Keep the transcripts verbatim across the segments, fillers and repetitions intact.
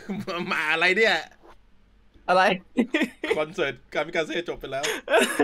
มาอะไรเนี่ยอะไรคอนเสิร์ตกามิกาเซ่จบไปแล้ว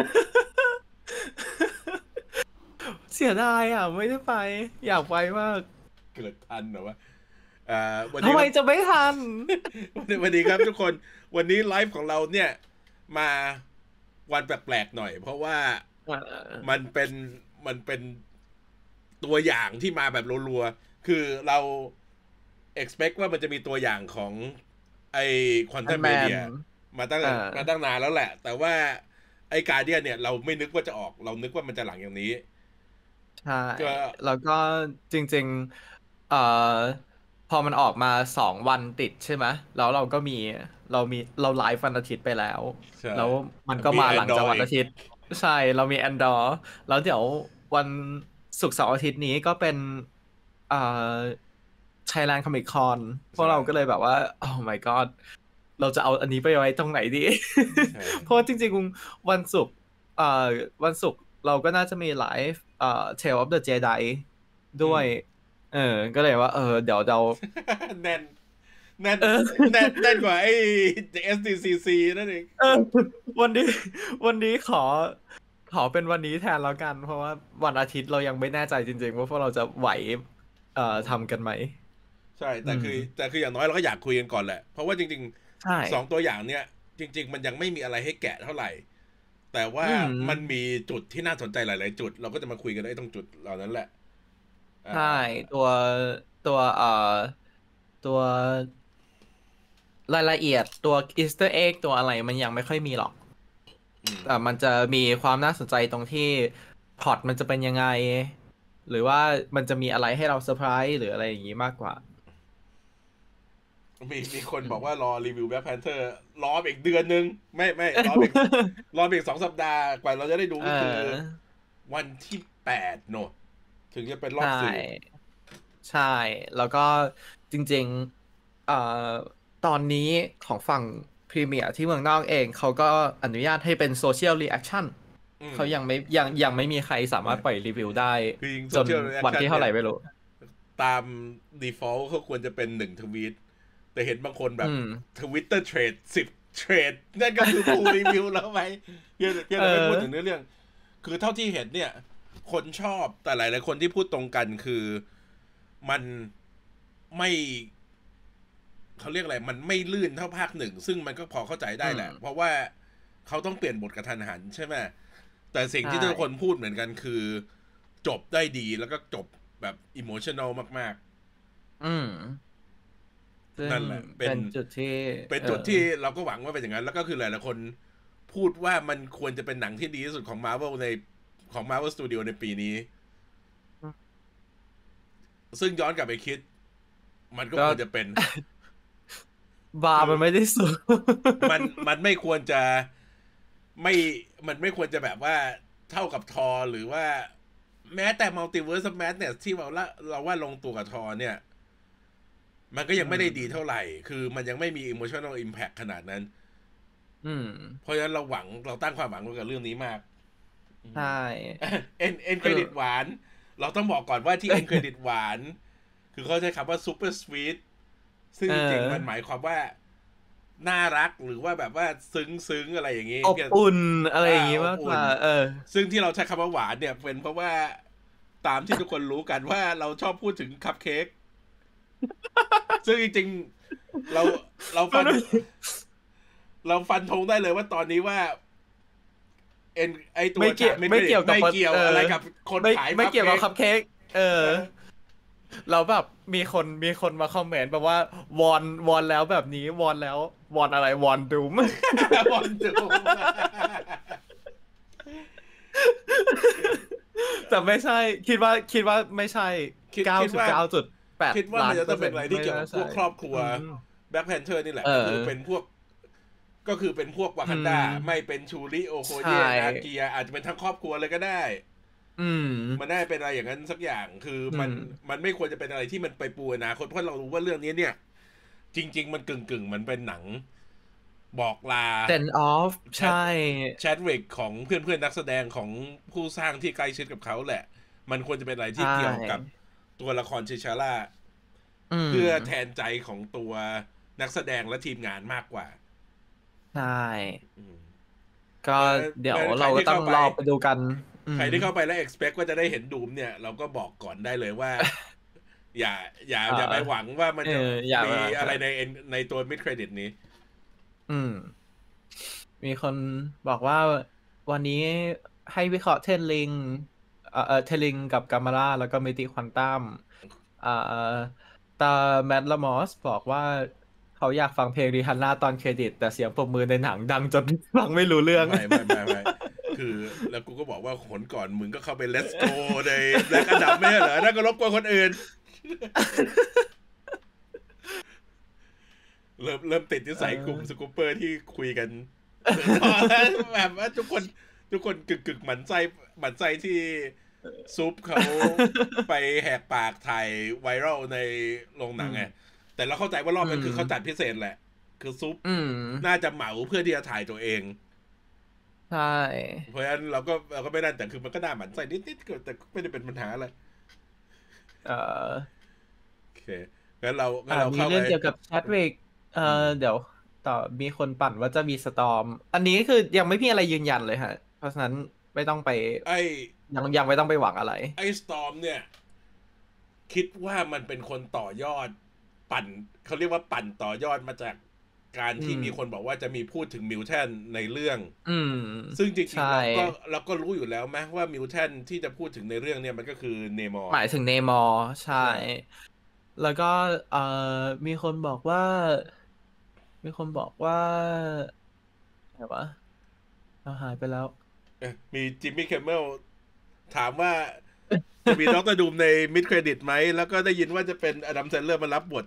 เสียดายอ่ะไม่ได้ไปอยากไปมากเกิดทันเหรอวะอ่าวันทำไมนี้ครับจะไม่ทันวันนี้ครับทุกคนวันนี้ไลฟ์ของเราเนี่ยมาวันแปลกๆหน่อยเพราะว่าอ่ามันเป็นมันเป็นตัวอย่างที่มาแบบรัวๆคือเรา expect ว่ามันจะมีตัวอย่างของไอ้ควอนตัมแมนเมเดียมาตั้งอ่ามาตั้งนานแล้วแหละแต่ว่าไอ้การเดียนเนี่ยเราไม่นึกว่าจะออกเรานึกว่ามันจะหลังอย่างนี้ใช่ก็แล้วก็จริงๆเอ่อพอมันออกมาสองวันติดใช่ไหมแล้วเราก็มีเรามีเราไลฟ์วันอาทิตย์ไปแล้วใช่แล้วมันก็มีแอนมาหลังจากดรอยอีกวันอาทิตย์ใช่เรามีแอนดอร์แล้วเดี๋ยววันศุกร์เสาร์อาทิตย์นี้ก็เป็นเอ่อ Thailand Comic Con พวกใช่เราก็เลยแบบว่า oh my god เราจะเอาอันนี้ไปไว้ตรงไหนดีใช่เพราะว่าจริงๆวันศุกร์เอ่อวันศุกร์เราก็น่าจะมีไลฟ์เอ่อ Tale of the Jedi ด้วยเออก็เลยว่าเออเดี๋ยวเราแน่นแน่นเออแน่นแน่นกว่าไอ้ เอส ดี ซี ซี นั่นเองเออวันนี้วันนี้ขอขอเป็นวันนี้แทนแล้วกันเพราะว่าวันอาทิตย์เรายังไม่แน่ใจจริงๆว่าพวกเราจะไหวเอ่อทำกันไหมใช่อืแต่คือมแต่คืออย่างน้อยเราก็อยากคุยกันก่อนแหละเพราะว่าจริงใช่ๆสองตัวอย่างเนี้ยจริงๆมันยังไม่มีอะไรให้แกะเท่าไหร่แต่ว่าอืมมันมีจุดที่น่าสนใจหลายๆจุดเราก็จะมาคุยกันไอ้ตรงจุดเหล่านั้นแหละอ่าใช่ตัวตัวเอ่อตัวรายละเอียดตัวอีสเตอร์เอ็กตัวอะไรมันยังไม่ค่อยมีหรอกอืมแต่มันจะมีความน่าสนใจตรงที่พล็อตมันจะเป็นยังไงหรือว่ามันจะมีอะไรให้เราเซอร์ไพรส์หรืออะไรอย่างนี้มากกว่ามีมีคนอืมบอกว่ารอรีวิวแบ็คแพนเทอร์รออีกเดือนนึงไม่ไม่รออีกรออีกสองสัปดาห์กว่าเราจะได้ดูเก็คือออวันที่แปดโนอะถึงจะเป็นรใชอบสื่อ่ใช่แล้วก็จริงๆเอ่อตอนนี้ของฝั่งพรีเมียร์ที่เมืองนอกเองเขาก็อนุญาตให้เป็นโซเชียลรีแอคชั่นอืมเขายังไม่ยังยังไม่มีใครสามารถปล่อยรีวิวได้คือยิงโซจนเชียลรีแอควันที่เท่าไหชั่นเนี่ยร่ไม่รู้ตาม default เขาควรจะเป็นหนึ่งทวีตแต่เห็นบางคนแบบอืมทวิตเตอร์เทรดสิบเทรดนั่นก็คือผู้รีวิวแล้วไหมเพียงเพียงเอแต่ไม่พูดอถึงเนื้อเรื่อง คือเท่าที่เห็นเนี่ย คนชอบแต่หลายๆคนที่พูดตรงกันคือมันไม่เขาเรียกอะไร มันไม่ลื่นเท่าภาคหนึ่ง ซึ่งมันก็พอเข้าใจได้อืแหละ เพมราะว่าเขาต้องเปลี่ยนบทกระทันหันใช่ไหมแต่สิ่งใช่ที่ทุกคนพูดเหมือนกันคือจบได้ดีแล้วก็จบแบบอิโมชัน a ลมากอืมซึ่ๆงนั่นแหละเป็เป็นนจุดที่เป็นเออจุดที่เราก็หวังว่าเป็นอย่างนั้น แล้วก็คือหลายๆคนพูดว่ามันควรจะเป็นหนังที่ดีที่สุดของ Marvel ในของ Marvel Studio ในปีนี้ ซึ่งย้อนกลับไปคิด มันก็ก็ควรจะเป็นบาร์คือมันไม่ได้สูงมันมันไม่ควรจะไม่มันไม่ควรจะแบบว่าเท่ากับทอหรือว่าแม้แต่ Multiverse of Madness ที่เราละเราว่าลงตัวกับทอเนี่ย มันก็ยังไม่ได้ดีเท่าไหร่ คือมันยังไม่มี emotional impact ขนาดนั้นอืมเพราะฉะนั้นเราหวังเราตั้งความหวังไว้กับเรื่องนี้มากใช่เอ็นเอ็นเครดิตหวาน เราต้องบอกก่อนว่าที่เอ็นเครดิตหวาน คือเขาใช้คำว่า super sweet ซึ่งเอจริงๆมันหอมายความว่าน่ารักหรือว่าแบบว่าซึ้งซึ้งอะไรอย่างนี้อบอุ่นอะไรออ่าย่างงี้อบอุ่นมากกว่าเออซึ่งที่เราใช้คำว่าหวานเนี่ยเป็นเพราะว่าตามที่ทุกคนรู้กันว่าเราชอบพูดถึงคัพเค้กซึ่งจริงๆเราเราฟันเราฟันธงได้เลยว่าตอนนี้ว่าเอ็นไอตัวไม่เกี่ยวไม่ไม่เกี่ยวกับไม่เกี่ยวเอออะไรกับคนไม่ขายไม่เกี่ยวกับคัพเค้กคัพเค้กเออแล้วแบบมีคนมีคนมาคอมเมนต์แบบว่าวอนวอนแล้วแบบนี้วอนแล้ววอนอะไรวอนดูมบอลดูแต่ไม่ใช่คิดว่าคิดว่าไม่ใช่คิดเก้าคิดว่าสิบเก้าจุดแปดคิดว่าล้ามันจะต้องเป็นนเปอร์เซ็นต์อะไรที่เกี่ยวไม่น่าใช่กับพวกครอบครัวอืมแบ็คแพนเทอร์นี่แหละเอก็คือเป็นอพวกก็คือเป็นพวกวาอืกันดาไม่มเป็นชูริโอโคใชเย่นา่เกียอาจจะเป็นทั้งครอบครัวเลยก็ได้อืมมันได้เป็นอะไรอย่างนั้นสักอย่างคืออืมันมมันไม่ควรจะเป็นอะไรที่มันไปปูอนาคตเพราะเรารู้ว่าเรื่องนี้เนี่ยจริงๆมันกึ่งกึ่งมันเป็นหนังบอกลา send off แชทใช่แชทวิกของเพื่อนเพื่อนนักแสดงของผู้สร้างที่ใกล้ชิดกับเขาแหละมันควรจะเป็นอะไรใชที่เกี่ยวกับ่ตัวละครเชชาร่าอืมเพื่อแทนใจของตัวนักแสดงและทีมงานมากกว่าใช่อืมก็เออเดี๋ยวใครเราก็ที่เข้าไปต้องรอไปดูกันอืมใครที่เข้าไปแล้ว expect ว่าจะได้เห็นดูมเนี่ย เราก็บอกก่อนได้เลยว่า อย่าอย่าเอออย่าไปหวังว่ามันเออจะอย่ามีมาอะไรในในตัว mid credit นี้อืม มีคนบอกว่าวันนี้ให้วิเคราะห์เทนลิงเอ่อเอ่อเทนลิงกับกามาร่าแล้วก็มิติควอนตัมอ่าตาแมดละมอสบอกว่าเขาอยากฟังเพลงริฮันน่าตอนเครดิตแต่เสียงปรบมือในหนังดังจนฟังไม่รู้เรื่องไม่ไม่ไม่ไม่คือแล้วกูก็บอกว่าขนก่อนมึงก็เข้าไป let's go ในแบล็กอดัมไม่ใช่เหรอนั่นก็รบกวนคนอื่น เริ่มเริ่มติดนิสัยกลุ่มสกูปเปอร์ที่คุยกันแบบว่าทุกคนทุกคนกึกกึกหมันไส้หมันไส้ที่ซุปเขาไปแหกปากถ่ายไวรัลในโรงหนังไงแต่เราเข้าใจว่ารอบนั้นคือเขาจัดพิเศษแหละ คือซุปน่าจะเหมาเพื่อที่จะถ่ายตัวเองใช่เพราะฉะนั้นเราก็เราก็ไม่ได้แต่คือมันก็น่าหมันไส้นิดๆแต่ไม่ได้เป็นปัญหาอะไรเออโอเคงั้นเรางั้นเรามีเข้าไปเรื่องเกี่ยวกับแชดวิกเออเดี๋ยวต่อมีคนปั่นว่าจะมีสตอร์มอันนี้คือยังไม่มีอะไรยืนยันเลยฮะเพราะฉะนั้นไม่ต้องไปไอ้ยังยังไม่ต้องไปหวังอะไรไอ้สตอร์มเนี่ยคิดว่ามันเป็นคนต่อยอดปั่นเขาเรียกว่าปั่นต่อยอดมาจากการที่มีคนบอกว่าจะมีพูดถึงมิวแทนในเรื่องซึ่งจริงๆเราก็เราก็รู้อยู่แล้วไหมว่ามิวแทนที่จะพูดถึงในเรื่องเนี่ยมันก็คือเนมอร์หมายถึงเนมอร์ใช่แล้วก็เอ่อมีคนบอกว่า มีคนบอกว่าอะไรวะเราหายไปแล้วมีจิมมี่เคมเมลถามว่าจะมีด็อกเตอร์ดูมในมิดเครดิตไหมแล้วก็ได้ยินว่าจะเป็นอดัมแซนเลอร์มารับบท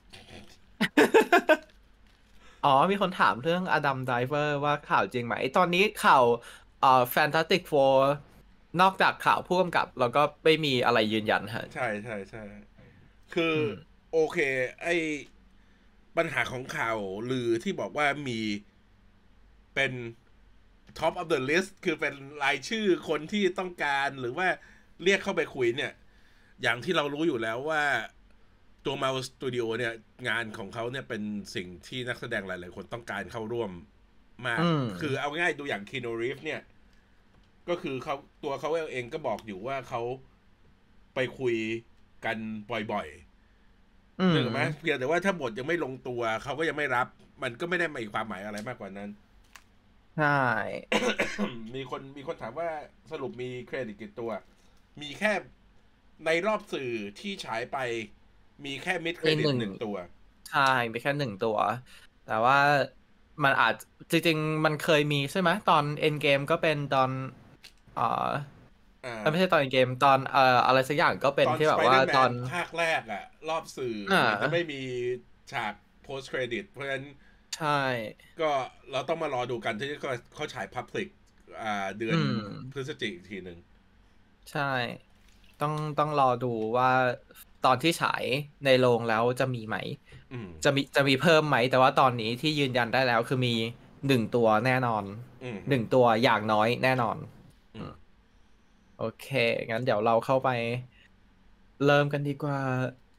อ๋อมีคนถามเรื่องอดัมไดเวอร์ว่าข่าวจริงไหมตอนนี้ข่าวเอ่อแฟนตาสติกโฟร์นอกจากข่าวผู้กำกับแล้วก็ไม่มีอะไรยืนยันฮะใช่ใช่ใช่คือโอเคไอปัญหาของข่าวลือที่บอกว่ามีเป็น top of the list คือเป็นรายชื่อคนที่ต้องการหรือว่าเรียกเข้าไปคุยเนี่ยอย่างที่เรารู้อยู่แล้วว่าตัว Marvel Studio เนี่ยงานของเขาเนี่ยเป็นสิ่งที่นักแสดงหลายๆคนต้องการเข้าร่วมมากคือเอาง่ายดูอย่าง Keanu Reeves เนี่ยก็คือเขาตัวเขาเองก็บอกอยู่ว่าเขาไปคุยกันบ่อยๆนึกออกไหมเพียงแต่ว่าถ้าบทยังไม่ลงตัวเขาก็ยังไม่รับมันก็ไม่ได้มีความหมายอะไรมากกว่านั้นใช่มีคนมีคนถามว่าสรุปมีเครดิตกี่ตัวมีแค่ในรอบสื่อที่ฉายไปมีแค่มิดเครดิตหนึ่งตัวใช่มีแค่หนึ่งตัวแต่ว่ามันอาจจริงๆมันเคยมีใช่ไหมตอนเอ็นเกมก็เป็นตอนเอ่อไม่ใช่ตอนเอ็นเกมตอนเอ่ออะไรสักอย่างก็เป็นที่แบบว่าตอนภาคแรกอะรอบสื่อมันจะไม่มีฉาก post credit เพราะฉะนั้นใช่ก็เราต้องมารอดูกันที่เขาฉาย Public อ่าเดือนพฤศจิกายนอีกทีหนึ่งใช่ต้องต้องรอดูว่าตอนที่ฉายในโรงแล้วจะมีไหมจะมีจะมีเพิ่มไหมแต่ว่าตอนนี้ที่ยืนยันได้แล้วคือมีหนึ่งตัวแน่นอนหนึ่งตัวอย่างน้อยแน่นอนโอเคงั้นเดี๋ยวเราเข้าไปเริ่มกันดีกว่า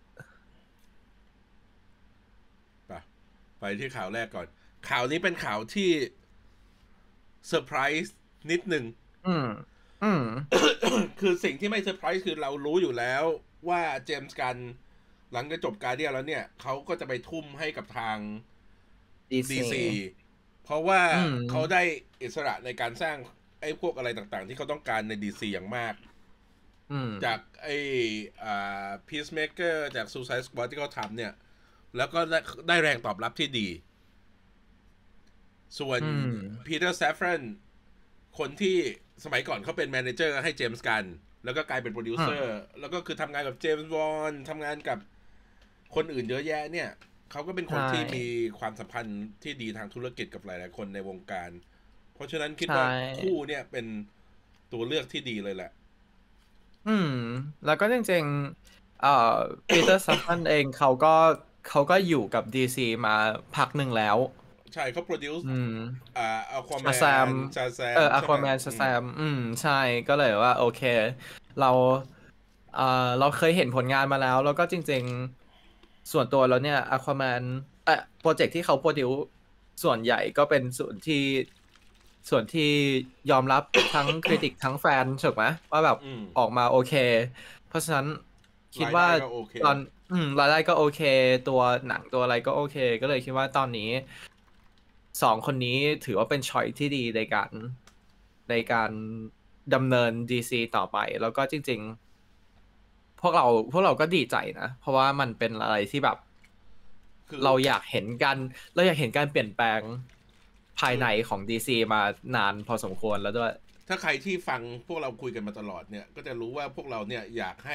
ไปไปที่ข่าวแรกก่อนข่าวนี้เป็นข่าวที่เซอร์ไพรส์นิดหนึ่งอืมอืมคือสิ่งที่ไม่เซอร์ไพรส์คือเรารู้อยู่แล้วว่าเจมส์กันหลังจากจบการเดียแล้วเนี่ยเขาก็จะไปทุ่มให้กับทางดีซี เพราะว่าเขาได้อิสระในการสร้างไอ้พวกอะไรต่างๆที่เขาต้องการใน ดี ซี อย่างมากจากไอ้อ่า Peacemaker จาก Suicide Squad ที่เขาทำเนี่ยแล้วก็ได้ได้แรงตอบรับที่ดีส่วน Peter Safran คนที่สมัยก่อนเขาเป็นแมเนเจอร์ให้เจมส์กันแล้วก็กลายเป็นโปรดิวเซอร์แล้วก็คือทำงานกับเจมส์วอนทำงานกับคนอื่นเยอะแยะเนี่ยเขาก็เป็นคนที่มีความสัมพันธ์ที่ดีทางธุรกิจกับหลายๆคนในวงการเพราะฉะนั้นคิดว่าคู่เนี่ยเป็นตัวเลือกที่ดีเลยแหละอืมแล้วก็จริงๆเอ่อปีเตอร์ซัฟฟันเองเขาก็เขาก็อยู่กับ ดี ซี มาพักหนึ่งแล้วใช่เขาโปรดิวซ์อ่าอควาแมนชาแซมเอออควาแมนชาแซมอืมใช่ก็เลยว่าโอเคเราเอ่อเราเคยเห็นผลงานมาแล้วแล้วก็จริงๆส่วนตัวแล้วเนี่ยอควาแมนเอ่อโปรเจกต์ที่เขาโปรดิวส่วนใหญ่ก็เป็นส่วนที่ส่วนที่ยอมรับทั้งคริติกทั้งแฟนถูกไหมว่าแบบออกมาโอเคเพราะฉะนั้นคิดว่าตอนอืมรายได้ก็โอเคตัวหนังตัวอะไรก็โอเคก็เลยคิดว่าตอนนี้สองคนนี้ถือว่าเป็นช้อยที่ดีในการในการดำเนิน ดี ซี ต่อไปแล้วก็จริงๆพวกเราพวกเราก็ดีใจนะเพราะว่ามันเป็นอะไรที่แบบเราอยากเห็นกันเราอยากเห็นการเปลี่ยนแปลงภายในของ ดี ซี มานานพอสมควรแล้วด้วยถ้าใครที่ฟังพวกเราคุยกันมาตลอดเนี่ยก็จะรู้ว่าพวกเราเนี่ยอยากให้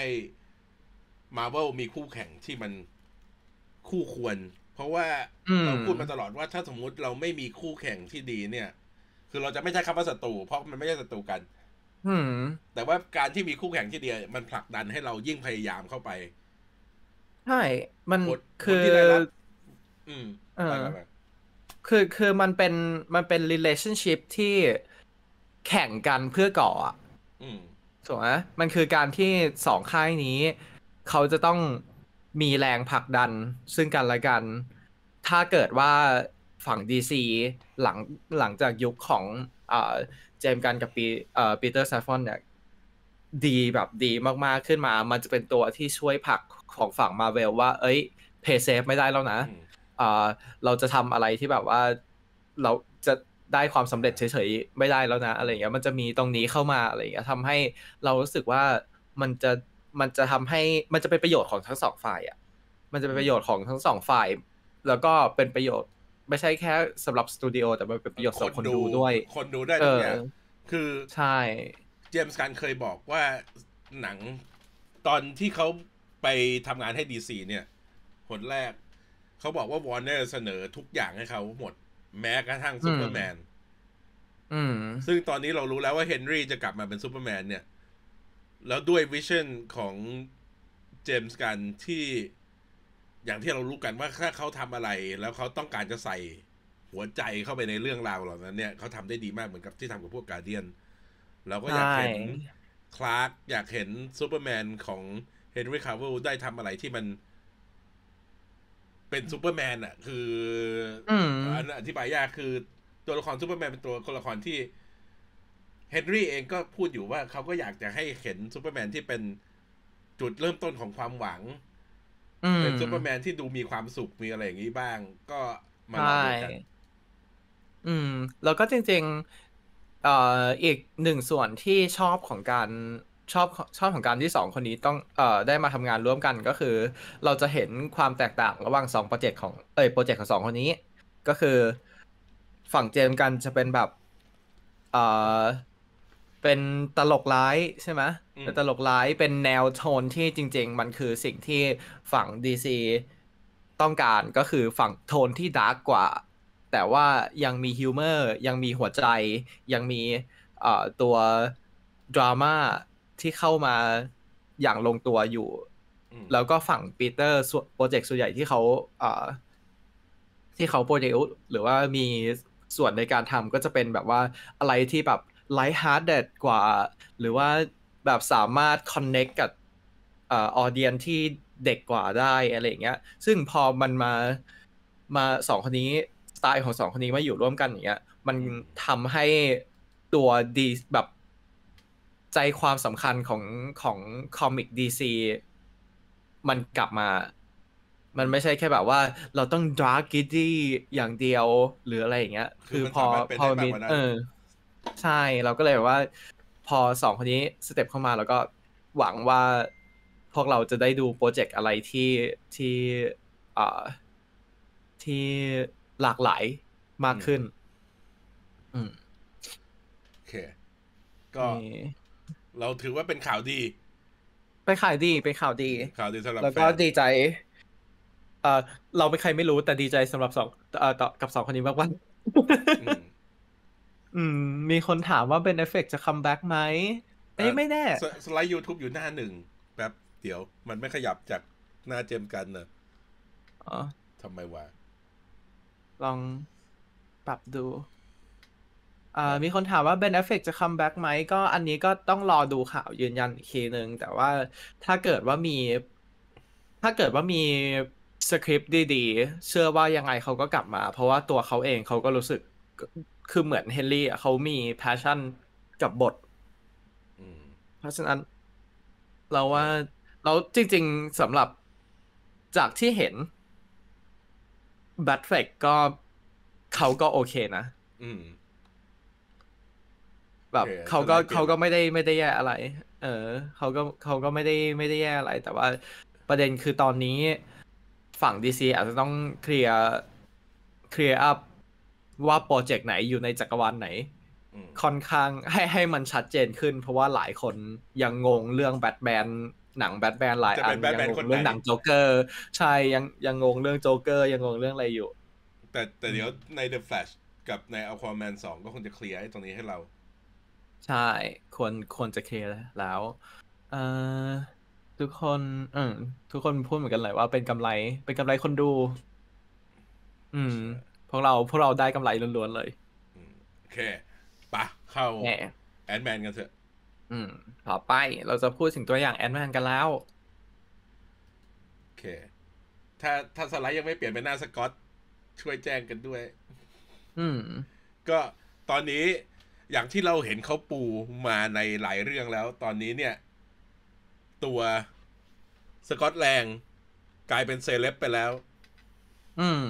Marvel มีคู่แข่งที่มันคู่ควรเพราะว่าเราพูดมาตลอดว่าถ้าสมมุติเราไม่มีคู่แข่งที่ดีเนี่ยคือเราจะไม่ใช่คำว่าศัตรูเพราะมันไม่ใช่ศัตรูกันแต่ว่าการที่มีคู่แข่งที่ดีมันผลักดันให้เรายิ่งพยายามเข้าไปใช่มันคืออืมเออคือคือมันเป็นมันเป็น relationship ที่แข่งกันเพื่อก่ออ่ะถูกไหมมันคือการที่สองค่ายนี้เขาจะต้องมีแรงผลักดันซึ่งกันและกันถ้าเกิดว่าฝั่ง ดี ซี หลังหลังจากยุคของเจมส์กันกับปีเอ่อปีเตอร์แซฟฟอนเนี่ยดีแบบดีมากๆขึ้นมามันจะเป็นตัวที่ช่วยผลักของฝั่งมาเวลว่าเอ้ยเพย์เซฟไม่ได้แล้วนะเราจะทำอะไรที่แบบว่าเราจะได้ความสำเร็จเฉยๆไม่ได้แล้วนะอะไรเงี้ยมันจะมีตรงนี้เข้ามาอะไรเงี้ยทำให้เรารู้สึกว่ามันจะมันจะทำให้มันจะเป็นประโยชน์ของทั้งสองฝ่ายอ่ะมันจะเป็นประโยชน์ของทั้งสองฝ่ายแล้วก็เป็นประโยชน์ไม่ใช่แค่สำหรับสตูดิโอแต่มันเป็นประโยชน์สำหรับคนดูด้วยคนดูได้ทุกอย่างคือใช่เจมส์กันเคยบอกว่าหนังตอนที่เขาไปทำงานให้ดีซีเนี่ยผลแรกเขาบอกว่าวอร์เนอร์เสนอทุกอย่างให้เขาหมดแม้กระทั่งซูเปอร์แมนซึ่งตอนนี้เรารู้แล้วว่าเฮนรี่จะกลับมาเป็นซูเปอร์แมนเนี่ยแล้วด้วยวิชั่นของเจมส์กันที่อย่างที่เรารู้กันว่าถ้าเขาทำอะไรแล้วเขาต้องการจะใส่หัวใจเข้าไปในเรื่องราวเหล่านั้นเนี่ยเขาทำได้ดีมากเหมือนกับที่ทำกับพวกการ์เดียนเราก็อยากเห็นคลาร์กอยากเห็นซูเปอร์แมนของเฮนรี่คาร์เวลได้ทำอะไรที่มันเป็นซูเปอร์แมนอ่ะคืออันอธิบายยากคือตัวละครซูเปอร์แมนเป็นตัวละครที่เฮนรี่เองก็พูดอยู่ว่าเขาก็อยากจะให้เห็นซูเปอร์แมนที่เป็นจุดเริ่มต้นของความหวังเป็นซูเปอร์แมนที่ดูมีความสุขมีอะไรอย่างนี้บ้างก็มาลองดูกันอืมแล้วก็จริงๆเอ่ออีกหนึ่งส่วนที่ชอบของการชอบชอบของการที่สองคนนี้ต้องเอ่อได้มาทำงานร่วมกันก็คือเราจะเห็นความแตกต่างระหว่างสองโปรเจกต์ของเอ้ยโปรเจกต์ของสองคนนี้ก็คือฝั่งเจมส์กันจะเป็นแบบเอ่อเป็นตลกร้ายใช่ไหมเป็นตลกร้ายเป็นแนวโทนที่จริงๆมันคือสิ่งที่ฝั่ง ดี ซี ต้องการก็คือฝั่งโทนที่ดาร์กกว่าแต่ว่ายังมีฮิวเมอร์ยังมีหัวใจยังมีตัวดราม่าที่เข้ามาอย่างลงตัวอยู่แล้วก็ฝั่งปีเตอร์โปรเจกต์ส่วนใหญ่ที่เขาที่เขาโปรดิวซ์หรือว่ามีส่วนในการทำก็จะเป็นแบบว่าอะไรที่แบบไลท์ฮาร์ดเด็ดกว่าหรือว่าแบบสามารถคอนเนคกับออเดียนที่เด็กกว่าได้อะไรอย่างเงี้ยซึ่งพอมันมามาสองคนนี้สไตล์ของสองคนนี้มาอยู่ร่วมกันอย่างเงี้ยมันทำให้ตัวดีแบบใจความสำคัญของของคอมิก ดี ซี มันกลับมามันไม่ใช่แค่แบบว่าเราต้องดาร์กกิดดี้อย่างเดียวหรืออะไรอย่างเงี้ยคือพอพอมีเออใช่เราก็เลยแบบว่าพอสองคนนี้สเต็ปเข้ามาแล้วก็หวังว่าพวกเราจะได้ดูโปรเจกต์อะไรที่ที่อ่าที่หลากหลายมากขึ้นอืมโอเคก็เราถือว่าเป็นข่าวดีเป็นข่าวดีเป็นข่าวดีข่าวดีสำหรับแล้วก็ดีใจเออเราไม่ใครไม่รู้แต่ดีใจสำหรับสองเอ่อต่อกับสองคนนี้มากว่าอืมมีคนถามว่าเป็นเอฟเฟกต์จะคัมแบ็กไหมเอ้ยไม่แน่สไลด์ YouTube อยู่หน้าหนึ่งแป๊บเดี๋ยวมันไม่ขยับจากหน้าเจมกันเนอะอ๋อทำไมวะลองปรับดูอ่ามีคนถามว่าเบนเอฟเฟกจะคัมแบ็กไหมก็อันนี้ก็ต้องรอดูข่าวยืนยันอีกทีนึงแต่ว่าถ้าเกิดว่ามีถ้าเกิดว่ามีสคริปต์ดีๆเชื่อว่ายังไงเขาก็กลับมา เพราะว่าตัวเขาเองเขาก็รู้สึกคือเหมือนเฮนรี่เขามี passion กับบทเพราะฉะนั้นเราว่าเราจริงๆสำหรับจากที่เห็นบัตเฟกก็เขาก็โอเคนะแบบเขาก็เขาก็ไม่ได้ไม่ได้แย่อะไรเออเขาก็เขาก็ไม่ได้ไม่ได้แย่อะไรแต่ว่าประเด็นคือตอนนี้ฝั่ง ดี ซี อาจจะต้องเคลียร์เคลียร์อัพว่าโปรเจกต์ไหนอยู่ในจักรวาลไหนค่อนข้างให้ให้มันชัดเจนขึ้นเพราะว่าหลายคนยังงงเรื่องแบทแมนหนังแบทแมนหลายอันยังงงเรื่องหนังโจ๊กเกอร์ใช่ยังยังงงเรื่องโจ๊กเกอร์ยังงงเรื่องอะไรอยู่แต่แต่เดี๋ยวใน The Flash กับใน Aquaman สองก็คงจะเคลียร์ไอ้ตรงนี้ให้เราใช่ควรควรจะเคลียร์แล้วเอ่อทุกคนเออทุกคนพูดเหมือนกันเลยว่าเป็นกำไรเป็นกำไรคนดูอืมพวกเราพวกเราได้กำไรล้วนๆเลยโอเคปะเข้าแอนด์แมนกันเถอะอืมต่อไปเราจะพูดถึงตัวอย่างแอนด์แมนกันแล้วโอเคถ้าถ้าสไลด์ยังไม่เปลี่ยนเป็นหน้าสกอตช่วยแจ้งกันด้วยอืมก็ตอนนี้อย่างที่เราเห็นเขาปูมาในหลายเรื่องแล้ว ตอนนี้เนี่ยตัวสกอตแลงกลายเป็นเซเลบไปแล้วอืม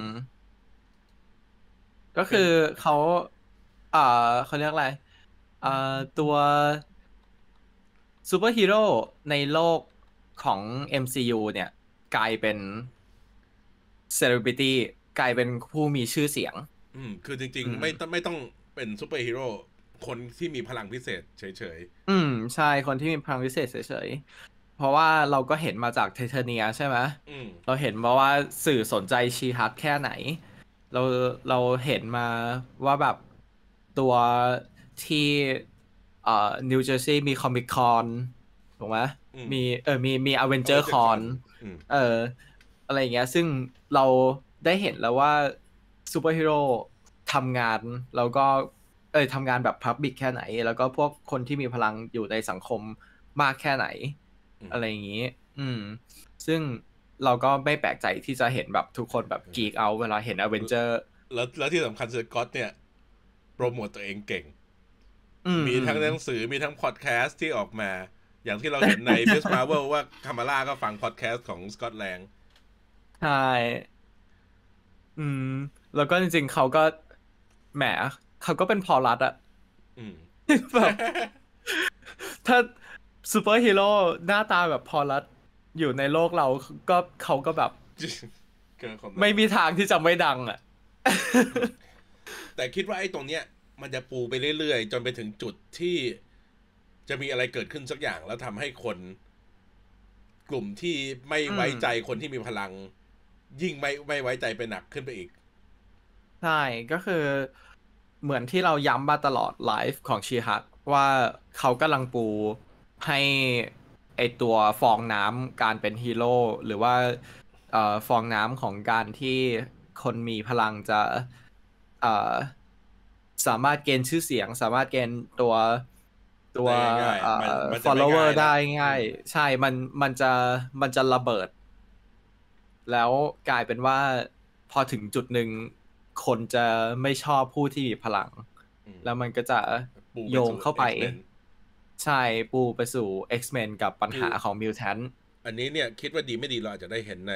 ก็คือเขาอ่าเขาเรียกอะไรอ่าตัวซูเปอร์ฮีโร่ในโลกของ เอ็ม ซี ยู เนี่ยกลายเป็นเซเลบริตี้กลายเป็นผู้มีชื่อเสียงอืมคือจริงๆไม่ต้องไม่ต้องเป็นซูเปอร์ฮีโร่คนที่มีพลังพิเศษเฉยๆอืมใช่คนที่มีพลังพิเศษเฉยๆเพราะว่าเราก็เห็นมาจากไทเทเนียใช่ไหมเราเห็นมาว่าสื่อสนใจชีฮัทแค่ไหนเราเราเห็นมาว่าแบบตัวที่เอ่อนิวเจอร์ซีย์มีคอมิคคอนถูกไหมมีเออมีมีอเวนเจอร์คอนเอออะไรอย่างเงี้ยซึ่งเราได้เห็นแล้วว่าซูเปอร์ฮีโร่ทำงานแล้วก็เออทำงานแบบพับบิกแค่ไหน แล้วก็พวกคนที่มีพลังอยู่ในสังคมมากแค่ไหน อะไรอย่างนี้ อืม ซึ่งเราก็ไม่แปลกใจที่จะเห็นแบบทุกคนแบบกีกเอาเวลาเห็นอเวนเจอร์แล้วแล้วที่สำคัญสกอตเนี่ยโปรโมตตัวเองเก่ง มีทั้งหนังสือมีทั้งพอดแคสต์ที่ออกมา อย่างที่เราเห็นใน Miss Marvel ว่าคามาร่าก็ฟังพอดแคสต์ของสกอตแลงใช่ อืม แล้วก็จริงๆเขาก็แหมเขาก็เป็นพอลัดอะแบบถ้าซูเปอร์ฮีโร่หน้าตาแบบพอลัดอยู่ในโลกเราก็เขาก็แบบไม่มีทางที่จะไม่ดังอะแต่คิดว่าไอ้ตรงเนี้ยมันจะปูไปเรื่อยๆจนไปถึงจุดที่จะมีอะไรเกิดขึ้นสักอย่างแล้วทำให้คน กลุ่มที่ไม่ไว้ใจคนที่มีพลัง ยิ่งไม่ไม่ไว้ใจไปหนักขึ้นไปอีกใช่ก็คือเหมือนที่เราย้ำมาตลอดไลฟ์ของชีฮักว่าเขากำลังปูให้ไอตัวฟองน้ำการเป็นฮีโร่หรือว่าเอ่อฟองน้ำของการที่คนมีพลังจะเอ่อสามารถเกณฑ์ชื่อเสียงสามารถเกณฑ์ตัวตัวเอ่อ follower ได้ง่ายใช่มันมันจะมันจะระเบิด แล้วกลายเป็นว่าพอถึงจุดหนึ่งคนจะไม่ชอบผู้ที่มีพลัง แล้วมันก็จะโยงเข้าไป ใช่ปูไปสู่ X-Men กับปัญหาของ Mutant อันนี้เนี่ยคิดว่าดีไม่ดีเราอาจจะได้เห็นใน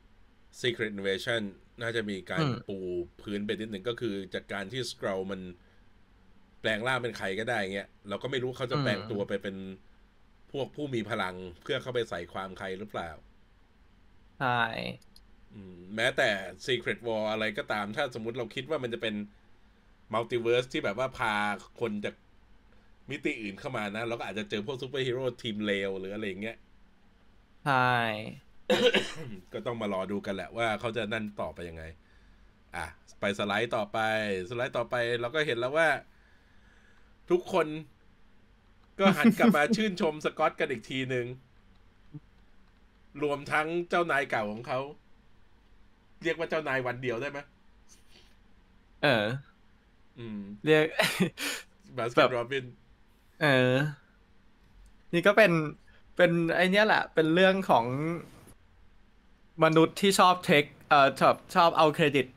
Secret Invasion น่าจะมีการปูพื้นไปนิดหนึ่งก็คือจากการที่ Skrull มันแปลงร่างเป็นใครก็ได้เงี้ยเราก็ไม่รู้เขาจะแปลงตัวไปเป็นพวกผู้มีพลังเพื่อเข้าไปใส่ความใครหรือเปล่าใช่แม้แต่ Secret War อะไรก็ตามถ้าสมมุติเราคิดว่ามันจะเป็น Multiverse ที่แบบว่าพาคนจากมิติอื่นเข้ามานะเราก็อาจจะเจอพวกซูเปอร์ฮีโร่ทีมเลวหรืออะไรอย่างเงี้ยใช่ก็ต้องมารอดูกันแหละว่าเขาจะนั่นต่อไปยังไงอ่ะไปสไลด์ต่อไปสไลด์ต่อไปเราก็เห็นแล้วว่าทุกคนก็หันกลับมาชื่นชมสกอตกันอีกทีหนึ่งรวมทั้งเจ้านายเก่าของเขาเรียกว่าเจ้านายวันเดียวได้ไหมเอออืมเรียกบาสเกตโรบินเออนี่ก็เป็นเป็นไอเนี้ยแหละเป็นเรื่องของมนุษย์ที่ชอบเทคเอ่อชอบชอบเอาเครดิต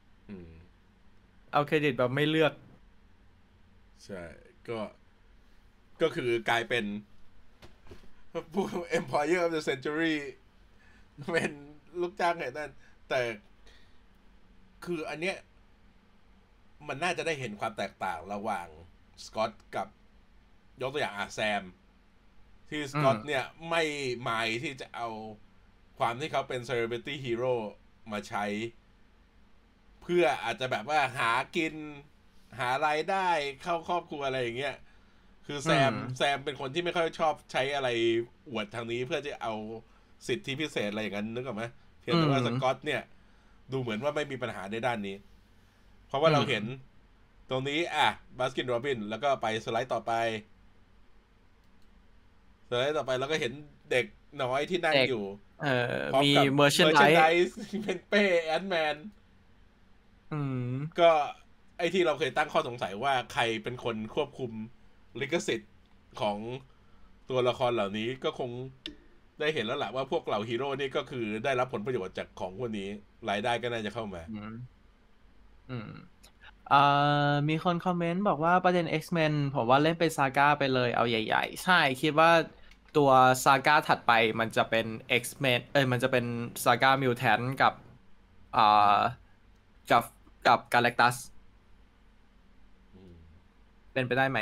เอาเครดิตแบบไม่เลือกใช่ก็ก็คือกลายเป็นพวก Employer of the Century เป็นลูกจ้างแห่งนั้นแต่คืออันเนี้ยมันน่าจะได้เห็นความแตกต่างระหว่างสกอตกับยกตัวอย่างอาแซมที่สกอตเนี่ยไม่หมายที่จะเอาความที่เขาเป็น celebrity hero มาใช้เพื่ออาจจะแบบว่าหากินหารายได้เข้าครอบครัวอะไรอย่างเงี้ยคือแซมแซมเป็นคนที่ไม่ค่อยชอบใช้อะไรอวดทางนี้เพื่อจะเอาสิทธิพิเศษอะไรอย่างนั้นนึกออกไหมเพียงแต่ว่าสกอตเนี่ยดูเหมือนว่าไม่มีปัญหาในด้านนี้เพราะว่าเราเห็นตรงนี้อ่ะบาสกินโรบินแล้วก็ไปสไลด์ต่อไปสไลด์ต่อไปแล้วก็เห็นเด็กน้อยที่นั่งอยู่เออมีเมอร์เชนไดส์เป็นเป้แอนด์แมนอืมก็ไอที่เราเคยตั้งข้อสงสัยว่าใครเป็นคนควบคุมลิขสิทธิ์ของตัวละครเหล่านี้ก็คงได้เห็นแล้วแหละว่าพวกเหล่าฮีโร่นี่ก็คือได้รับผลประโยชน์จากของพวกนี้รายได้ก็น่าจะเข้ามาอืมอ่ามีคนคอมเมนต์บอกว่าประเด็น X-Men ผมว่าเล่นเป็นซาก้าไปเลยเอาใหญ่ๆใช่คิดว่าตัวซาก้าถัดไปมันจะเป็น X-Men เอ้ยมันจะเป็นซาก้ามิวแทนกับอ่ากับกับกาแล็กตัสเป็นไปได้ไหม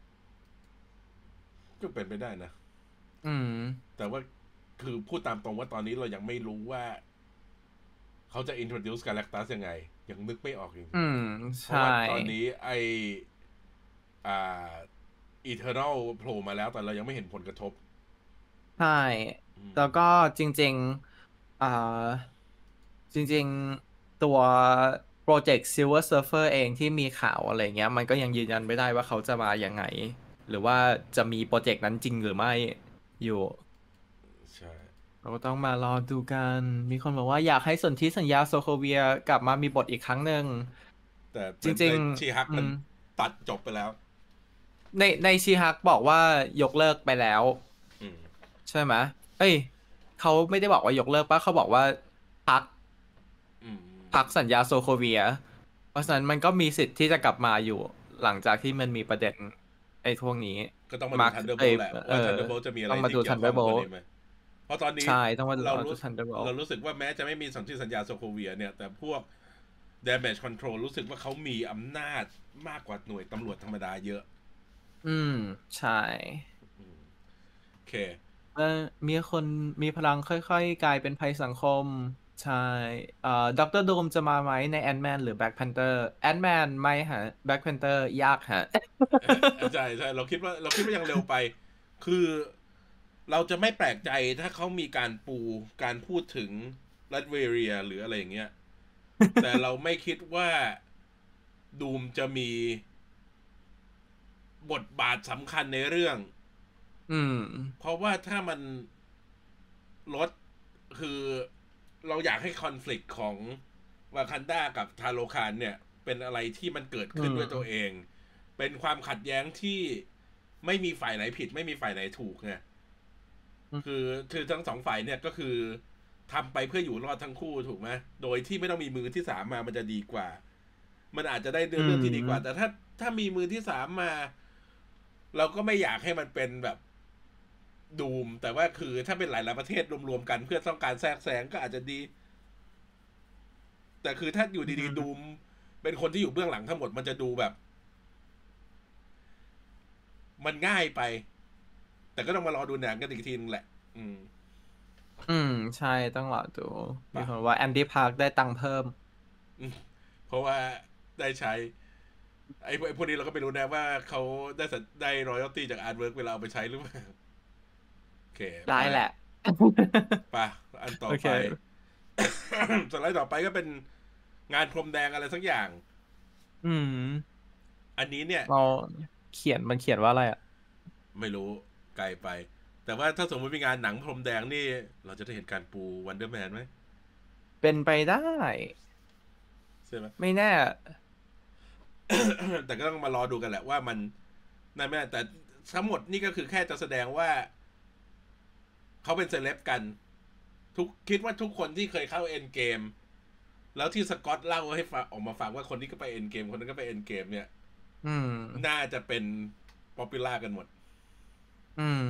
ก็เป็นไปได้นะอืมแต่ว่าคือพูดตามตรงว่าตอนนี้เรายังไม่รู้ว่าเขาจะ introduce Galactus ยังไงยังนึกไม่ออกจริงๆเพราะว่าตอนนี้ไออ่า Eternal โผล่มาแล้วแต่เรายังไม่เห็นผลกระทบใช่แล้วก็จริงๆอ่าจริงๆตัวโปรเจกต์ Silver Surfer เองที่มีข่าวอะไรเงี้ยมันก็ยังยืนยันไม่ได้ว่าเขาจะมายังไงหรือว่าจะมีโปรเจกต์นั้นจริงหรือไม่อยู่ใช่เราก็ต้องมารอดูกันมีคนบอกว่าอยากให้สนธิสัญญาโซโคเวียกลับมามีบทอีกครั้งหนึ่งแต่จริงๆชีฮักมันตัดจบไปแล้วในในชีฮักบอกว่ายกเลิกไปแล้วใช่ไหมเอ้ยเขาไม่ได้บอกว่ายกเลิกป่ะเขาบอกว่าพักพักสัญญาโซโคเวียเพราะฉะนั้นมันก็มีสิทธิ์ที่จะกลับมาอยู่หลังจากที่มันมีประเด็นไอ้พวกนี้ก็ต้องมาดูทันเดอร์โบลแหละว่าทันเดอร์โบลจะมีอะไรที่เกี่ยวข้องกับนี้ไหมเพราะตอนนี้เรารู้เรารู้สึกว่าแม้จะไม่มีสนธิสัญญาโซโคเวียเนี่ยแต่พวก damage control รู้สึกว่าเขามีอำนาจมากกว่าหน่วยตำรวจธรรมดาเยอะอืมใช่โอเคเออมีคนมีพลังค่อยๆกลายเป็นภัยสังคมใช่เอ่อด็อกเตอร์ดูมจะมาไหมในแอนด์แมนหรือแบล็กแพนเตอร์แอนด์แมนไม่ฮะแบล็กแพนเตอร์ยากฮะใช่ใช่เราคิดว่าเราคิดว่ายังเร็วไปคือเราจะไม่แปลกใจถ้าเขามีการปูการพูดถึงรัสเวเรียหรืออะไรอย่างเงี้ยแต่เราไม่คิดว่าดูมจะมีบทบาทสำคัญในเรื่องอืมเพราะว่าถ้ามันลดคือเราอยากให้คอน FLICT ของวากันดากับทาโลคานเนี่ยเป็นอะไรที่มันเกิดขึ้นด้วยตัวเองเป็นความขัดแย้งที่ไม่มีฝ่ายไหนผิดไม่มีฝ่ายไหนถูกไงคือคือทั้งสองฝ่ายเนี่ยก็คือทำไปเพื่ออยู่รอดทั้งคู่ถูกไหมโดยที่ไม่ต้องมีมือที่สามมามันจะดีกว่ามันอาจจะได้เรื่องที่ดีกว่าแต่ถ้าถ้ามีมือที่สามมาเราก็ไม่อยากให้มันเป็นแบบดูมแต่ว่าคือถ้าเป็นหลายๆประเทศรวมๆกันเพื่อต้องการแทรกแซงก็อาจจะดีแต่คือถ้าอยู่ดีๆดูมเป็นคนที่อยู่เบื้องหลังทั้งหมดมันจะดูแบบมันง่ายไปแต่ก็ต้องมารอดูหนังกันอีกทีนึงแหละอืมอืมใช่ต้องรอดูมีคนว่าแอนดี้พาร์คได้ตังค์เพิ่มเพราะว่าได้ใช้ไอ้พวกนี้เราก็ไม่รู้นะว่าเขาได้ได้รอยัลตี้จากอาร์ตเวิร์กเวลาเอาไปใช้หรือเปล่าโอเคได้แหละป่ะอันต่อไปสไลด์ต่อไปก็เป็นงานพรมแดงอะไรสักอย่างอืมอันนี้เนี่ยเราเขียนมันเขียนว่าอะไรอ่ะไม่รู้ไกลไป แต่ว่าถ้าสมมติมีงานหนังพรมแดงนี่เราจะได้เห็นการปูวันเดอร์แมนไหมเป็นไปได้ใช่ไหมไม่แน่แต่ก็ต้องมารอดูกันแหละว่ามันนั่นไม่แต่ทั้งหมดนี่ก็คือแค่จะแสดงว่าเขาเป็นเซเลบกันทุกคิดว่าทุกคนที่เคยเข้าเอ็นเกมแล้วที่สกอตเล่าให้ฟังออกมาฟังว่าคนนี้ก็ไปเอ็นเกมคนนั้นก็ไปเอ็นเกมเนี่ยอืมน่าจะเป็นป๊อปปูล่ากันหมดอืม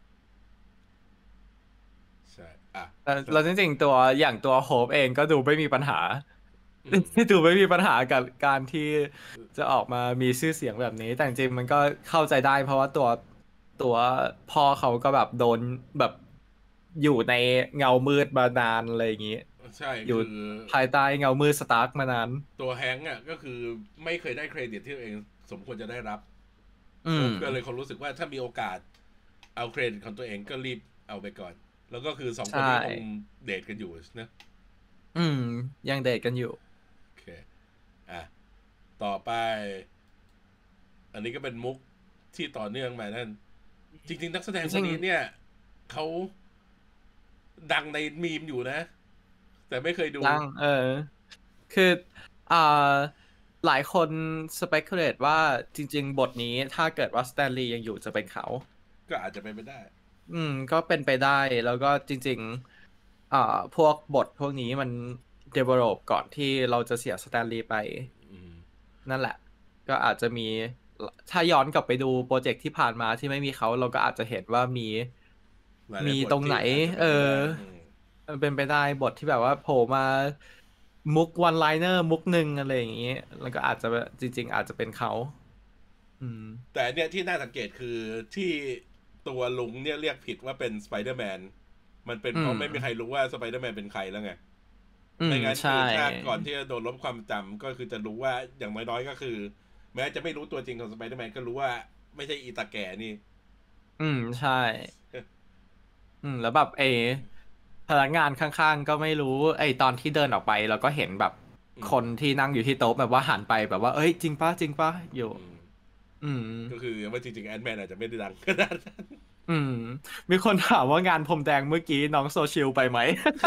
ใช่อ่ะแล้วจริงๆตัวอย่างตัวโฮปเองก็ดูไม่มีปัญหาดูไม่มีปัญหากับการที่จะออกมามีชื่อเสียงแบบนี้แต่จริงๆมันก็เข้าใจได้เพราะว่าตัวตัวพ่อเขาก็แบบโดนแบบอยู่ในเงามืดมานานอะไรอย่างนี้ใช่อยู่คือภายใต้เงามืดสตาร์กมานานตัวแฮงก์อ่ะก็คือไม่เคยได้เครดิตที่ตัวเองสมควรจะได้รับอืมก็เลยคนรู้สึกว่าถ้ามีโอกาสเอาเครดิตของตัวเองก็รีบเอาไปก่อนแล้วก็คือสองคนนี้คงเดทกันอยู่นะอืมยังเดทกันอยู่โอเคอ่ะต่อไปอันนี้ก็เป็นมุกที่ต่อเนื่องมานั่นจริงๆนักแสดงคนนี้เนี่ยเขาดังในมีมอยู่นะแต่ไม่เคยดูดังเออคืออ่าหลายคน speculate ว่าจริงๆบทนี้ถ้าเกิดว่าสแตนลีย์ยังอยู่จะเป็นเขาก็อาจจะเป็นไปได้อืมก็เป็นไปได้แล้วก็จริงๆอ่าพวกบทพวกนี้มัน develop ก่อนที่เราจะเสียสแตนลีย์ไปนั่นแหละก็อาจจะมีถ้าย้อนกลับไปดูโปรเจกต์ที่ผ่านมาที่ไม่มีเขาเราก็อาจจะเห็นว่ามีมีตรงไหนเออเป็นไปได้บทที่แบบว่าโผล่มามุกวันไลเนอร์มุกหนึ่งอะไรอย่างนี้แล้วก็อาจจะจริงๆอาจจะเป็นเขาอืมแต่เนี่ยที่น่าสังเกตคือที่ตัวลุงเนี่ยเรียกผิดว่าเป็นสไปเดอร์แมนมันเป็นเพราะไม่มีใครรู้ว่าสไปเดอร์แมนเป็นใครแล้วไงไม่งั้นคือถ้าก่อนที่จะโดนลบความจำก็คือจะรู้ว่าอย่างน้อยๆก็คือแม้จะไม่รู้ตัวจริงของสไปเดอร์แมนก็รู้ว่าไม่ใช่อีตาแก่นี่อืมใช่อืมแล้วแบบเอพนักงานข้างๆก็ไม่รู้ไอ้ตอนที่เดินออกไปเราก็เห็นแบบคนที่นั่งอยู่ที่โต๊ะแบบว่าหันไปแบบว่าเอ้ยจริงปะจริงปะอยู่อืมก็คือว่าจริงๆแอนด์แมนอาจจะไม่ได้ดังขนาดนั้นอืมมีคนถามว่างานพรมแดงเมื่อกี้น้องโซเชียลไปไหม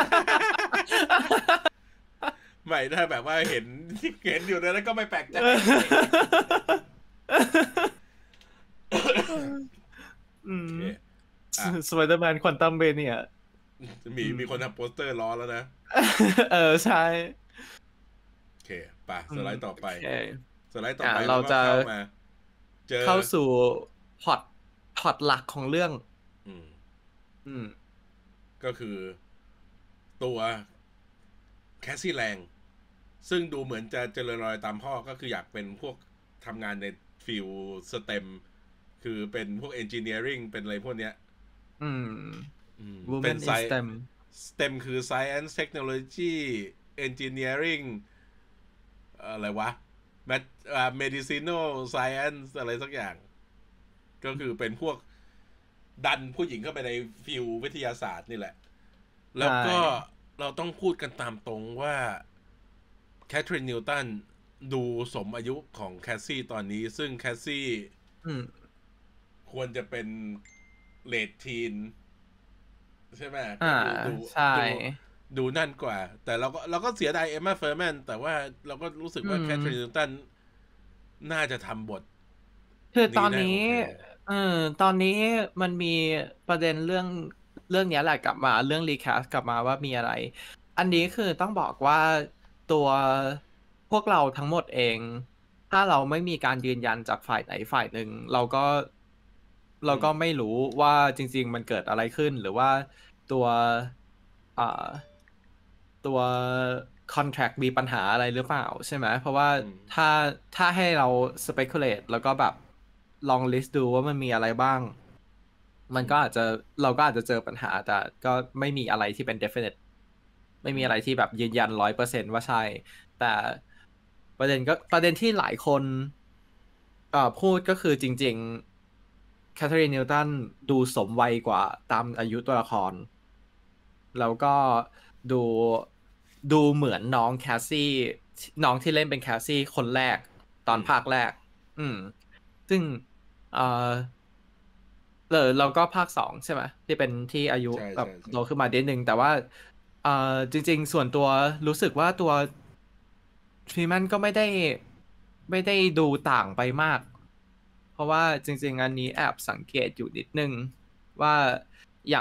ไม่ถ้าแบบว่าเห็นเห็นอยู่นั้นก็ไม่แปลกใจอืมสไปเดอร์แมนควอนตัมเบเนียมีมีคนทำโปสเตอร์ล้อแล้วนะเออใช่โอเคป่ะสไลด์ต่อไปสไลด์ต่อไปเราจะเข้ามาเจอเข้าสู่พล็อตพล็อตหลักของเรื่องอืมอืมก็คือตัวแคสซี่แรงซึ่งดูเหมือนจะเจริญรอยตามพ่อก็คืออยากเป็นพวกทำงานในฟิลสเต็มคือเป็นพวกเอนจิเนียริงเป็นอะไรพวกเนี้ยอืมเป็นไซ STEM คือ Science Technology Engineering อะไรวะ Medicinal Science อะไรสักอย่างก็คือเป็นพวกดันผู้หญิงเข้าไปในฟิลวิทยาศาสตร์นี่แหละแล้วก็เราต้องพูดกันตามตรงว่าแคทรีนนิวตันดูสมอายุของแคสซี่ตอนนี้ซึ่งแคสซี่ควรจะเป็นเลดทีนใช่ไหมก็ดูดูดูนั่นกว่าแต่เราก็เราก็เสียดายเอมมาเฟอร์แมนแต่ว่าเราก็รู้สึกว่าแคทรีนนิวตันน่าจะทำบทคือตอนนี้เออตอนนี้มันมีประเด็นเรื่องเรื่องนี้แหละกลับมาเรื่องรีแคสกลับมาว่ามีอะไรอันนี้คือต้องบอกว่าตัวพวกเราทั้งหมดเองถ้าเราไม่มีการยืนยันจากฝ่ายไหนฝ่ายหนึ่งเราก็เราก็ไม่รู้ว่าจริงๆมันเกิดอะไรขึ้นหรือว่าตัวอ่าตัว contract มีปัญหาอะไรหรือเปล่าใช่ไหมเพราะว่าถ้าถ้าให้เรา speculate แล้วก็แบบลอง list ดูว่ามันมีอะไรบ้างมันก็อาจจะเราก็อาจจะเจอปัญหาแต่ก็ไม่มีอะไรที่เป็น definite ไม่มีอะไรที่แบบยืนยันร้อยเปอร์เซ็นต์ว่าใช่แต่ประเด็นก็ประเด็นที่หลายคนเอ่อพูดก็คือจริงๆแคทเธอรีนนิวตันดูสมวัยกว่าตามอายุตัวละครแล้วก็ดูดูเหมือนน้องแคสซี่น้องที่เล่นเป็นแคสซี่คนแรกตอนภาคแรกอืมซึ่งเออเออเราก็ภาคสองใช่ไหมที่เป็นที่อายุแบบโตขึ้นมาเด็ดหนึ่งแต่ว่าเออจริงๆส่วนตัวรู้สึกว่าตัวทรีแมนก็ไม่ได้ไม่ได้ดูต่างไปมากเพราะว่าจริงๆอันนี้แอบสังเกตอยู่นิดนึงว่าอย่าง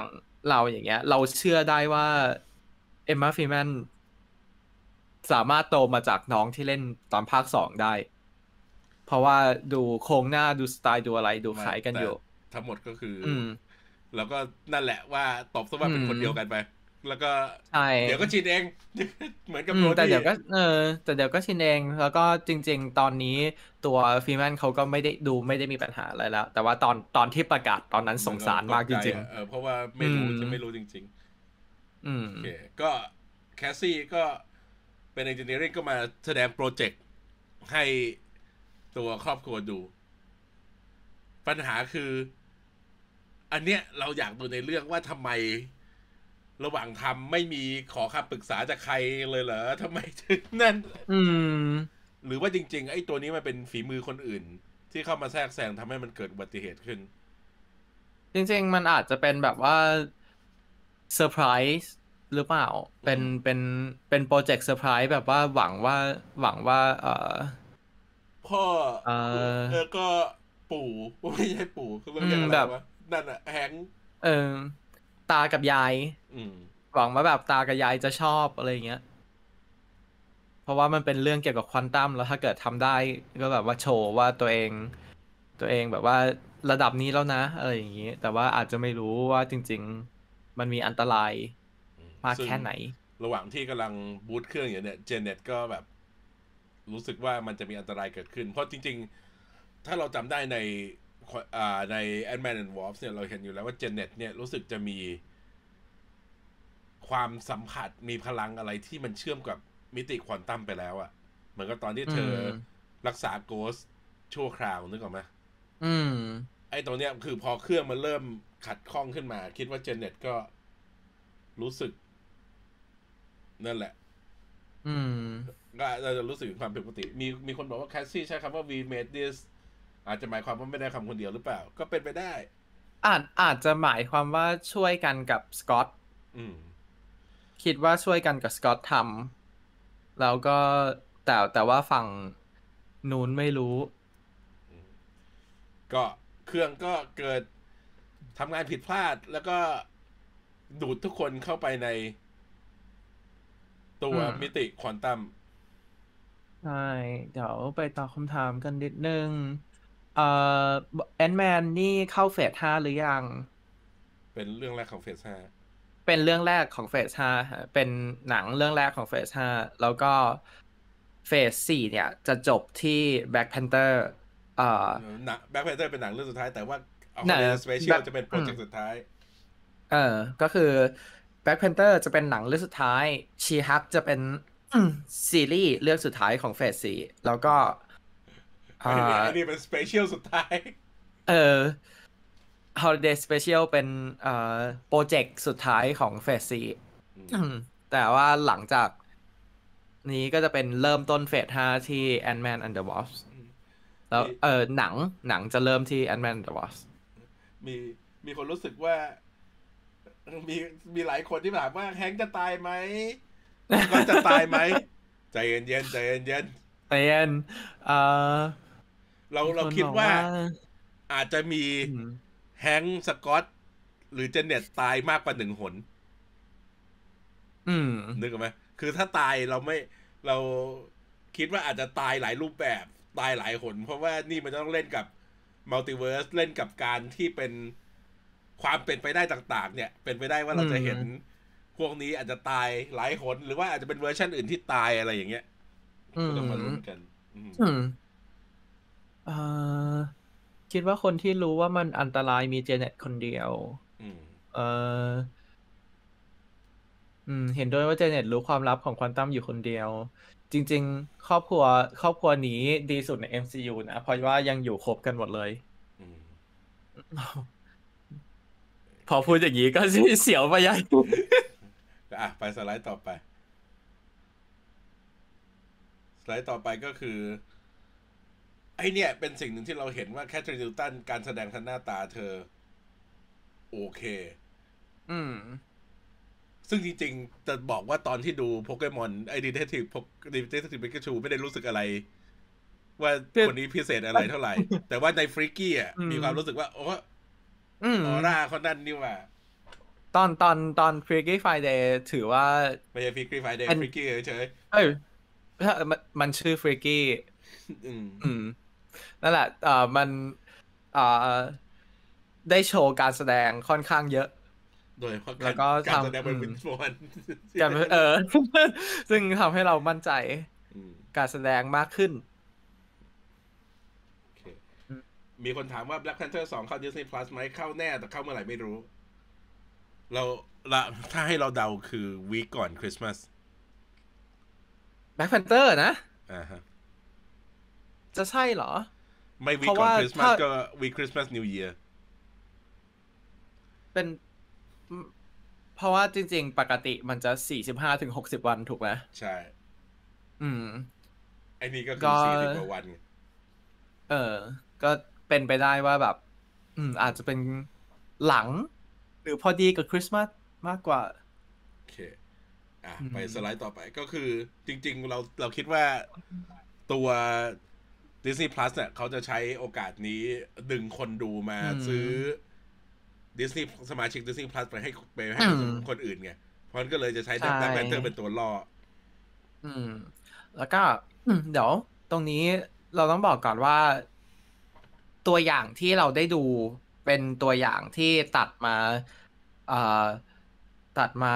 เราอย่างเงี้ย เราเชื่อได้ว่าเอมมาฟรีแมนสามารถโตมาจากน้องที่เล่นตอนภาคสองได้ เพราะว่าดูโครงหน้าดูสไตล์ดูอะไรดูคล้ายกันอยู่ทั้งหมดก็คืออืมแล้วก็นั่นแหละว่าตบซะว่าเป็นคนเดียวกันไป แล้วก็เดี๋ยวก็ชินเอง เหมือนกับโรดี้แต่เดี๋ยวก็เออแต่เดี๋ยวก็ชินเองแล้วก็จริงๆตอนนี้ตัวฟรีแมนเขาก็ไม่ได้ดูไม่ได้มีปัญหาอะไรแล้ว แต่ว่าตอนตอนที่ประกาศตอนนั้นสงสารมากจริงๆเออเพราะว่าไม่รู้จะไม่รู้จริงๆอืมโอเคก็แคสซี่ก็เป็นเอนจิเนียริ่งก็มาแสดงโปรเจกต์ให้ตัวครอบครัวดู ปัญหาคืออันเนี้ยเราอยากดูในเรื่องว่าทำไมระหว่างทำไม่มีขอคำปรึกษาจากใครเลยเหรอทำไมถึงนั่นอืมหรือว่าจริงๆไอ้ตัวนี้มันเป็นฝีมือคนอื่นที่เข้ามาแทรกแซงทำให้มันเกิดอุบัติเหตุขึ้นจริงๆมันอาจจะเป็นแบบว่าเซอร์ไพรส์หรือเปล่าเป็นเป็นเป็นโปรเจกต์เซอร์ไพรส์แบบว่าหวังว่าหวังว่าเออพ่อเออเออก็ปู่ไม่ใช่ปู่เขาเรียกอะไรวะนั่นอะแฮงเออตากับยายหวังว่าแบบตากับยายจะชอบอะไรอย่างเงี้ยเพราะว่ามันเป็นเรื่องเกี่ยวกับควอนตัมแล้วถ้าเกิดทำได้ก็แบบว่าโชว์ว่าตัวเองตัวเองแบบว่าระดับนี้แล้วนะอะไรอย่างงี้แต่ว่าอาจจะไม่รู้ว่าจริงๆมันมีอันตรายมากแค่ไหนระหว่างที่กำลังบูตเครื่องอยู่เนี่ยเจเน็ตก็แบบรู้สึกว่ามันจะมีอันตรายเกิดขึ้นเพราะจริงๆถ้าเราจำได้ในใน Ant-Man and Wasp เนี่ยเราเห็นอยู่แล้วว่าเจเน็ตเนี่ยรู้สึกจะมีความสัมผัสมีพลังอะไรที่มันเชื่อมกับมิติควอนตัมไปแล้วอะเหมือนกับตอนที่เธอรักษาโกสชั่วคราวนึกออกไหมอืมไอ้ตรงเนี้ยคือพอเครื่องมันเริ่มขัดข้องขึ้นมาคิดว่าเจเน็ตก็รู้สึกนั่นแหละอืมก็เราจะรู้สึกถึงความผิดปกติมีมีคนบอกว่าแคสซี่ใช้คำว่า we made this อาจจะหมายความว่าไม่ได้คำคนเดียวหรือเปล่าก็เป็นไปได้อาจอาจจะหมายความว่าช่วยกันกับสกอตคิดว่าช่วยกันกับสกอตทำแล้วก็แต่แต่ว่าฝั่งนู้นไม่รู้ก็เครื่องก็เกิดทำงานผิดพลาดแล้วก็ดูดทุกคนเข้าไปในตัวมิติควอนตัมใช่เดี๋ยวไปตอบคำถามกันนิดนึงเอ่อแอนแมนนี่เข้าเฟสห้าหรือยังเป็นเรื่องแรกของเฟสห้าเป็นเรื่องแรกของเฟสห้าเป็นหนังเรื่องแรกของเฟสห้าแล้วก็เฟสสี่เนี่ยจะจบที่ Black Panther เอ่อหนัง Black Panther เป็นหนังเรื่องสุดท้ายแต่ว่าเอาคอนเทนต์สเปเชียลจะเป็นโปรเจกต์สุดท้ายเออก็คือ Black Panther จะเป็นหนังเรื่องสุดท้าย She-Hulk จะเป็นซีรีส์เรื่องสุดท้ายของเฟสสี่แล้วก็อันนี้อันนี้เป็นสเปเชียลสุดท้ายเออ Holiday Special เป็นเอ่อโปรเจกต์สุดท้ายของเฟสสี่แต่ว่าหลังจากนี้ก็จะเป็นเริ่มต้นเฟสห้าที่ Ant-Man and the Wasp แล้วเออหนังหนังจะเริ่มที่ Ant-Man and the Wasp มีมีคนรู้สึกว่ามีมีหลายคนที่ถามว่าแฮงค์จะตายไหมก็จะตายไหมใจเย็นเย็นใจเย็นเย็นใจเย็นเออเราเราคิดว่าอาจจะมีแฮงค์สกอตหรือเจเน็ตตายมากกว่าหนึ่งหนนึกออกไหมคือถ้าตายเราไม่เราคิดว่าอาจจะตายหลายรูปแบบตายหลายหนเพราะว่านี่มันต้องเล่นกับมัลติเวิร์สเล่นกับการที่เป็นความเป็นไปได้ต่างๆเนี่ยเป็นไปได้ว่าเราจะเห็นพวกนี้อาจจะตายหลายหนหรือว่าอาจจะเป็นเวอร์ชันอื่นที่ตายอะไรอย่างเงี้ยก็ต้องมาลุ้นกันคิดว่าคนที่รู้ว่ามันอันตรายมีเจเน็ตคนเดียวเอออืมเห็นด้วยว่าเจเน็ตรู้ความลับของควอนตัมอยู่คนเดียวจริงๆครอบครัวครอบครัวนี้ดีสุดใน เอ็ม ซี ยู นะเพราะว่ายังอยู่ครบกันหมดเลยพอพูดอย่างนี้ก็เสียวไปยัยอ่ะไปสไลด์ต่อไปสไลด์ต่อไปก็คือไอเนี่ยเป็นสิ่งหนึ่งที่เราเห็นว่าแคทเธอรีน นิวตันการแสดงทางหน้าตาเธอโอเคอืมซึ่งจริงๆจะบอกว่าตอนที่ดูโปเกมอนไอดีเทคทีฟดีเทคทีฟปิกาชูไม่ได้รู้สึกอะไรว่าคนนี้พิเศษอะไรเท่าไหร่แต่ว่าในฟริกกี้อ่ะมีความรู้สึกว่าโอ้ออร่าเขานั่นนี่ว่าตอนตอนตอน Freaky Friday ถือว่าไม่ใช่ Freaky Friday Freaky เฉยๆเอ้ยมันมันชื่อ Freaky อืมอืมนั่นแหละเอ่อมันเอ่อได้โชว์การแสดงค่อนข้างเยอะโดยเพราะแล้การวก็การแสดงทำอืมเป็นวินฟอนการเออ ซึ่งทำให้เรามั่นใจอืมการแสดงมากขึ้นโอเคมีคนถามว่า Black Panther สองเข้า Disney Plus ไหมเข้าแน่แต่เข้าเมื่อไหร่ไม่รู้ เราละถ้าให้เราเดาคือวีคก่อนคริสต์มาส Black Panther นะอ่าฮะจะใช่เหรอไม่วีเพคราะก่อนว่าคริสต์มาสถ้าก็วีคคริสต์มาสนิวเยียร์เป็น เพราะว่าจริงๆ ปกติมันจะสี่สิบห้าถึงหกสิบวันถูกไหมใช่อืมไอ้นี่ก็คืก็อสี่สิบกว่าวันไงเออ ก็เป็นไปได้ว่าแบบ อืม อาจจะเป็นหลัง หรือพอดีกับคริสต์มาสมากกว่าโอเค อ่ะอืมไปสไลด์ต่อไปก็คือจริงๆ เราเราคิดว่าตัว Disney Plus เนี่ยเขาจะใช้โอกาสนี้ดึงคนดูมาอืมซื้อ Disney สมาชิก Disney Plus ไปให้ไปให้กับอืมคนอื่นไง เพราะฉะนั้นก็เลยจะใช้ใช่ Black Panther เป็นตัวล่ออืม แล้วก็อืมเดี๋ยว ตรงนี้เราต้องบอกก่อนว่า ตัวอย่างที่เราได้ดูเป็นตัวอย่างที่ตัดมาเอ่อตัดมา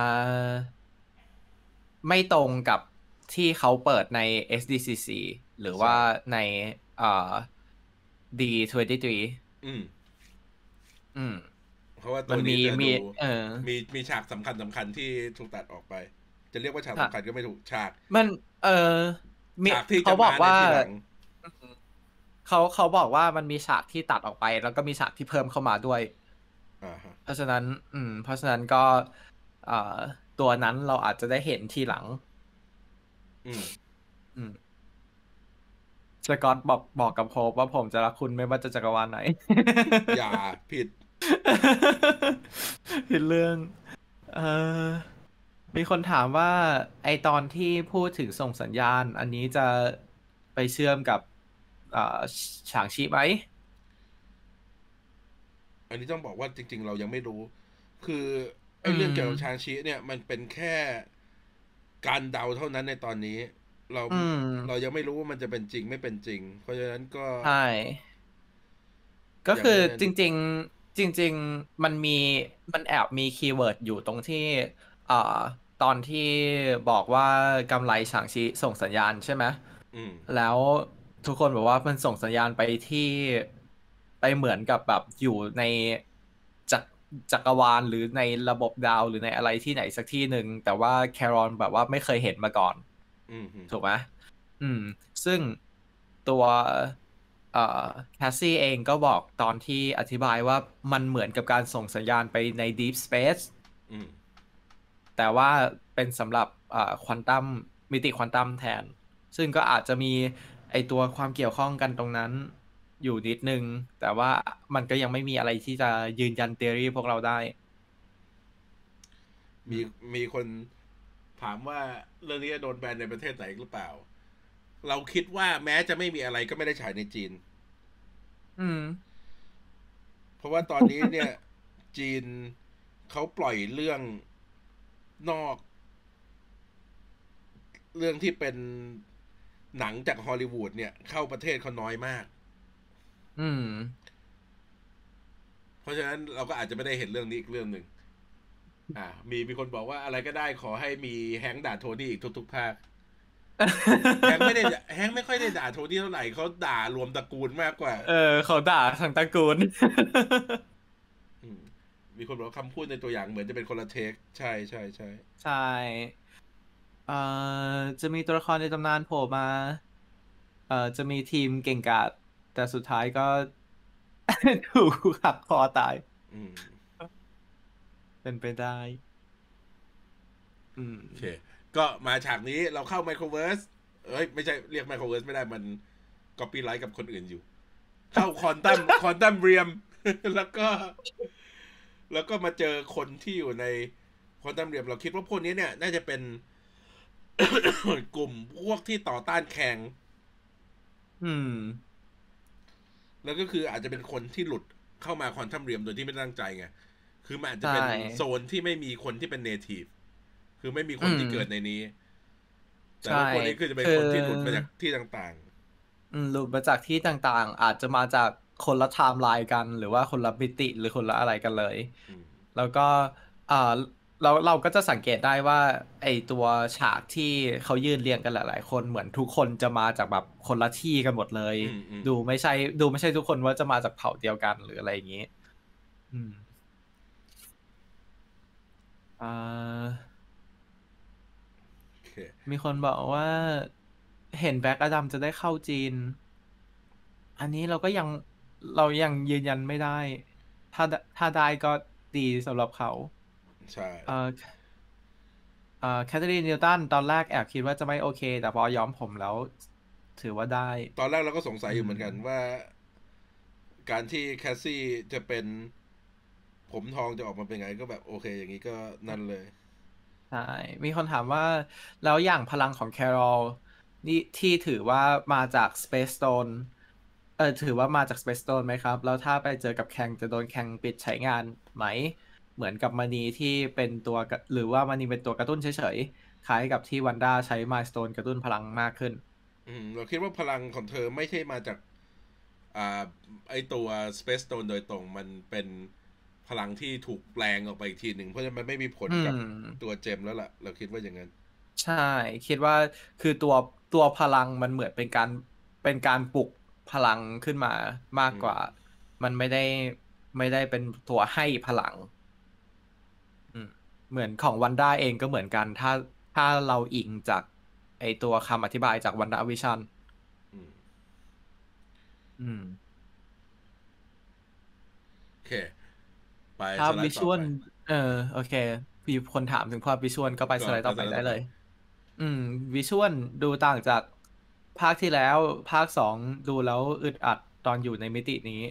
ไม่ตรงกับที่เขาเปิดใน เอส ดี ซี ซี หรือว่าในเอ่อ ดี ยี่สิบสามอืมอืมเพราะว่าตัมัวน นี้มีจะมีดูเออมีมีฉากสำคัญสำคัญที่ถูกตัดออกไป จะเรียกว่าฉากค่ะสำคัญก็ไม่ถูกฉากมัน เออมีฉากที่เขาจะบมาอกในว่าทีหลังเขาเขาบอกว่ามันมีฉากที่ตัดออกไป แล้วก็มีฉากที่เพิ่มเข้ามาด้วยอ่าฮะเพราะฉะนั้น อืม เพราะฉะนั้นก็เอ่อตัวนั้นเราอาจจะได้เห็นทีหลังอืมอืมสกอตบอกบอกกับโฮปว่าผมจะรักคุณไม่ว่าจะจักรวาลไหนอย่าผิดผิดเรื่อง เอ่อ มีคนถามว่าไอตอนที่พูดถึงส่งสัญญาณ อันนี้จะไปเชื่อมกับอ่าฉางชีไหมอันนี้ต้องบอกว่าจริงๆ เรายังไม่รู้ คือไอ้เรื่องเกี่ยวกับชางชิเนี่ย มันเป็นแค่การเดาเท่านั้นในตอนนี้ เราอืมเรายังไม่รู้ว่ามันจะเป็นจริงไม่เป็นจริง เพราะฉะนั้นก็ใช่ ก็คืออย่างนั้นจริง ๆ จริง ๆ มันมีมันแอบมีคีย์เวิร์ดอยู่ตรงที่อ่าตอนที่บอกว่ากำไรฉางชีส่งสัญญาณใช่ไหมอืมแล้วทุกคนบอกว่ามันส่งสัญญาณไปที่ไปเหมือนกับแบบอยู่ในจักรจักรวาลหรือในระบบดาวหรือในอะไรที่ไหนสักที่หนึ่งแต่ว่าแครอนแบบว่าไม่เคยเห็นมาก่อนอืมถูกไหมอืม ซึ่งตัวเอ่อแคสซี่เองก็บอกตอนที่อธิบายว่ามันเหมือนกับการส่งสัญญาณไปใน Deep Space อืมแต่ว่าเป็นสำหรับควอนตัมมิติควอนตัมแทน ซึ่งก็อาจจะมีไอตัวความเกี่ยวข้องกันตรงนั้นอยู่นิดนึง แต่ว่ามันก็ยังไม่มีอะไรที่จะยืนยัน theory พวกเราได้มีมีคนถามว่าเรื่องนี้จะโดนแบนในประเทศไหนหรือเปล่า เราคิดว่าแม้จะไม่มีอะไรก็ไม่ได้ฉายในจีนอืมเพราะว่าตอนนี้เนี่ย จีนเขาปล่อยเรื่องนอก เรื่องที่เป็นหนังจากฮอลลีวูดเนี่ยเข้าประเทศเขาน้อยมากอืมเพราะฉะนั้นเราก็อาจจะไม่ได้เห็นเรื่องนี้อีกเรื่องหนึ่ง อ่า มีมีคนบอกว่าอะไรก็ได้ขอให้มีแฮงค์ด่าโทนี่อีกทุกๆภาค แฮงค์ไม่ได้แฮงค์ไม่ค่อยได้ด่าโทนี่เท่าไหร่เขาด่ารวมตระกูลมากกว่าเออเขาด่าทางตระกูลอืมมีคนบอกว่าคำพูดในตัวอย่างเหมือนจะเป็นคนละเทค ใช่ใช่ใช่ใช่เอ่อจะมีตัวละครในตำนานโผล่มา เอ่อจะมีทีมเก่งกาจแต่สุดท้ายก็ ถูกหักคอตายอืมเป็นไปได้ อืมโอเค ก็มาฉากนี้เราเข้าไมโครเวิร์สเอ้ย ไม่ใช่เรียกไมโครเวิร์สไม่ได้มันก๊อปปี้ไลท์กับคนอื่นอยู่ เข้าคอนตัม คอนตัมเรียม แล้วก็ แล้วก็มาเจอคนที่อยู่ในคอนตัมเรียม เราคิดว่าพวกนี้เนี่ย น่าจะเป็น กลุ่มพวกที่ต่อต้านแข่งอืมแล้วก็คืออาจจะเป็นคนที่หลุดเข้ามาควอนตัมเรียมโดยที่ไม่ตั้งใจไง คคือมันอาจจะเป็นโซนที่ไม่มีคนที่เป็นเนทีฟคือไม่มีคนที่เกิดในนี้แต่ว่าพวกนี้คือจะเป็นคนที่หลุดมาจากที่ต่างๆหลุดมาจากที่ต่างๆอาจจะมาจากคนละไทม์ไลน์กันหรือว่าคนละมิติหรือคนละอะไรกันเลยแล้วก็อ่าเราเราก็จะสังเกตได้ว่าไอตัวฉากที่เขายืนเรียงกันหลายๆคนเหมือนทุกคนจะมาจากแบบคนละที่กันหมดเลยดูไม่ใช่ดูไม่ใช่ทุกคนว่าจะมาจากเผ่าเดียวกันหรืออะไรอย่างนี้อืมอ่ามีคนบอกว่าเห็นแบ็กอดัมจะได้เข้าจีนอันนี้เราก็ยังเรายังยืนยันไม่ได้ถ้าถ้าได้ก็ดีสำหรับเขาใช่เอ่อเอ่อแคทเธอรีนนิวตันตอนแรกแอบคิดว่าจะไม่โอเคแต่พอย้อมผมแล้วถือว่าได้ตอนแรกเราก็สงสัยอยู่เหมือนกันว่าการที่แคสซี่จะเป็นผมทองจะออกมาเป็นไงก็แบบโอเคอย่างนี้ก็นั่นเลยใช่มีคนถามว่าแล้วอย่างพลังของแคโรลนี่ที่ถือว่ามาจาก Space Stone เออถือว่ามาจาก Space Stone ไหมครับแล้วถ้าไปเจอกับแคงจะโดนแคงปิดใช้งานไหมเหมือนกับมณีที่เป็นตัวหรือว่ามณีเป็นตัวกระตุ้นเฉยๆคล้ายกับที่วันด้าใช้ Milestone กระตุ้นพลังมากขึ้นอืมเราคิดว่าพลังของเธอไม่ใช่มาจากอ่าไอตัว Space Stone โดยตรงมันเป็นพลังที่ถูกแปลงออกไปอีกทีหนึ่งเพราะฉะนั้นมันไม่มีผลกับตัวเจมแล้วล่ะเราคิดว่าอย่างนั้นใช่คิดว่าคือตัวตัวพลังมันเหมือนเป็นการเป็นการปลุกพลังขึ้นมามากกว่ามันไม่ได้ไม่ได้เป็นตัวให้พลังเหมือนของวันด้าเองก็เหมือนกันถ้าถ้าเราอิงจากไอตัวคำอธิบายจากวันด้าวิชั่นอืมโอเคไปภาพสไลด์ต่อไปวิชวลเออโอเคมีคนถามถึงภาพวิชวลก็ไปสไลด์ต่อไปได้เลยอืมวิชวลดูต่างจากภาคที่แล้วภาคสองดูแล้วอึดอัดตอนอยู่ในมิตินี้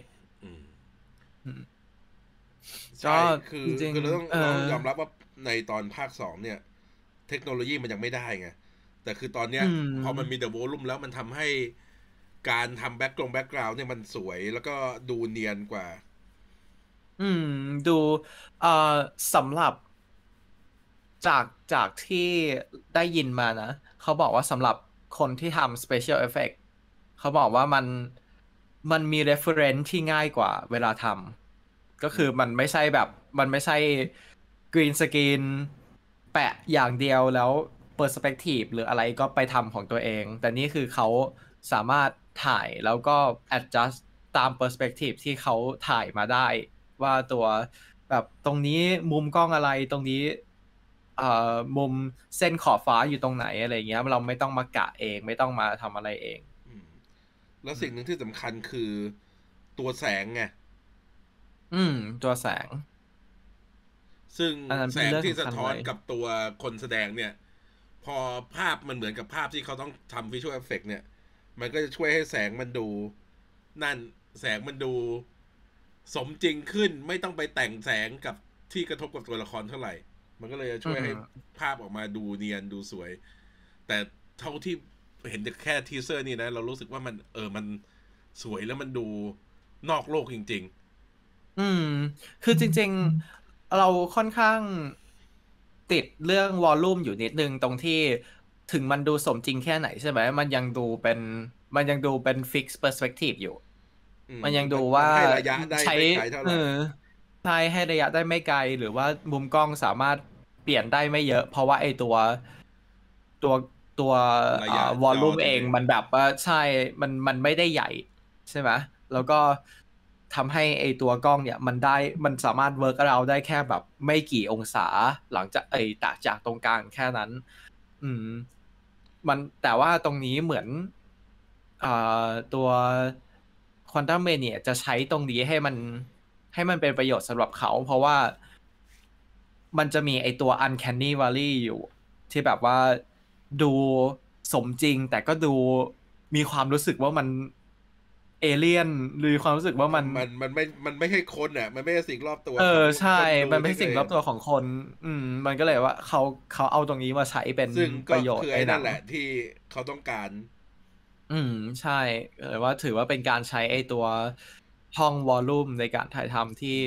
ใช่คือคือเราต้องเราต้องยอมรับว่าในตอนภาคสองเนี่ยเทคโนโลยีมันยังไม่ได้ไงแต่คือตอนเนี้ยพอมันมีเดอะโวลุ่มแล้วมันทำให้การทำแบ็กกรองแบ็กกราวน์เนี่ยมันสวยแล้วก็ดูเนียนกว่าอืมดูเอ่อสำหรับจากจากที่ได้ยินมานะเขาบอกว่าสำหรับคนที่ทำ Special Effect เขาบอกว่ามันมันมี reference ที่ง่ายกว่าเวลาทำก็คือมันไม่ใช่แบบมันไม่ใช่ green screen แปะอย่างเดียวแล้ว perspective หรืออะไรก็ไปทำของตัวเองแต่นี่คือเขาสามารถถ่ายแล้วก็ adjust ตาม perspective ที่เขาถ่ายมาได้ว่าตัวแบบตรงนี้มุมกล้องอะไรตรงนี้เอ่อมุมเส้นขอบฟ้าอยู่ตรงไหนอะไรเงี้ยเราไม่ต้องมากะเองไม่ต้องมาทำอะไรเองแล้วสิ่งหนึ่งที่สำคัญคือตัวแสงไงอืมตัวแสงซึ่งแสงที่สะท้อนกับตัวคนแสดงเนี่ยพอภาพมันเหมือนกับภาพที่เขาต้องทำวิชวลเอฟเฟกต์เนี่ยมันก็จะช่วยให้แสงมันดูนั่นแสงมันดูสมจริงขึ้นไม่ต้องไปแต่งแสงกับที่กระทบกับตัวละครเท่าไหร่มันก็เลยจะช่วยให้ภาพออกมาดูเนียนดูสวยแต่เท่าที่เห็นจากแค่ทีเซอร์นี่นะเรารู้สึกว่ามันเออมันสวยแล้วมันดูนอกโลกจริงๆอืมคือจริงๆเราค่อนข้างติดเรื่องวอลลุ่มอยู่นิดนึงตรงที่ถึงมันดูสมจริงแค่ไหนใช่ไหมมันยังดูเป็นมันยังดูเป็นฟิกซ์เปอร์สเปกทีฟอยู่มันยังดูว่าให้ระยะได้ไม่ไกลเท่าไหร่ใช่ให้ระยะได้ไม่ไกลหรือว่ามุมกล้องสามารถเปลี่ยนได้ไม่เยอะเพราะว่าไอตัวตัวตัววอลลุ่มเองมันแบบว่าใช่มันมันไม่ได้ใหญ่ใช่ไหมแล้วก็ทำให้ไอตัวกล้องเนี่ยมันได้มันสามารถเวิร์กเราได้แค่แบบไม่กี่องศาหลังจากไอตากจากตรงกลางแค่นั้น อืมมันแต่ว่าตรงนี้เหมือนอ่าตัวควอนตัมเมเนียจะใช้ตรงนี้ให้มันให้มันเป็นประโยชน์สำหรับเขา เพราะว่ามันจะมีไอตัว Uncanny Valley อยู่ที่แบบว่าดูสมจริงแต่ก็ดูมีความรู้สึกว่ามันเอเลี่ยนหรือความรู้สึกว่ามันมันมันไม่มันไม่ใช่คนอ่ะมันไม่ใช่สิ่งรอบตัวเออใช่มันไม่ใช่สิ่งรอบตัวของคนอืมมันก็เลยว่าเขาเขาเอาตรงนี้มาใช้เป็นประโยชน์ในหนังแหละที่เขาต้องการอืมใช่เลยว่าถือว่าเป็นการใช้ไอตัวห้องวอลลุ่มในการถ่ายทำที่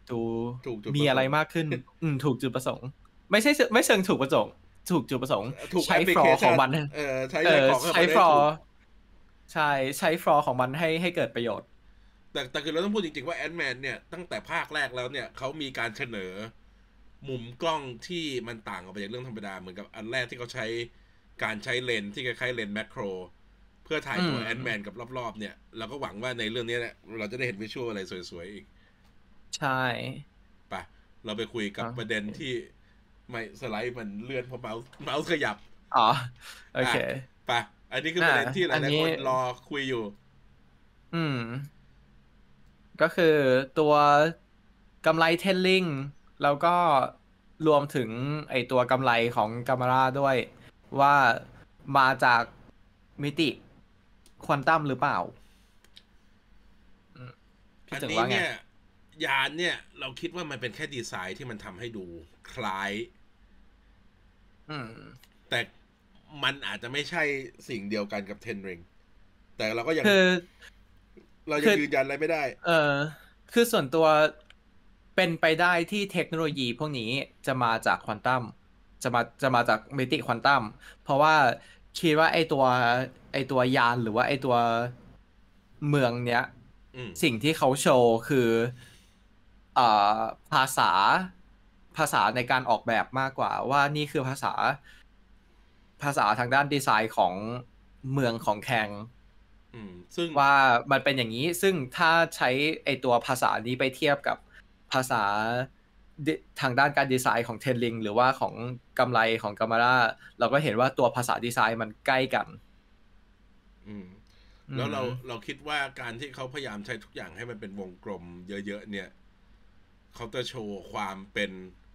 ดูมีอะไรมากขึ้นอืมถูกจุดประสงค์ไม่ใช่ไม่เชิงถูกประสงค์ถูกจุดประสงค์ใช้ฟลอร์ของมันเออใช้ของใช้ฟลอร์ใช่ใช้ฟลอร์ของมันให้ให้เกิดประโยชน์แต่แต่คือเราต้องพูดจริงๆว่าแอนด์แมนเนี่ยตั้งแต่ภาคแรกแล้วเนี่ยเขามีการเสนอมุมกล้องที่มันต่างออกไปจากเรื่องธรรมดาเหมือนกับอันแรกที่เขาใช้การใช้เลนที่คล้ายๆเลนแมคโครเพื่อถ่ายตัวแอนด์แมนกับรอบๆเนี่ยเราก็หวังว่าในเรื่องนี้เนี่ยเราจะได้เห็นวิชวลอะไรสวยๆอีกใช่ปะเราไปคุยกับประเด็นที่ไม่สไลด์มันเลื่อนเพราะเมาส์เมาส์ขยับอ๋อโอเคปะอันนี้คือประเด็นที่หลายๆคนรอคุยอยู่อืมก็คือตัวกำไรเทนลิงแล้วก็รวมถึงไอตัวกำไรของกามาร่าด้วยว่ามาจากมิติควอนตัมหรือเปล่าอันนี้เนี่ยยานเนี่ยเราคิดว่ามันเป็นแค่ดีไซน์ที่มันทำให้ดูคล้ายแต่มันอาจจะไม่ใช่สิ่งเดียวกันกับเทนริงแต่เราก็ยังเรายังยืนยันอะไรไม่ได้เออคือส่วนตัวเป็นไปได้ที่เทคโนโลยีพวกนี้จะมาจากควอนตัมจะมาจะมาจากมิติควอนตัมเพราะว่าคิดว่าไอตัวไอตัวยานหรือว่าไอตัวเมืองเนี้ยสิ่งที่เขาโชว์คืออ่าภาษาภาษาในการออกแบบมากกว่าว่านี่คือภาษาภาษาทางด้านดีไซน์ของเมืองของแคงซึ่งว่ามันเป็นอย่างนี้ซึ่งถ้าใช้ไอตัวภาษานี้ไปเทียบกับภาษาทางด้านการดีไซน์ของเทนลิงหรือว่าของกำไรของกามาร่าเราก็เห็นว่าตัวภาษาดีไซน์มันใกล้กันอืมแล้วเราเราคิดว่าการที่เขาพยายามใช้ทุกอย่างให้มันเป็นวงกลมเยอะๆเนี่ยเขาจะโชว์ความเป็น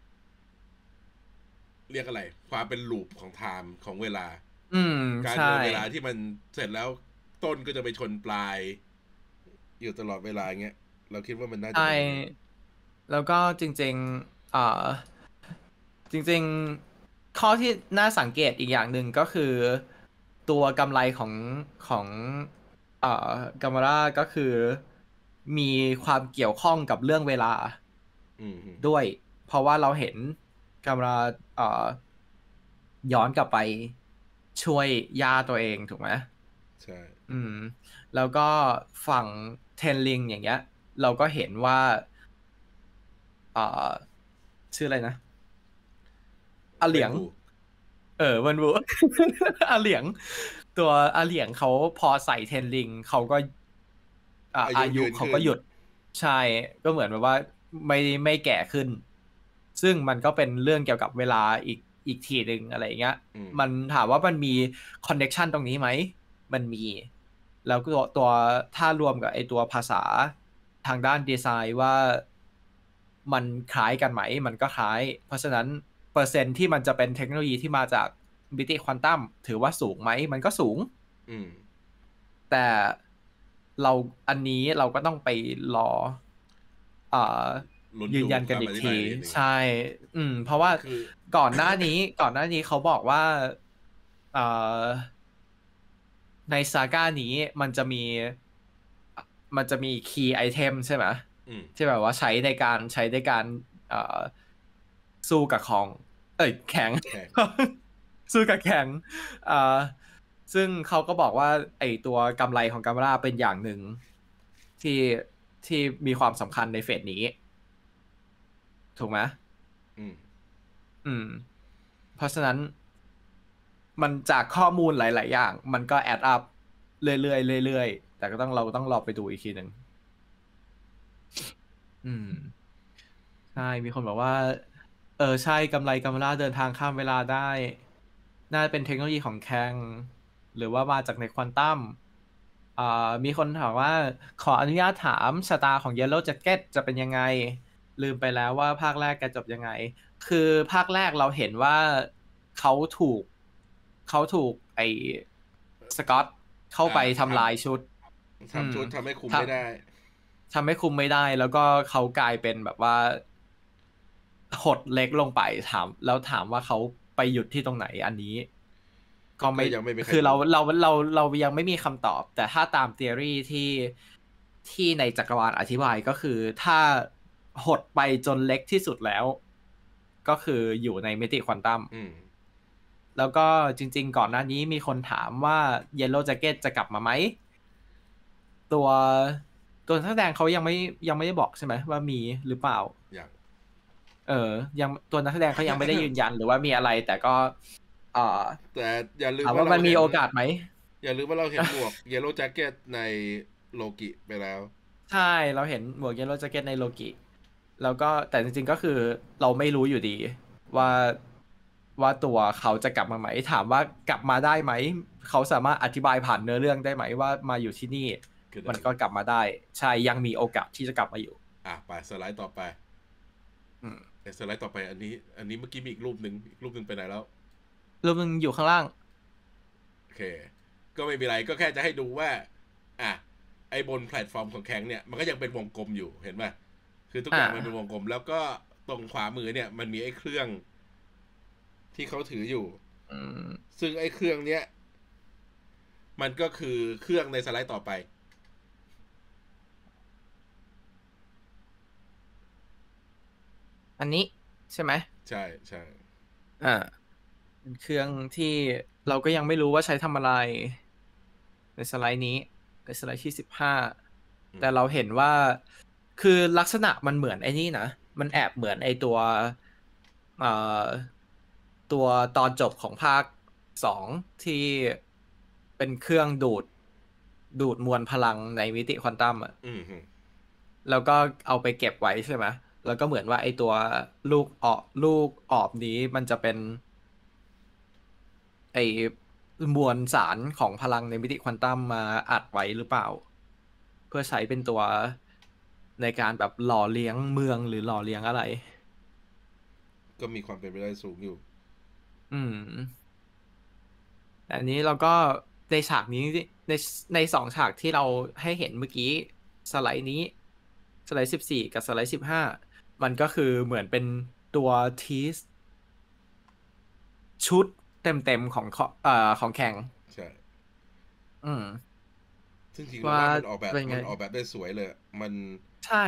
เรียกอะไรความเป็นลูปของไทม์ของเวลาการเดินเวลาที่มันเสร็จแล้วต้นก็จะไปชนปลายอยู่ตลอดเวลาเงี้ยเราคิดว่ามันน่าจะใช่แล้วก็จริงๆอ่าจริงๆข้อที่น่าสังเกตอีกอย่างหนึ่งก็คือตัวกำไรของของอ่ากามาร่าก็คือมีความเกี่ยวข้องกับเรื่องเวลาด้วยเพราะว่าเราเห็นกามาร่าอ่าย้อนกลับไปช่วยย่าตัวเองถูกไหมใช่อืมแล้วก็ฝั่งเทนลิงอย่างเงี้ยเราก็เห็นว่าอ่าชื่ออะไรนะอาเหลียงเออวันบูอาเหลียงตัวอาเหลียงเขาพอใส่เทนลิงเขาก็อายุเขาก็หยุดใช่ก็เหมือนแบบว่าไม่ไม่แก่ขึ้นซึ่งมันก็เป็นเรื่องเกี่ยวกับเวลาอีกอีกทีหนึ่งอะไรเงี้ยมันถามว่ามันมีคอนเนคชันตรงนี้ไหมมันมีแล้วก็ตัวถ้ารวมกับไอตัวภาษาทางด้านดีไซน์ว่ามันคล้ายกันไหมมันก็คล้ายเพราะฉะนั้นเปอร์เซ็นต์ที่มันจะเป็นเทคโนโลยีที่มาจากมิติควอนตัมถือว่าสูงไหมมันก็สูงแต่เราอันนี้เราก็ต้องไปรออ่ายืนยันกันอีกทีใช่อืมเพราะว่าก่อนหน้านี้ก่อนหน้านี้เขาบอกว่าอ่าในซาก้านี้มันจะมีมันจะมีคีย์ไอเทมใช่ไหมที่แบบว่าใช้ในการใช้ในการสู้กับของเอ้ยแข็งสู้กับแข็งซึ่งเขาก็บอกว่าไอตัวกำไรของกามาร่าเป็นอย่างหนึ่งที่ที่มีความสำคัญในเฟสนี้ถูกไหมอืมอืมเพราะฉะนั้นมันจากข้อมูลหลายๆอย่างมันก็แอดอัพเรื่อยๆเรื่อยๆแต่ก็ต้องเราต้องรอไปดูอีกทีหนึ่งอืมใช่มีคนบอกว่าเออใช่กำไรกามาร่าเดินทางข้ามเวลาได้น่าจะเป็นเทคโนโลยีของแคงหรือว่ามาจากในควอนตัมอ่ามีคนถามว่าขออนุญาตถามชะตาของ Yellow Jacket จะเป็นยังไงลืมไปแล้วว่าภาคแรกแกจบยังไงคือภาคแรกเราเห็นว่าเขาถูกเขาถูกไอ้สกอตเข้าไปทำลายชุดทำชุดทำให้คุมไม่ได้ทำให้คุมไม่ได้แล้วก็เขากลายเป็นแบบว่าหดเล็กลงไปถามแล้วถามว่าเขาไปหยุดที่ตรงไหนอันนี้ก็ไม่คือเราเราเราเรายังไม่มีคำตอบแต่ถ้าตามทฤษฎีที่ที่ในจักรวาลอธิบายก็คือถ้าหดไปจนเล็กที่สุดแล้วก็คืออยู่ในมิติควอนตัมแล้วก็จริงๆก่อนหน้านี้มีคนถามว่า Yellow Jacket จะกลับมาไหมตัวตัวนักแสดงเขายังไม่ยังไม่ได้บอกใช่ไหมว่ามีหรือเปล่ายังเออยังตัวนักแสดงเขายังไม่ได้ยืนยันหรือว่ามีอะไรแต่ก็เอ่อแต่อย่าลืมว่ามันมีโอกาสไหมอย่าลืมว่าเราเห็นหมวก Yellow Jacket ในโลกิไปแล้วใช่เราเห็นหมวก Yellow Jacket ในโลกิแล้วก็แต่จริงๆก็คือเราไม่รู้อยู่ดีว่าว่าตัวเขาจะกลับมาไหมถามว่ากลับมาได้ไหมเขาสามารถอธิบายผ่านเนื้อเรื่องได้ไหมว่ามาอยู่ที่นี่มันก็กลับมาได้ใช่ยังมีโอกาสที่จะกลับมาอยู่อ่ะไปสไลด์ต่อไปอืมแต่สไลด์ต่อไปอันนี้อันนี้เมื่อกี้มีอีกรูปหนึ่งอีกรูปหนึ่งไปไหนแล้วรูปหนึ่งอยู่ข้างล่างโอเคก็ไม่มีไรก็แค่จะให้ดูว่าอ่ะไอ้บนแพลตฟอร์มของแข็งเนี่ยมันก็ยังเป็นวงกลมอยู่เห็นไหมคือทุกอย่างมันเป็นวงกลมแล้วก็ตรงขวามือเนี่ยมันมีไอ้เครื่องที่เขาถืออยู่ซึ่งไอ้เครื่องเนี้ยมันก็คือเครื่องในสไลด์ต่อไปอันนี้ใช่ไหมใช่ใช่อ่าเป็นเครื่องที่เราก็ยังไม่รู้ว่าใช้ทำอะไรในสไลด์นี้ในสไลด์ที่สิบห้าแต่เราเห็นว่าคือลักษณะมันเหมือนไอ้นี่นะมันแอบเหมือนไอ้ตัวเอ่อตัวตอนจบของภาคสองที่เป็นเครื่องดูดดูดมวลพลังในมิติควอนตัมอ่ะแล้วก็เอาไปเก็บไว้ใช่ไหมแล้วก็เหมือนว่าไอ้ตัวลูกออกลูกออบนี้มันจะเป็นไอ้มวลสารของพลังในมิติควอนตัมมาอัดไว้หรือเปล่าเพื่อใช้เป็นตัวในการแบบหล่อเลี้ยงเมืองหรือหล่อเลี้ยงอะไรก็มีความเป็นไปได้สูงอยู่อืมอันนี้เราก็ในฉากนี้ในในสองฉากที่เราให้เห็นเมื่อกี้สไลด์นี้สไลด์สิบสี่กับสไลด์สิบห้ามันก็คือเหมือนเป็นตัวทีสชุดเต็มๆของเอ่อของแข่งใช่อืมซึ่งจริงแล้วว่ามันออกแบบมันออกแบบได้สวยเลยมันใช่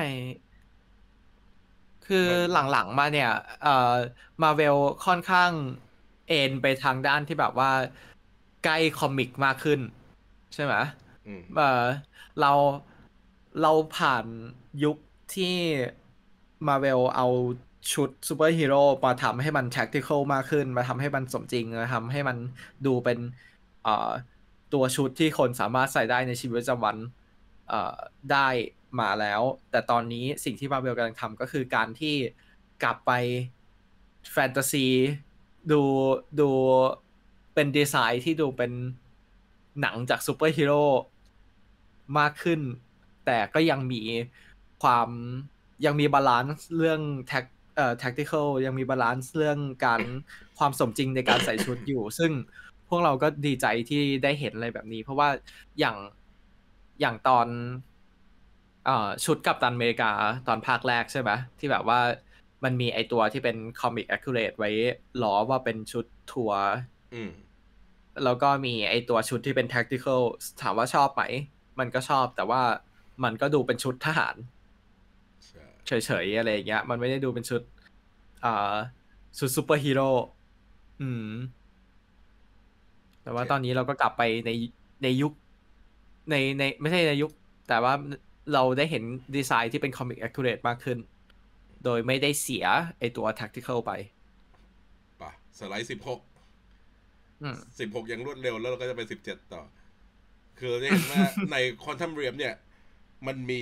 คือหลังๆมาเนี่ยเอ่อมาเวลค่อนข้างเอ็นไปทางด้านที่แบบว่าใกล้คอมิกมากขึ้นใช่ไหมเออเราเราผ่านยุคที่มาเวลเอาชุดซูเปอร์ฮีโร่มาทำให้มันแท็กติคอลมากขึ้นมาทำให้มันสมจริงมาทำให้มันดูเป็นเอ่อตัวชุดที่คนสามารถใส่ได้ในชีวิตประจำวันเอ่อได้มาแล้วแต่ตอนนี้สิ่งที่มาเวลกำลังทำก็คือการที่กลับไปแฟนตาซีดูดูเป็นดีไซน์ที่ดูเป็นหนังจากซูเปอร์ฮีโร่มากขึ้นแต่ก็ยังมีความยังมีบาลานซ์เรื่องแท็กเอ่อ tactical ยังมีบาลานซ์เรื่องการความสมจริงในการใส่ชุดอยู่ซึ่งพวกเราก็ดีใจที่ได้เห็นอะไรแบบนี้เพราะว่าอย่างอย่างตอนเอ่อชุดกัปตันอเมริกาตอนภาคแรกใช่ไหมที่แบบว่ามันมีไอตัวที่เป็นคอมิกแอคคูเรตไว้ล้อว่าเป็นชุดทัวร์แล้วก็มีไอตัวชุดที่เป็น tactical ถามว่าชอบไหมมันก็ชอบแต่ว่ามันก็ดูเป็นชุดทหารเฉยๆอะไรอย่างเงี้ยมันไม่ได้ดูเป็นชุดอ่าชุดซูเปอร์ฮีโร่อืมแต่ว่าตอนนี้เราก็กลับไปในในยุคในในไม่ใช่ในยุคแต่ว่าเราได้เห็นดีไซน์ที่เป็นคอมิกแอคคูเรตมากขึ้นโดยไม่ได้เสียไอตัว tactical ไปป่ะสไลด์สิบหกสิบหกยังรวดเร็วแล้วเราก็จะไปสิบเจ็ดต่อคือเราจะเห็นว่าในควอนตัมเรียมเนี่ยมันมี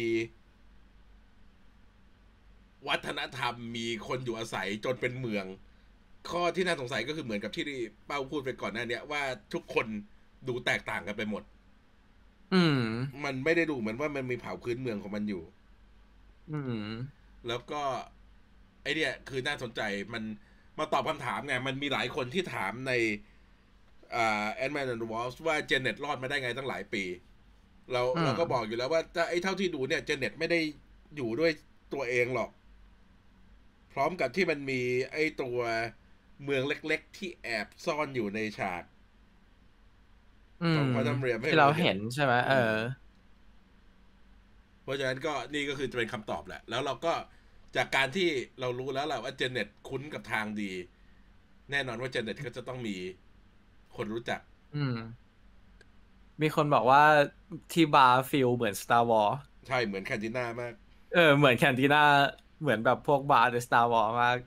วัฒนธรรมมีคนอยู่อาศัยจนเป็นเมืองข้อที่น่าสงสัยก็คือเหมือนกับที่เป้าพูดไปก่อนหน้านี้ว่าทุกคนดูแตกต่างกันไปหมดอืมมันไม่ได้ดูเหมือนว่ามันมีเผ่าพื้นเมืองของมันอยู่อืมแล้วก็ไอเนี้ยคือน่าสนใจมันมาตอบคำถามไงมันมีหลายคนที่ถามในอ่าแอนด์แมนแอนด์วอลส์ว่าเจเน็ตรอดมาได้ไงตั้งหลายปีเราเราก็บอกอยู่แล้วว่าไอเท่าที่ดูเนี่ยเจเน็ตไม่ได้อยู่ด้วยตัวเองหรอกพร้อมกับที่มันมีไอตัวเมืองเล็กๆที่แอบซ่อนอยู่ในฉากของควอนตัมเรียมที่เราเห็นใช่ไหมเออเพราะฉะนั้นก็นี่ก็คือจะเป็นคำตอบแหละแล้วเราก็จากการที่เรารู้แล้วแหละว่าเจเน็ตคุ้นกับทางดีแน่นอนว่าเจเน็ตก็จะต้องมีคนรู้จักอืมมีคนบอกว่าที่บาร์ฟิลเหมือน Star Wars ใช่เหมือนแคนติน่ามากเออเหมือนแคนติน่าเหมือนแบบพวกบาร์ใน Star Wars มาก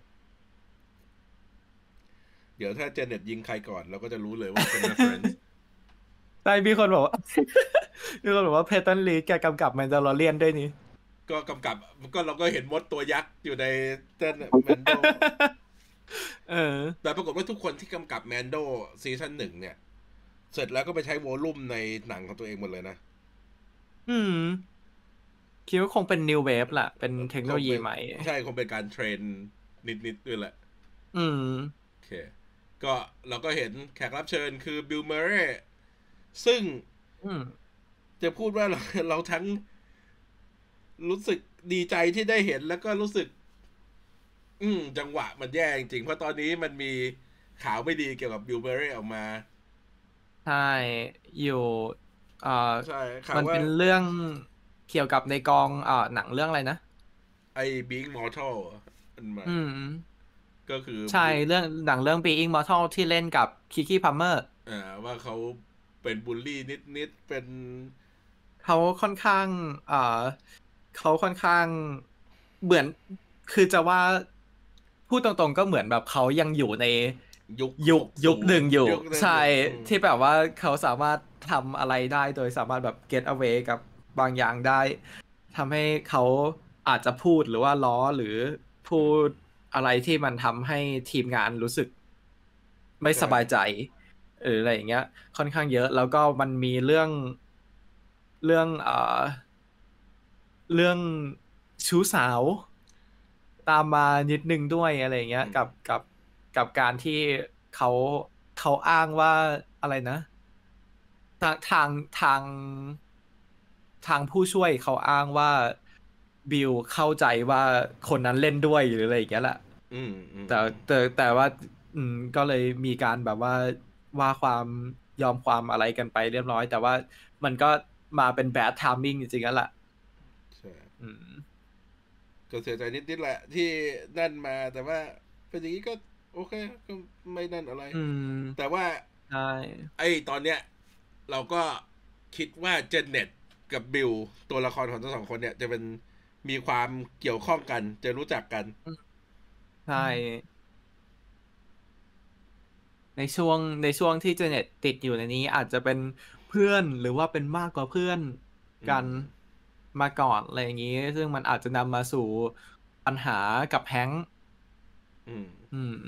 เดี๋ยวถ้าเจเน็ตยิงใครก่อนเราก็จะรู้เลยว่าเป็น reference ใช่มีคนบอกว่า มีคนบอกว่าเพตันลีแกกำกับแมนดาลอเรียนด้วยนี่ก็กำกับก็เราก็เห็นมดตัวยักษ์อยู่ในเต้นแมนโดเออแต่ปรากฏว่าทุกคนที่กำกับแมนโดซีซั่นหนึ่งเนี่ยเสร็จแล้วก็ไปใช้วอลลุ่มในหนังของตัวเองหมดเลยนะอืมคิดว่าคงเป็น new wave แหละเป็นเทคโนโลยีใหม่ใช่คงเป็นการเทรนนิดๆด้วยแหละอืมโอเคก็เราก็เห็นแขกรับเชิญคือบิลเมอร์เรย์ซึ่งจะพูดว่าเราเราทั้งรู้สึกดีใจที่ได้เห็นแล้วก็รู้สึก อืมจังหวะมันแย่จริงเพราะตอนนี้มันมีข่าวไม่ดีเกี่ยวกับบิลเบอร์เรย์ออกมาใช่อยู่เอ่อใช่ข่าวมันว่าเป็นเรื่องเกี่ยวกับในกองเอ่อหนังเรื่องอะไรนะไอ้ Being Mortal อันมาอืมก็คือใช่เรื่องหนังเรื่อง Being Mortal ที่เล่นกับคิกกี้พัมเมอร์อ่าว่าเขาเป็นบูลลี่นิดๆเป็นเขาค่อนข้างเอ่อเขาค่อนข้างเหมือนคือจะว่าพูดตรงๆก็เหมือนแบบเขายังอยู่ในยุคยุคยุคหนึ่งอยู่ยุคใช่ที่แบบว่าเขาสามารถทำอะไรได้โดยสามารถแบบ get away กับบางอย่างได้ทำให้เขาอาจจะพูดหรือว่าล้อหรือพูดอะไรที่มันทำให้ทีมงานรู้สึกไม่สบายใจหรืออะไรอย่างเงี้ยค่อนข้างเยอะแล้วก็มันมีเรื่องเรื่องเอ่อเรื่องชู้สาวตามมานิดนึงด้วยอะไรอย่างเงี้ยกับกับกับการที่เขาเขาอ้างว่าอะไรนะทางทางทางทางผู้ช่วยเขาอ้างว่าบิลเข้าใจว่าคนนั้นเล่นด้วยหรืออะไรอย่างเงี้ยแหละแต่แต่แต่ว่าอืมก็เลยมีการแบบว่าว่าความยอมความอะไรกันไปเรียบร้อยแต่ว่ามันก็มาเป็น bad timing จริงๆแล้วแหละใช่อืมก็เสียใจนิดๆแหละที่นั่นมาแต่ว่าเป็นอย่างนี้ก็โอเคก็ไม่นั่นอะไรแต่ว่าใช่ไอ้ตอนเนี้ยเราก็คิดว่าเจนเน็ตกับบิลตัวละครของทั้งสองคนเนี่ยจะเป็นมีความเกี่ยวข้องกันจะรู้จักกันใช่ในช่วงในช่วงที่เจเน็ตติดอยู่ในนี้อาจจะเป็นเพื่อนหรือว่าเป็นมากกว่าเพื่อนกันมาก่อนอะไรอย่างนี้ซึ่งมันอาจจะนำมาสู่ปัญหากับแฮงค์อืมอืม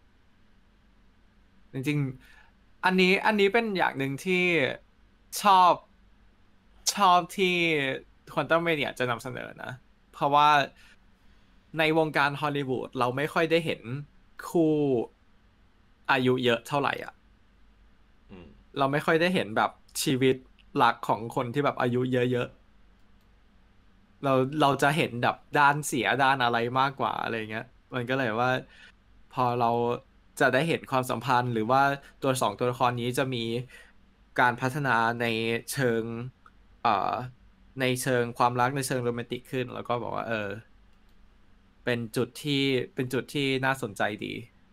จริงๆอันนี้อันนี้เป็นอย่างหนึ่งที่ชอบชอบที่ควอนตัมเมเนียจะนำเสนอนะ เพราะว่าในวงการฮอลลีวูดเราไม่ค่อยได้เห็นคู่อายุเยอะเท่าไหร่อ่ะเราไม่ค่อยได้เห็นแบบชีวิตหลักของคนที่แบบอายุเยอะๆเราเราจะเห็นแบบด้านเสียด้านอะไรมากกว่าอะไรเงี้ยมันก็เลยว่าพอเราจะได้เห็นความสัมพันธ์หรือว่าตัวสองตัวละครนี้จะมีการพัฒนาในเชิงเอ่อในเชิงความรักในเชิงโรแมนติกขึ้นแล้วก็บอกว่าเออเป็นจุดที่เป็นจุดที่น่าสนใจดี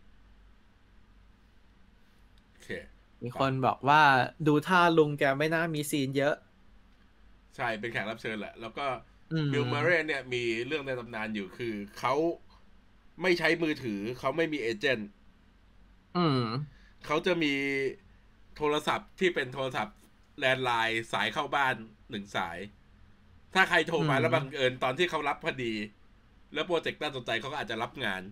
มีคนบอกว่าดูท่าลุงแกไม่น่ามีซีนเยอะใช่เป็นแขกรับเชิญแหละแล้วก็บิล เมอร์เรย์เนี่ยมีเรื่องในตำนานอยู่คือเขาไม่ใช้มือถือเขาไม่มีเอเจนต์เขาจะมีโทรศัพท์ที่เป็นโทรศัพท์แลนด์ไลน์สายเข้าบ้านหนึ่งสายถ้าใครโทรมาแล้วบังเอิญตอนที่เขารับพอดีแล้วโปรเจกต์น่าสนใจเขาก็อาจจะรับงาน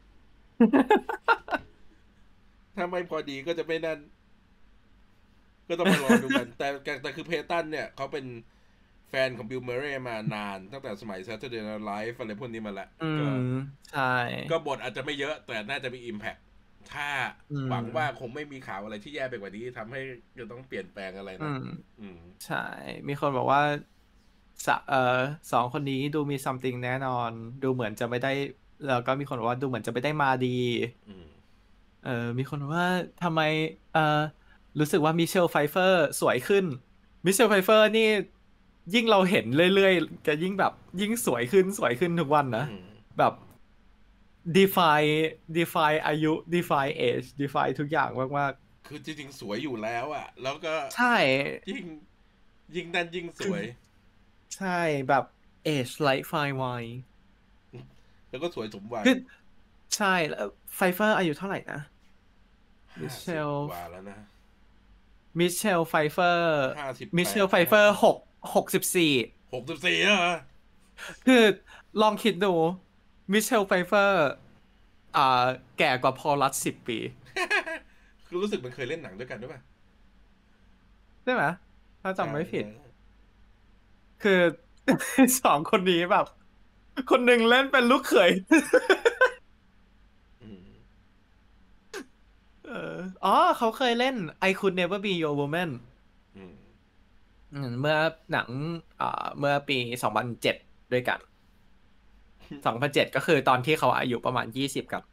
ถ้าไม่พอดีก็จะไม่นั่นก็ต้องมารอดูกัน แต่แต่คือเพตันเนี่ยเขาเป็นแฟนของบิล เมอร์เรย์มานานตั้งแต่สมัย Saturday Night Live อะไรพวกนี้มาแล้วก็ใช่ก็บทอาจจะไม่เยอะแต่น่าจะมี impact ถ้าหวังว่าคงไม่มีข่าวอะไรที่แย่ไปกว่านี้ทำให้จะต้องเปลี่ยนแปลงอะไรนะใช่มีคนบอกว่าเอ่อสองคนนี้ดูมี something แน่นอนดูเหมือนจะไม่ได้แล้วก็มีคนบอกว่าดูเหมือนจะไม่ได้มาดีเออมีคนบอกว่าทำไมเอ่อรู้สึกว่ามิเชลไฟเฟอร์สวยขึ้นมิเชลไฟเฟอร์นี่ยิ่งเราเห็นเรื่อยๆแกยิ่งแบบยิ่งสวยขึ้นสวยขึ้นทุกวันนะแบบ defy defy อายุ defy age defy ทุกอย่างมากๆคือจริงๆสวยอยู่แล้วอะแล้วก็ๆใช่ยิ่งยิ่งนั่นยิ่งสวยใช่แบบ age like fine wine แล้วก็สวยสมวัยคือใช่แล้วไฟเฟอร์อายุเท่าไหร่นะมิห้าเชสิบลกว่าแล้วนะมิเชลไฟเฟอร์ห้าสิบมิแปดเชลไฟเฟอร์หกหกสิบสี่หกสิบสี่เหรอคือลองคิดดูมิเชลไฟเฟอร์อ่าแก่กว่าพอลรัสสิบปีคือรู้สึกมันเคยเล่นหนังด้วยกันด้วยป่ะใช่ไหมถ้าใช่จำไม่ผิดใช่คือ สองคนนี้แบบ คนหนึ่งเล่นเป็นลูกเขยอืมเอออ๋อเขาเคยเล่น I Could Never Be Your Woman อืมอืมเมื่อหนังอ่าเมื่อปีสองพันเจ็ดด้วยกันสองพันเจ็ดก็คือตอนที่เขาอายุประมาณยี่สิบกับ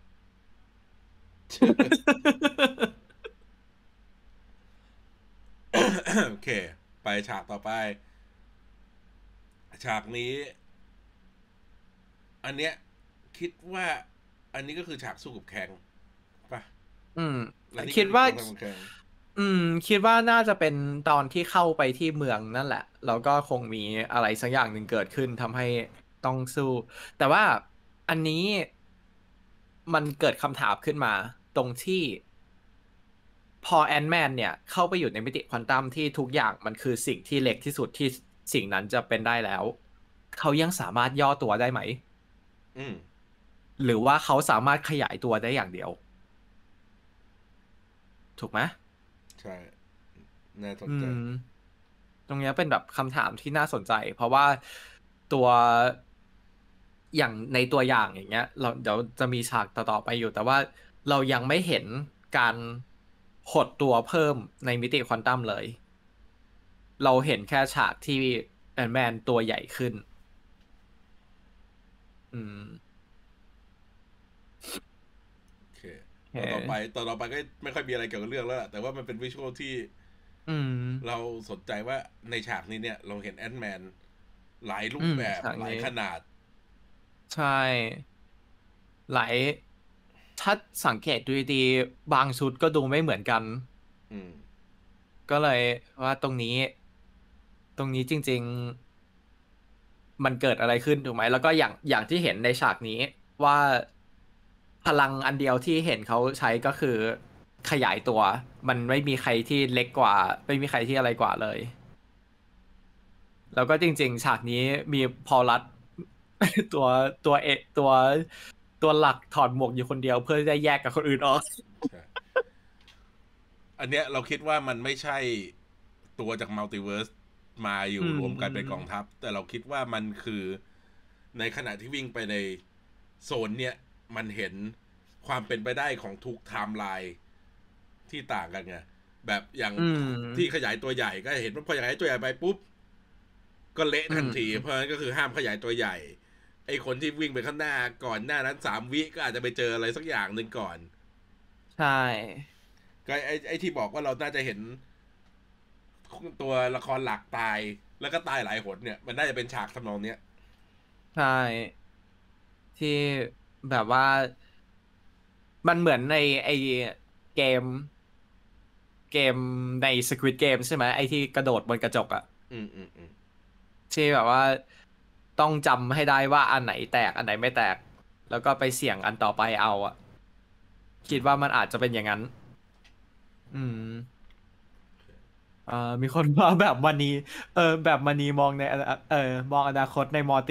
โอเค ไปฉากต่อไป ฉากนี้ อันเนี้ยคิดว่า อันนี้ก็คือฉากสู้กับแคงป่ะอืมแล้วนี่ก็คิดว่าคือตรงทางแคงอืมคิดว่าน่าจะเป็นตอนที่เข้าไปที่เมืองนั่นแหละ แล้วก็คงมีอะไรสักอย่างหนึ่งเกิดขึ้นทำให้ต้องสู้ แต่ว่าอันนี้มันเกิดคำถามขึ้นมาตรงที่พอแอนแมนเนี่ยเข้าไปอยู่ในมิติควอนตัมที่ทุกอย่างมันคือสิ่งที่เล็กที่สุดที่สิ่งนั้นจะเป็นได้แล้ว เขายังสามารถย่อตัวได้ไหมอืมหรือว่าเขาสามารถขยายตัวได้อย่างเดียว ถูกไหมใช่ น่าสนอืใจม ตรงนี้เป็นแบบคำถามที่น่าสนใจ เพราะว่าตัวอย่างในตัวอย่างอย่างเงี้ยเราเดี๋ยวจะมีฉากต่อๆไปอยู่ แต่ว่าเรายังไม่เห็นการหดตัวเพิ่มในมิติควอนตัมเลย เราเห็นแค่ฉากที่แอนแมนตัวใหญ่ขึ้น อืมโอเคต่อต่อไปต่อต่อไปก็ไม่ค่อยมีอะไรเกี่ยวกับเรื่องแล้วล่ะแต่ว่ามันเป็นวิชวลที่อืมเราสนใจว่าในฉากนี้เนี่ย เราเห็นแอนท์แมนหลายรูอืมปแบบฉากนี้หลายขนาดใช่หลายถ้าสังเกตดูดีๆบางชุดก็ดูไม่เหมือนกันอืมก็เลยว่าตรงนี้ ตรงนี้จริงๆมันเกิดอะไรขึ้นถูกไหมแล้วก็อย่างอย่างที่เห็นในฉากนี้ว่าพลังอันเดียวที่เห็นเขาใช้ก็คือขยายตัว มันไม่มีใครที่เล็กกว่า ไม่มีใครที่อะไรกว่าเลย แล้วก็จริงๆฉากนี้มีพอลรัส ตัวตัวเอกตัวตัวหลักถอดหมวกอยู่คนเดียวเพื่อจะแยกกับคนอื่นออกใช่ อันเนี้ยเราคิดว่ามันไม่ใช่ตัวจากมัลติเวิร์สมาอยู่รวมกันเป็นกองทัพ แต่เราคิดว่ามันคือในขณะที่วิ่งไปในโซนเนี้ยมันเห็นความเป็นไปได้ของทุกไทม์ไลน์ที่ต่างกันไงแบบอย่างที่ขยายตัวใหญ่ก็เห็นว่าพอขยายตัวใหญ่ไปปุ๊บก็เละทันทีเพราะฉะนั้นก็คือห้ามขยายตัวใหญ่ไอคนที่วิ่งไปข้างหน้าก่อนหน้านั้นสามวิก็อาจจะไปเจออะไรสักอย่างหนึ่งก่อนใช่ก็ไอไอที่บอกว่าเราน่าจะเห็นตัวละครหลักตายแล้วก็ตายหลายหนเนี่ยมันน่าจะเป็นฉากทำนองเนี้ยใช่ที่แบบว่ามันเหมือนในไอเกมเกมใน Squid Game ใช่ไหมไอที่กระโดดบนกระจกอะอืมอืมอืมที่แบบว่าต้องจำให้ได้ว่าอันไหนแตกอันไหนไม่แตก แล้วก็ไปเสี่ยงอันต่อไปเอาอะคิดว่ามันอาจจะเป็นอย่างนั้น อืมอ่ามีคนว่าแบบมันนีเออแบบมันนีมองในอนาเออมองอนาคตในมอร์ตี้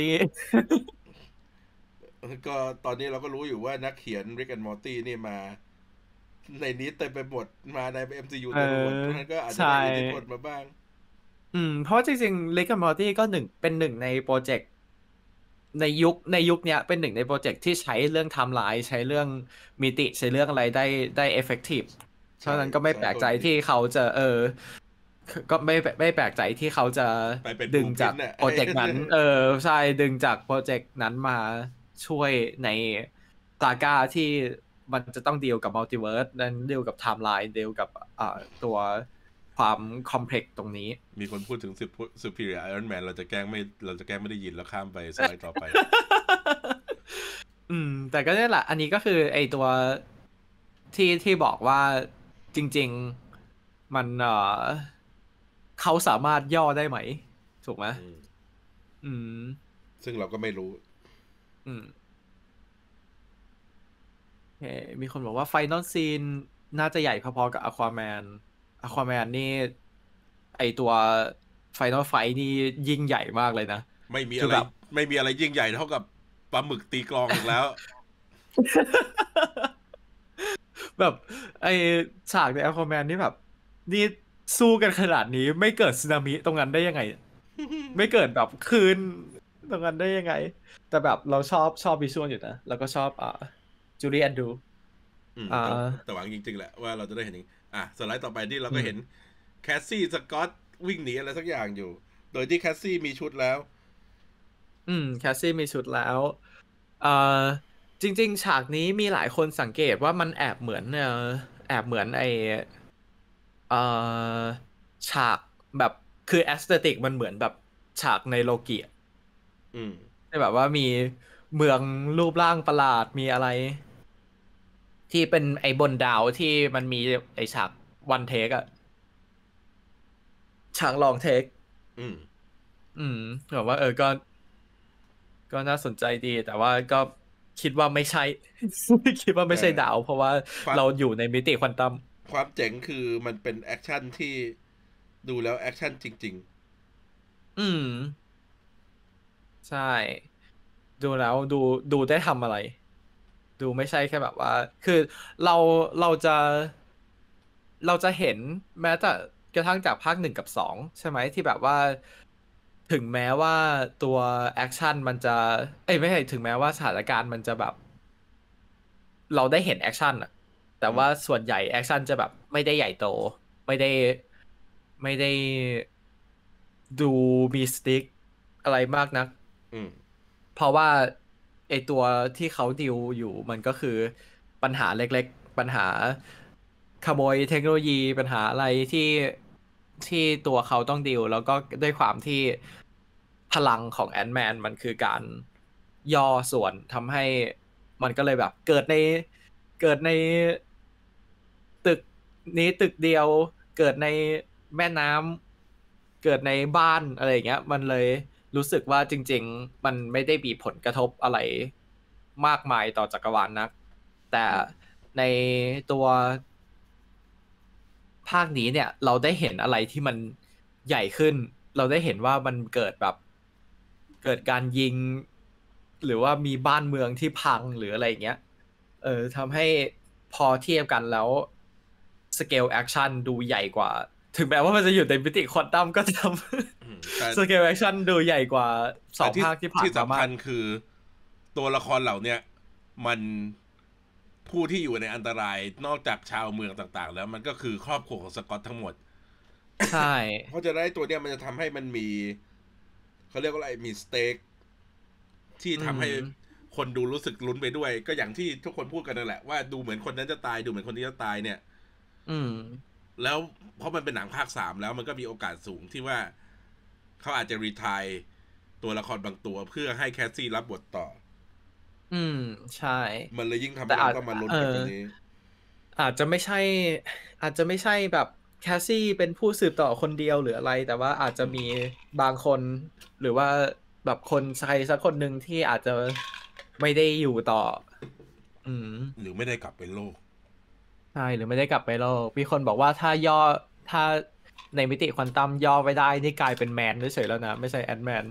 ก็ตอนนี้เราก็รู้อยู่ว่านักเขียน Rick and Morty นี่มาในนี้เต็มไปหมดมาใน เอ็ม ซี ยูเออจรวดเพราะฉะนั้นก็อาจจะใช่ได้อิทธิพลมาบ้างอืมเพราะว่าจริงๆ Rick and Morty ก็หนึ่งเป็นหนึ่งในโปรเจกต์ในยุคในยุคเนี้ยเป็นหนึ่งในโปรเจกต์ที่ใช้เรื่องไทม์ไลน์ใช้เรื่องมิติใช้เรื่องอะไรได้ได้เอฟเฟกตีฟเพราะใช่ฉะนั้นก็ไม่ใช่แปลกใจโคตรดีที่เขาจะเออก็ไม่ไม่แปลกใจที่เขาจะไปเป็นดึบูงจากพินน่ะโปรเจกต์นั้นเออใช่ดึงจากโปรเจกต์นั้นมาช่วยในซาก้าที่มันจะต้องดีลกับมัลติเวิร์สนั้นดีลกับไทม์ไลน์ดีลกับอ่าตัวความคอมเพล็กซ์ตรงนี้มีคนพูดถึง Superior Iron Man เราจะแกล้งไม่เราจะแกล้งไม่ได้ยินแล้วข้ามไปสไลด์ต่อไปอืม แต่ก็นี่แหละ อันนี้ก็คือไอตัวที่ที่บอกว่าจริงๆมันเออเขาสามารถย่อได้ไหม ถูกไหมอืมซึ่งเราก็ไม่รู้อืมโอเคมีคนบอกว่าไฟนอลซีนน่าจะใหญ่พอๆกับอควาแมนอควาแมนนี่ไอตัวไฟนอลไฟนี่ยิ่งใหญ่มากเลยนะไม่มีอะไรคือแบบไม่มีอะไรยิ่งใหญ่เท่ากับปลาหมึกตีกลองอีกแล้วแบบไอฉากในอควาแมนนี่แบบนี่สู้กันขนาดนี้ไม่เกิดสึนามิตรงนั้นได้ยังไง ไม่เกิดแบบคืนตรงนั้นได้ยังไง แต่แบบเราชอบชอบวิชวลอยู่นะ แล้วก็ชอบอ่าจูเลียนดูอืมอ่าแต่แต่หวังจริงๆแหละว่าเราจะได้เห็นอย่างอ่ะสไลด์ต่อไปที่เราอืมก็เห็นแคสซี่สกอตวิ่งหนีอะไรสักอย่างอยู่ โดยที่แคสซี่มีชุดแล้วอืมแคสซี่มีชุดแล้วเอ่อจริงๆฉากนี้มีหลายคนสังเกตว่ามันแอบเหมือนเอ่อแอบเหมือนไอเอ่อฉากแบบคือแอสเตติกมันเหมือนแบบฉากในโลกิอะอืมที่แบบว่ามีเมืองรูปร่างประหลาดมีอะไรที่เป็นไอบนดาวที่มันมีไอฉากวันเทคอะฉากลองเทคอืมอืมแบบว่าเออก็ก็น่าสนใจดีแต่ว่าก็คิดว่าไม่ใช่ คิดว่าไม่แต่ใช่ดาวเพราะว่าความเราอยู่ในมิติควอนตัมความเจ๋งคือมันเป็นแอคชั่นที่ดูแล้วแอคชั่นจริงอืมใช่ดูแล้วดูดูได้ทำอะไรดูไม่ใช่แค่แบบว่าคือเราเราจะเราจะเห็นแม้แต่กระทั่งจากภาคหนึ่งกับสองใช่ไหมที่แบบว่าถึงแม้ว่าตัวแอคชั่นมันจะเอ้ยไม่ใช่ถึงแม้ว่าสถานการณ์มันจะแบบเราได้เห็นแอคชั่นอะแต่ๆอืมว่าส่วนใหญ่แอคชั่นจะแบบไม่ได้ใหญ่โตไม่ได้ไม่ได้ดูมีสติ๊กอะไรมากนักอืมเพราะว่าไอตัวที่เขาดิวอยู่มันก็คือปัญหาเล็กๆปัญหาขโมยเทคโนโลยีปัญหาอะไรที่ที่ตัวเขาต้องดิวแล้วก็ด้วยความที่พลังของแอน m ์แมนมันคือการย่อส่วนทำให้มันก็เลยแบบเกิดในเกิดในตึกนี้ตึกเดียวเกิดในแม่น้ำเกิดในบ้านอะไรอย่างเงี้ยมันเลยรู้สึกว่าจริงๆมันไม่ได้มีผลกระทบอะไรมากมายต่อจักรวาลนักแต่อืมในตัวภาคนี้เนี่ยเราได้เห็นอะไรที่มันใหญ่ขึ้นเราได้เห็นว่ามันเกิดแบบเกิดการยิงหรือว่ามีบ้านเมืองที่พังหรืออะไรอย่างเงี้ยเออทำให้พอเทียบกันแล้วสเกลแอคชั่นดูใหญ่กว่าถึงแม้ว่ามันจะอยู่ในมิติควอนตัมก็ทอืมแต่ำสเกลแอคชั่นดูใหญ่กว่าสแต่ที่องภาคที่ผ่าที่นมาสำคัญมากคือตัวละครเหล่าเนี้ยมันผู้ที่อยู่ในอันตรายนอกจากชาวเมืองต่างๆ แล้วมันก็คือครอบครัวของสกอตทั้งหมดใช่เพราะจะได้ตัวเนี้ยมันจะทำให้มันมีเขาเรียกว่าอะไรมีสเต็กที่อืทำให้มคนดูรู้สึกลุ้นไปด้วย ก็อย่างที่ทุกคนพูดกันนั่นแหละว่าดูเหมือนคนนั้นจะตายดูเหมือนคนนี้จะตายเนี่ยอืมแล้วเพราะมันเป็นหนังภาคสามแล้วมันก็มีโอกาสสูงที่ว่าเขาอาจจะรีทายตัวละครบางตัวเพื่อให้แคสซี่รับบทต่ออืมใช่มันเลยยิ่งทำแต่อาจให้เราต้องมาลุ้นเออกับตรงนี้อาจจะไม่ใช่อาจจะไม่ใช่แบบแคสซี่เป็นผู้สืบต่อคนเดียวหรืออะไรแต่ว่าอาจจะมีบางคนหรือว่าแบบคนใครสักคนหนึ่งที่อาจจะไม่ได้อยู่ต่ออืมหรือไม่ได้กลับไปโลกใช่หรือไม่ได้กลับไปโลกมีคนบอกว่าถ้าย่อถ้าในมิติควอนตัมย่อไปได้นี่กลายเป็นแมนเฉยๆแล้วนะไม่ใช่แอนแมน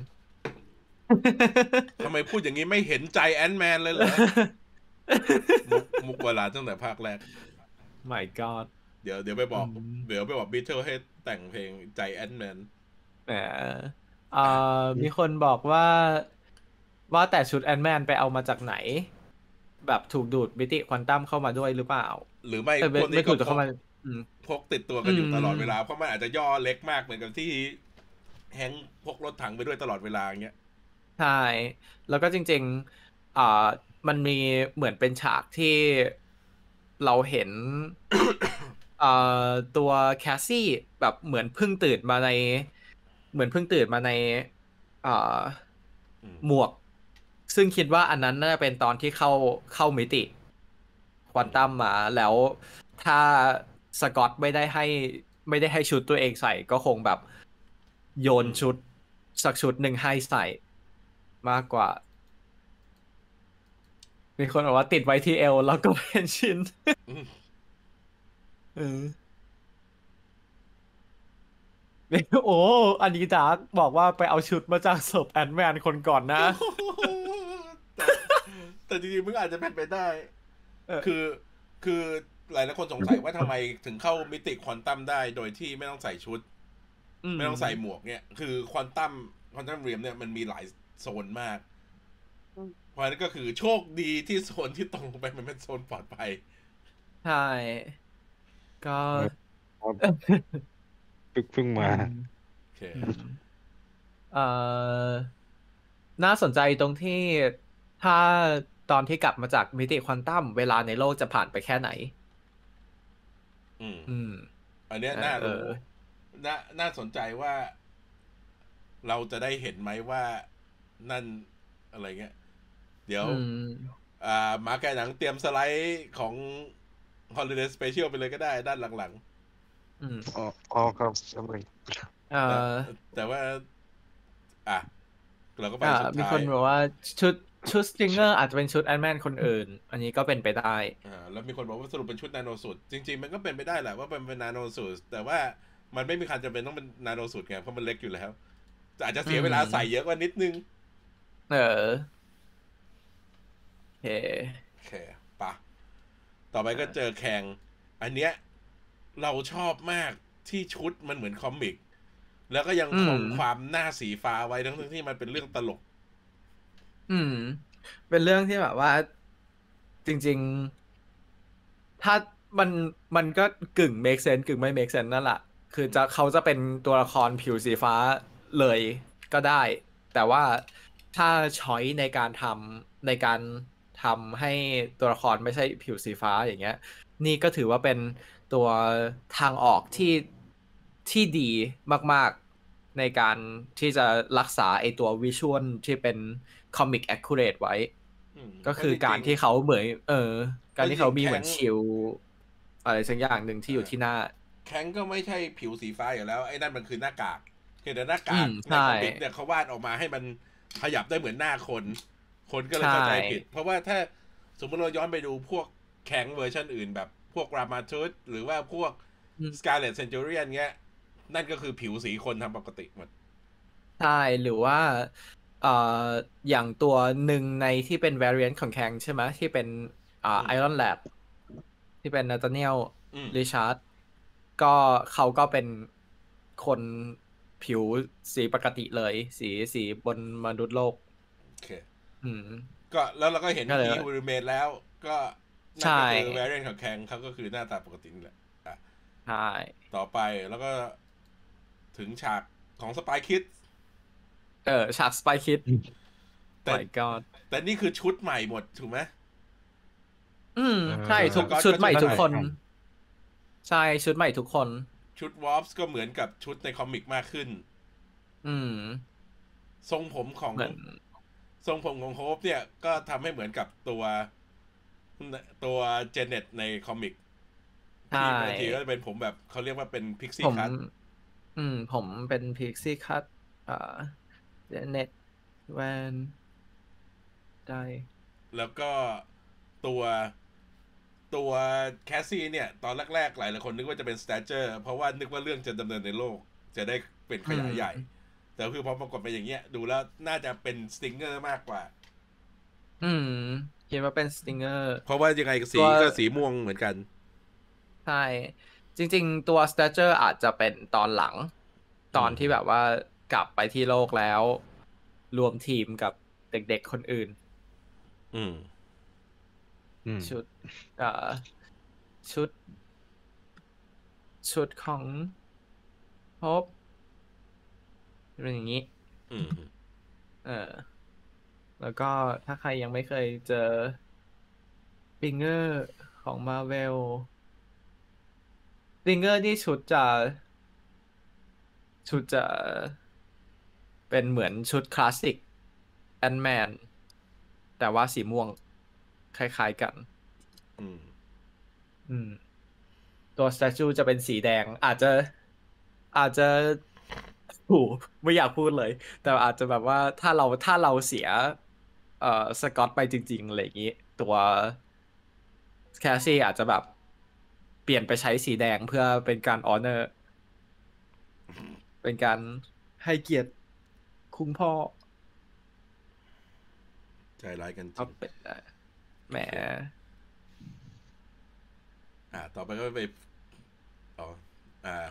ทำไมพูดอย่างนี้ไม่เห็นใจแอนแมนเลยเหรอมุกมุกเวลาตั้งแต่ภาคแรก My God เดี๋ยวเดี๋ยวไปบอือกมเดี๋ยวไปบอกบิทเทิลให้แต่งเพลงใจแอนแมนแหมเอ่อมีคนบอกว่าว่าแต่ชุดแอนแมนไปเอามาจากไหนแบบถูกดูดมิติควอนตัมเข้ามาด้วยหรือเปล่าหรือไม่เออไม่พวกนี้ก็พกไม่ถูกเข้ามาอืมพกติดตัวอืกันอยู่ตลอดเวลามเพราะมันอาจจะย่อเล็กมากเหมือนกับที่แฮงค์พกรถถังไปด้วยตลอดเวลาอย่างเงี้ยใช่แล้วก็จริงๆอ่ามันมีเหมือนเป็นฉากที่เราเห็นเอ่อตัวแคสซี่แบบเหมือนเพิ่งตื่นมาในเหมือนเพิ่งตื่นมาในเอ่ออืมหมวกซึ่งคิดว่าอันนั้นน่าจะเป็นตอนที่เข้าเข้ามิติควอนตัมมาแล้วถ้าสกอตไม่ได้ให้ไม่ได้ให้ชุดตัวเองใส่ก็คงแบบโยนชุดสักชุดหนึ่งให้ใส่มากกว่ามีคนบอกว่าติดไว้ที่เอวแล้วก็เป็นชิ้นเออโอ้อันนี้ดาร์กบอกว่าไปเอาชุดมาจากศพแอนแมนคนก่อนนะแต่แต่จริงๆมันอาจจะเป็นไปได้คือคือหลายหลายคนสงสัยว่าทำไมถึงเข้ามิติควอนตัมได้โดยที่ไม่ต้องใส่ชุดไม่ต้องใส่หมวกเนี่ยคือควอนตัมควอนตัมเรียมเนี่ยมันมีหลายโซนมากเพราะฉะนั้นก็คือโชคดีที่โซนที่ตรงลงไปมันเป็นโซนปลอดภัยใช่ก็เพิ่งมาโอเคเอ่อน่าสนใจตรงที่ถ้าตอนที่กลับมาจากมิติควอนตัมเวลาในโลกจะผ่านไปแค่ไหนอืมอืมอันเนี้ยน่ารู้น่าน่าสนใจว่า เราจะได้เห็นไหมว่านั่นอะไรเงี้ยเดี๋ยวอ่ามาแกหนังเตรียมสไลด์ของ Holiday Special ไปเลยก็ได้ด้านหลังๆอืมอ๋ออ๋อครับเอ่อแต่ว่าอ่ะเราก็ไปสุดท้ายมีคนบอกว่าชุดชุดสตริงเกอร์อาจจะเป็นชุดแอนแมนคนอื่นอันนี้ก็เป็นไปได้อ่าแล้วมีคนบอกว่าสรุปเป็นชุดนาโนสูตรจริงๆมันก็เป็นไปได้แหละว่าเป็นเป็นนาโนสูตรแต่ว่ามันไม่มีความจำเป็นต้องเป็นนาโนสูตรไงเพราะมันเล็กอยู่แล้วอาจจะเสียเวลาใส่เยอะกว่านิดนึงเออโอเคโอเคปะต่อไปก็เจอแข่งอันเนี้ยเราชอบมากที่ชุดมันเหมือนคอมิกแล้วก็ยังคงความหน้าสีฟ้าไว้ทั้งที่มันเป็นเรื่องตลกอืมเป็นเรื่องที่แบบว่าจริงๆถ้ามันมันก็กึ่ง make sense กึ่งไม่ make sense นั่นแหละคือจะเขาจะเป็นตัวละครผิวสีฟ้าเลยก็ได้แต่ว่าถ้าช้อยในการทำในการทำให้ตัวละครไม่ใช่ผิวสีฟ้าอย่างเงี้ยนี่ก็ถือว่าเป็นตัวทางออกที่ที่ดีมากๆในการที่จะรักษาไอตัววิชวลที่เป็นคอมิกแอคคูเรตไว้ก็คือการที่เขาเหมือนเออการที่เขามีเหมือนชิลอะไรสักอย่างหนึ่งที่อยู่ที่หน้าแข้งก็ไม่ใช่ผิวสีฟ้าอยู่แล้วไอ้นั่นมันคือหน้ากากคือแต่หน้ากากในคอมิกเนี่ยเขาวาดออกมาให้มันขยับได้เหมือนหน้าคนคนก็เลยเข้าใจผิดเพราะว่าถ้าสมมติเราย้อนไปดูพวกแข้งเวอร์ชันอื่นแบบพวกรามาทูสหรือว่าพวกสกาเลตเซนจูเรียนเงี้ยนั่นก็คือผิวสีคนทำปกติหมดใช่หรือว่าเอ่ออย่างตัวหนึ่งในที่เป็น variant ของแข้งใช่ไหมที่เป็นอ่าไอรอนแลดที่เป็นนาธาเนียลริชาร์ดก็เขาก็เป็นคนผิวสีปกติเลยสีสีบนมนุษย์โลกโอเคอืมก็แล้วเราก็เห็นอีฮูริเมดแล้วก็นั่นก็คือแวรเรนของแคงเขาก็คือหน้าตาปกตินี่แหละใช่ต่อไปแล้วก็ถึงฉากของสปายคิดเออฉากสปายคิดแต่แต่นี่คือชุดใหม่หมดถูกไหมอืมใช่ทุกชุดใหม่ทุกคนใช่ชุดใหม่ทุกคนชุดวอล์ฟก็เหมือนกับชุดในคอมิกมากขึ้นอืมทรงผมของทรงผมของโฮปเนี่ยก็ทำให้เหมือนกับตัวตัวเจเน็ตในคอมิกที่บางทีก็จะเป็นผมแบบเขาเรียกว่าเป็นพิกซี่คัทอืมผมเป็นพิกซี่คัทอ่าเจเน็ตแวนได้แล้วก็ตัวตัวแคสซี่เนี่ยตอนแรกๆหลายหลายคนนึกว่าจะเป็นสแตเจอร์เพราะว่านึกว่าเรื่องจะดำเนินในโลกจะได้เป็นขยายใหญ่แต่คือพอปรากฏไปอย่างเงี้ยดูแล้วน่าจะเป็นสติงเกอร์มากกว่าอืมคิดว่าเป็นสติงเกอร์เพราะว่ายังไงสีก็สีม่วงเหมือนกันใช่จริงๆตัวสแตเจอร์อาจจะเป็นตอนหลังตอนที่แบบว่ากลับไปที่โลกแล้วรวมทีมกับเด็กๆคนอื่นอืมชุดอ่าชุดชุดของโฮปเป็นอย่างนี้เออแล้วก็ถ้าใครยังไม่เคยเจอฟิงเกอร์ของมาเวลฟิงเกอร์ที่ชุดจะชุดจะเป็นเหมือนชุดคลาสสิกแอนด์แมนแต่ว่าสีม่วงคล้ายๆกันอืมอืม ตัวสแตชูจะเป็นสีแดง อาจจะ อาจจะโหไม่อยากพูดเลย แต่อาจจะแบบว่าถ้าเราถ้าเราเสีย เอ่อสกอตไปจริงๆอะไรอย่างนี้ ตัวแคสซี่อาจจะแบบเปลี่ยนไปใช้สีแดงเพื่อเป็นการออเนอร์ เป็นการให้เกียรติคุณพ่อใจร้ายกันจเอาริงเป็นแหมอ่าต่อไปก็ไปอ๋ออ่า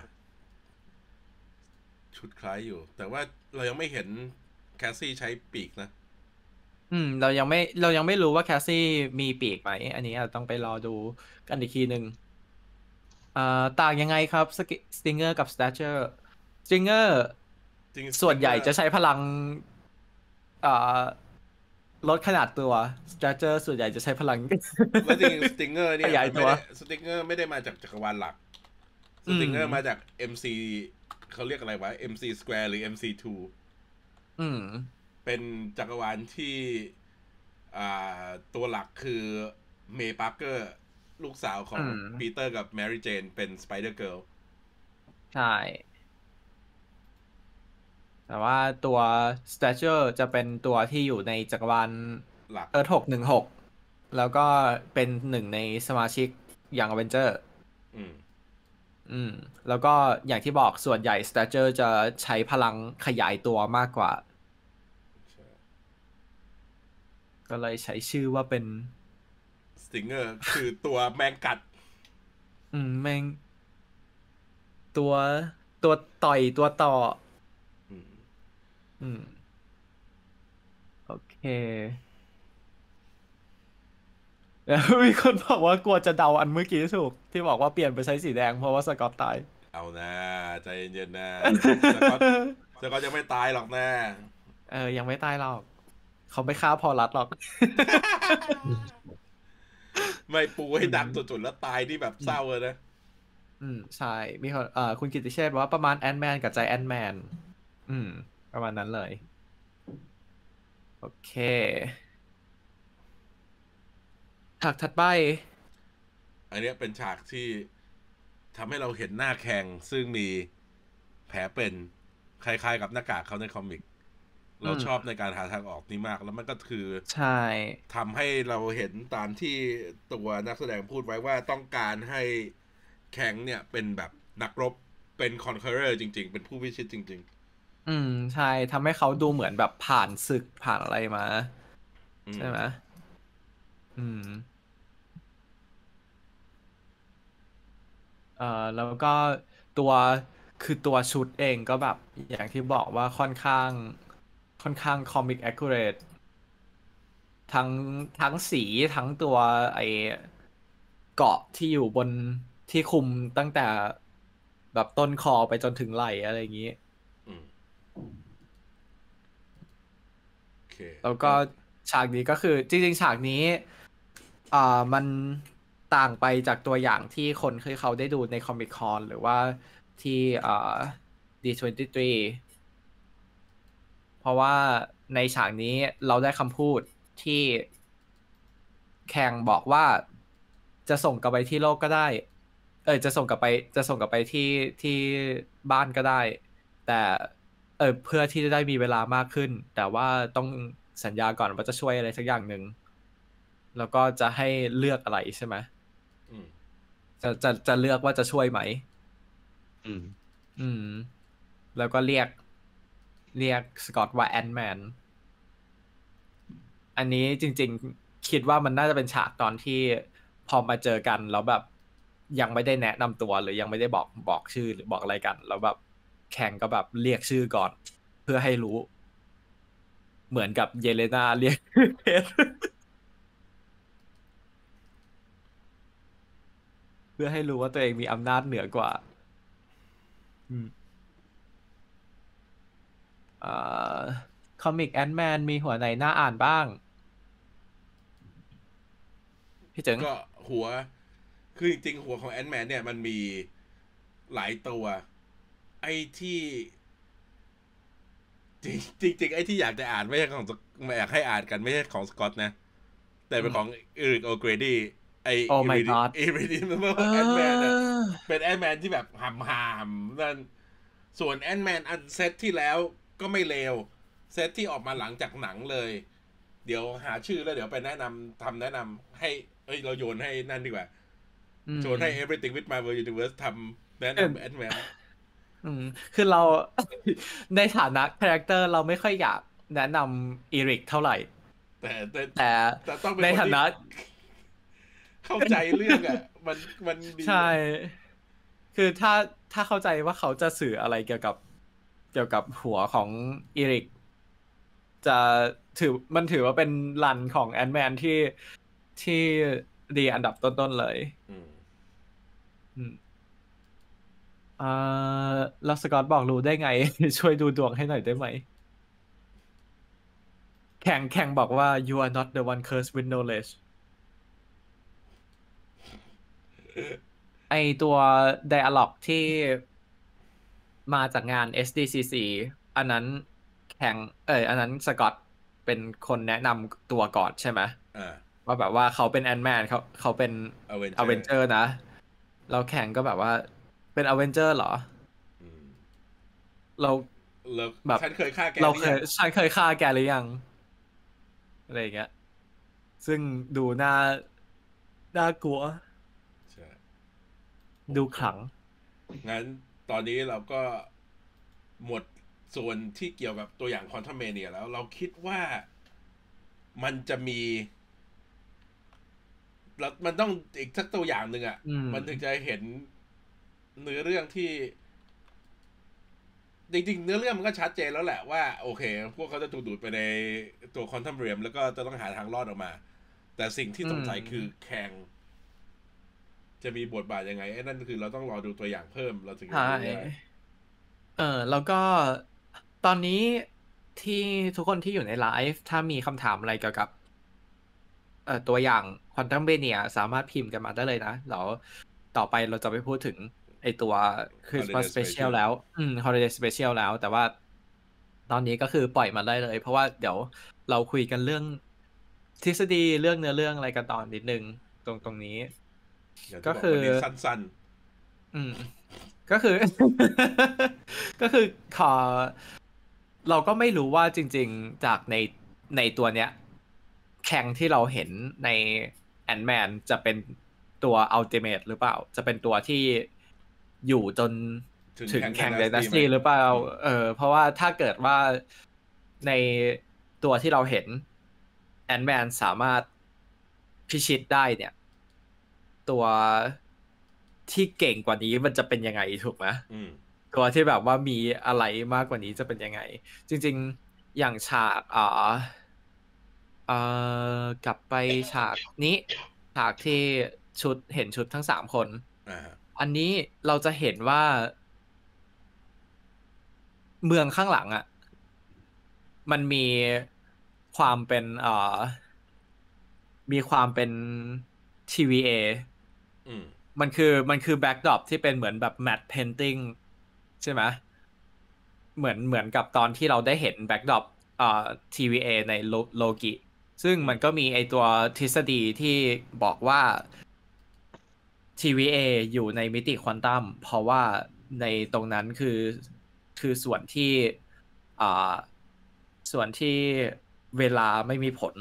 ชุดคล้ายอยู่ แต่ว่าเรายังไม่เห็นแคสซี่ใช้ปีกนะอืมเรายังไม่เรายังไม่รู้ว่าแคสซี่มีปีกไหม อันนี้อาจต้องไปรอดูกันอีกทีหนึ่งอ่าต่างยังไงครับสสติงเกอร์กับส t ต t เ r อร์สติงเกอร์จริงสส่วนใหญ่ติงเกอร์จะใช้พลังอ่าลดขนาดตัวส t ต t เ r อร์ส่วนใหญ่จะใช้พลังแล้วจริงสติงเกอร์ขเนี่ยยายตัวมันไม่ได้สติงเกอร์ไม่ได้มาจากจักรวาลหลักสอืมติงเกอร์มาจาก เอ็ม ซี เขาเรียกอะไรวะ เอ็ม ซี Square หรือ เอ็ม ซี ทูอืมเป็นจักรวาลที่อ่าตัวหลักคือเมย์ปาร์เกอร์ลูกสาวขอืองมปีเตอร์กับแมรี่เจนเป็นสไปเดอร์เกิร์ลใช่ แต่ว่าตัว Stature จะเป็นตัวที่อยู่ในจักรวาลหลักเอิร์ธหกหนึ่งหกแล้วก็เป็นหนึ่งในสมาชิกอย่างอเวนเจอร์อืมอืมแล้วก็อย่างที่บอกส่วนใหญ่ Stature จะใช้พลังขยายตัวมากกว่า ก็เลยใช้ชื่อว่าเป็นสติงเกอร์คือตัวแมงกัดอืมแม่งตัวตัวต่อยตัวต่ออืมอืมโอเคแล้วมีคนบอกว่ากลัวจะเดาอันเมื่อกี้ถูกที่บอกว่าเปลี่ยนไปใช้สีแดงเพราะว่าสกอตตายเอานะใจเย็นๆนะสกอตสกอตยังไม่ตายหรอกนะเออยังไม่ตายหรอกเขาไม่ฆ่าพอลัดหรอกไม่ปูให้อืมดังจุดๆแล้วตายที่แบบอืมเศร้าเลยนะอืมใช่มีคนเอ่อคุณกิตติเชษฐ์บอกว่าประมาณแอนแมนกับใจแอนแมนอืมประมาณนั้นเลยโอเคฉากถัดไปอันนี้เป็นฉากที่ทำให้เราเห็นหน้าแข่งซึ่งมีแผลเป็นคล้ายๆกับหน้ากากเขาในคอมิกเราชอบอืมในการหาทางออกนี้มากแล้วมันก็คือใช่ทำให้เราเห็นตามที่ตัวนักแสดงพูดไว้ว่าต้องการให้แข่งเนี่ยเป็นแบบนักรบเป็นคอนเคอร์เรอร์จริงๆเป็นผู้พิชิตจริงอืมใช่ทำให้เขาดูเหมือนแบบผ่านศึกผ่านอะไรมาๆอืมใช่ไหมอืมเอ่อแล้วก็ตัวคือตัวชุดเองก็แบบอย่างที่บอกว่าค่อนข้างค่อนข้างคอมิกแอค u เรท ทั้งทั้งสีทั้งตัวไอเกาะที่อยู่บนที่คุมตั้งแต่แบบต้นคอไปจนถึงไหล่อะไรอย่างนี้อืมโอเคแล้วก็ก็ฉากนี้ก็คือจริงๆฉากนี้อ่ามันต่างไปจากตัวอย่างที่คนเคยเขาได้ดูในคอมิคคอนหรือว่าที่อ่า ดี ทเวนตี้ ทรี เพราะว่าในฉากนี้เราได้คำพูดที่แข่งบอกว่าจะส่งกลับไปที่โลกก็ได้ เออจะส่งกลับไปจะส่งกลับไปที่ที่บ้านก็ได้ แต่เออเพื่อที่จะได้มีเวลามากขึ้น แต่ว่าต้องสัญญาก่อนว่าจะช่วยอะไรสักอย่างหนึ่ง แล้วก็จะให้เลือกอะไรใช่ไหมอืมจะจะจะเลือกว่าจะช่วยไหมอืมอืม แล้วก็เรียกเรียกสกอตว่าแอนแมน อันนี้จริงๆคิดว่ามันน่าจะเป็นฉากตอนที่พอมาเจอกันแล้วแบบยังไม่ได้แนะนำตัวหรือยังไม่ได้บอกบอกชื่อหรือบอกอะไรกัน แล้วแบบแข่งก็แบบเรียกชื่อก่อน เพื่อให้รู้ เหมือนกับเยเลนาเรียกเพชรเพื่อให้รู้ว่าตัวเองมีอำนาจเหนือกว่า อืมอ่าคอมิกแอนแมนมีหัวไหนน่าอ่านบ้าง พี่เจ๋งก็หัวคือจริงๆหัวของแอน m ์แมนเนี่ยมันมีหลายตัวไอ้ที่จจริงจริงไอ้ที่อยากจะอ่านไม่ใช่ของอยากให้อ่านกันไม่ใช่ของสกอตนะแต่เป็นของเอริกโอเกรดี้ไอโอ้ my god เอริดีมันว่าแอนแมนอ่ะเป็นแอนแมนที่แบบหำหำนั่นส่วนแอนแมนอันเซตที่แล้วก็ไม่เลวเซตที่ออกมาหลังจากหนังเลยเดี๋ยวหาชื่อแล้วเดี๋ยวไปแนะนำทำแนะนำให้เอ้ยเราโยนให้นั่นดีกว่าโยนให้ Everything with Marvel Universe ทำแนะนำแอนแมนอืมคือเรา ในฐานะคาแรคเตอร์เราไม่ค่อยอยากแนะนำอีริกเท่าไหร่แต่แต่แต่แต่ต้องเป็นในคนฐาที่นะเข้าใจเรื่องอ่ะมันมันดีใช่ คือถ้าถ้าเข้าใจว่าเขาจะสื่ออะไรเกี่ยวกับเกี่ยวกับหัวของอีริกจะถือมันถือว่าเป็นรันของแอนแมนที่ที่ดีอันดับต้นๆเลยอืมอืมอ่าแล้วสกอตบอกรู้ได้ไง ช่วยดูดวงให้หน่อยได้ไหม แข่งแข่งบอกว่า you are not the one cursed with knowledge ไอตัว dialog ที่มาจากงาน เอส ดี ซี ซี อันนั้นแข่งเอออันนั้นสกอตเป็นคนแนะนำตัวก่อนใช่ไหมอ่าว่าแบบว่าเขาเป็นแอนแมนเขาเขาเป็น Avenger อเวนเจอร์นะเราแข่งก็แบบว่าเป็นอเวนเจอร์เหรอเราแบบฉันเคยฆ่าแกเราเคยฉันเคยฆ่าแกหรือยังอะไรอย่างเงี้ยซึ่งดูน่าน่ากลัวดูขลังงั้นตอนนี้เราก็หมดส่วนที่เกี่ยวกับตัวอย่างคอนทัมเมเนียแล้วเราคิดว่ามันจะมีแล้วมันต้องอีกสักตัวอย่างหนึ่งอ่ะมันถึงจะเห็นเนื้อเรื่องที่จริงๆเนื้อเรื่องมันก็ชัดเจนแล้วแหละว่าโอเคพวกเขาจะถูกดูดไปในตัวคอนทัมเรียมแล้วก็จะต้องหาทางรอดออกมาแต่สิ่งที่สงสัยคือแข่งจะมีบทบาทยังไงไอ้นั่นคือเราต้องรอดูตัวอย่างเพิ่มเราถึงจะรู้ได้เออแล้วก็ตอนนี้ที่ทุกคนที่อยู่ในไลฟ์ถ้ามีคำถามอะไรเกี่ยวกับเอ่อตัวอย่างควอนตัมเบเนียสามารถพิมพ์กันมาได้เลยนะแล้วต่อไปเราจะไปพูดถึงไอตัว Christmas Special แล้วอืม Holiday Special แล้วแต่ว่าตอนนี้ก็คือปล่อยมาได้เลยเพราะว่าเดี๋ยวเราคุยกันเรื่องทฤษฎีเรื่องเนื้อเรื่องอะไรกันตอนนิดนึงตรงตรงนี้ก็คือสั้นๆอืมก็คือ ก็คือขอเราก็ไม่รู้ว่าจริงๆจากในในตัวเนี้ยแข่งที่เราเห็นในแอนด์แมนจะเป็นตัวอัลติเมทหรือเปล่าจะเป็นตัวที่อยู่จนถึงแข่งไดนาสตี้หรือเปล่าเออเพราะว่าถ้าเกิดว่าในตัวที่เราเห็นแอนด์แมนสามารถพิชิตได้เนี่ยตัวที่เก่งกว่านี้มันจะเป็นยังไงถูกไหมตัวที่แบบว่ามีอะไรมากกว่านี้จะเป็นยังไงจริงๆอย่างฉากอ่าเอ่อกลับไปฉากนี้ฉากที่ชุดเห็นชุดทั้งสามคนอันนี้เราจะเห็นว่าเมืองข้างหลังอ่ะมันมีความเป็นเอ่อมีความเป็น ที วี เอ มันคือมันคือแบ็กดรอปที่เป็นเหมือนแบบแมทเพนติ้งใช่ไหมเหมือนเหมือนกับตอนที่เราได้เห็นแบ็กดรอปอ่า ที วี เอ ในโลกิซึ่งมันก็มีไอตัวทฤษฎีที่บอกว่า ที วี เอ อยู่ในมิติควอนตัมเพราะว่าในตรงนั้นคือคือส่วนที่อ่าส่วนที่เวลาไม่มีผล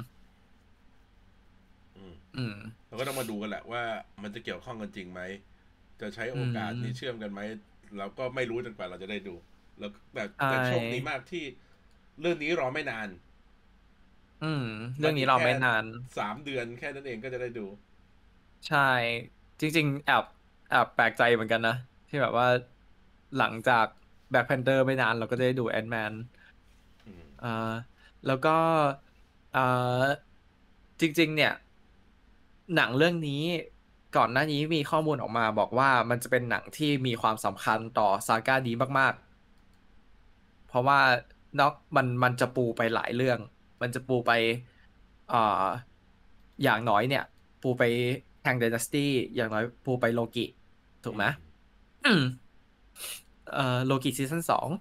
อืมเราก็ต้องมาดูกันแหละว่ามันจะเกี่ยวข้องกันจริงไหมจะใช้โอกาสนี้เชื่อมกันไหมเราก็ไม่รู้จนกว่าเราจะได้ดูแล้วแต่แต่โชคดีมากที่เรื่องนี้รอไม่นานอืมเรื่องนี้รอไม่นานสามเดือนแค่นั้นเองก็จะได้ดูใช่จริงๆแอบแอบแปลกใจเหมือนกันนะที่แบบว่าหลังจากแบ็คแพนเตอร์ไม่นานเราก็ได้ดูแอนด์แมนอ่าแล้วก็อ่าจริงๆเนี่ยหนังเรื่องนี้ก่อนหน้านี้มีข้อมูลออกมาบอกว่ามันจะเป็นหนังที่มีความสำคัญต่อซาก้านี้มากๆเพราะว่านอกมันมันจะปูไปหลายเรื่องมันจะปูไปอ่าอย่างน้อยเนี่ยปูไปแฮง Dynasty อย่างน้อยปูไปโลกิถูกไหมเอ่อโลกิซีซั่นสอง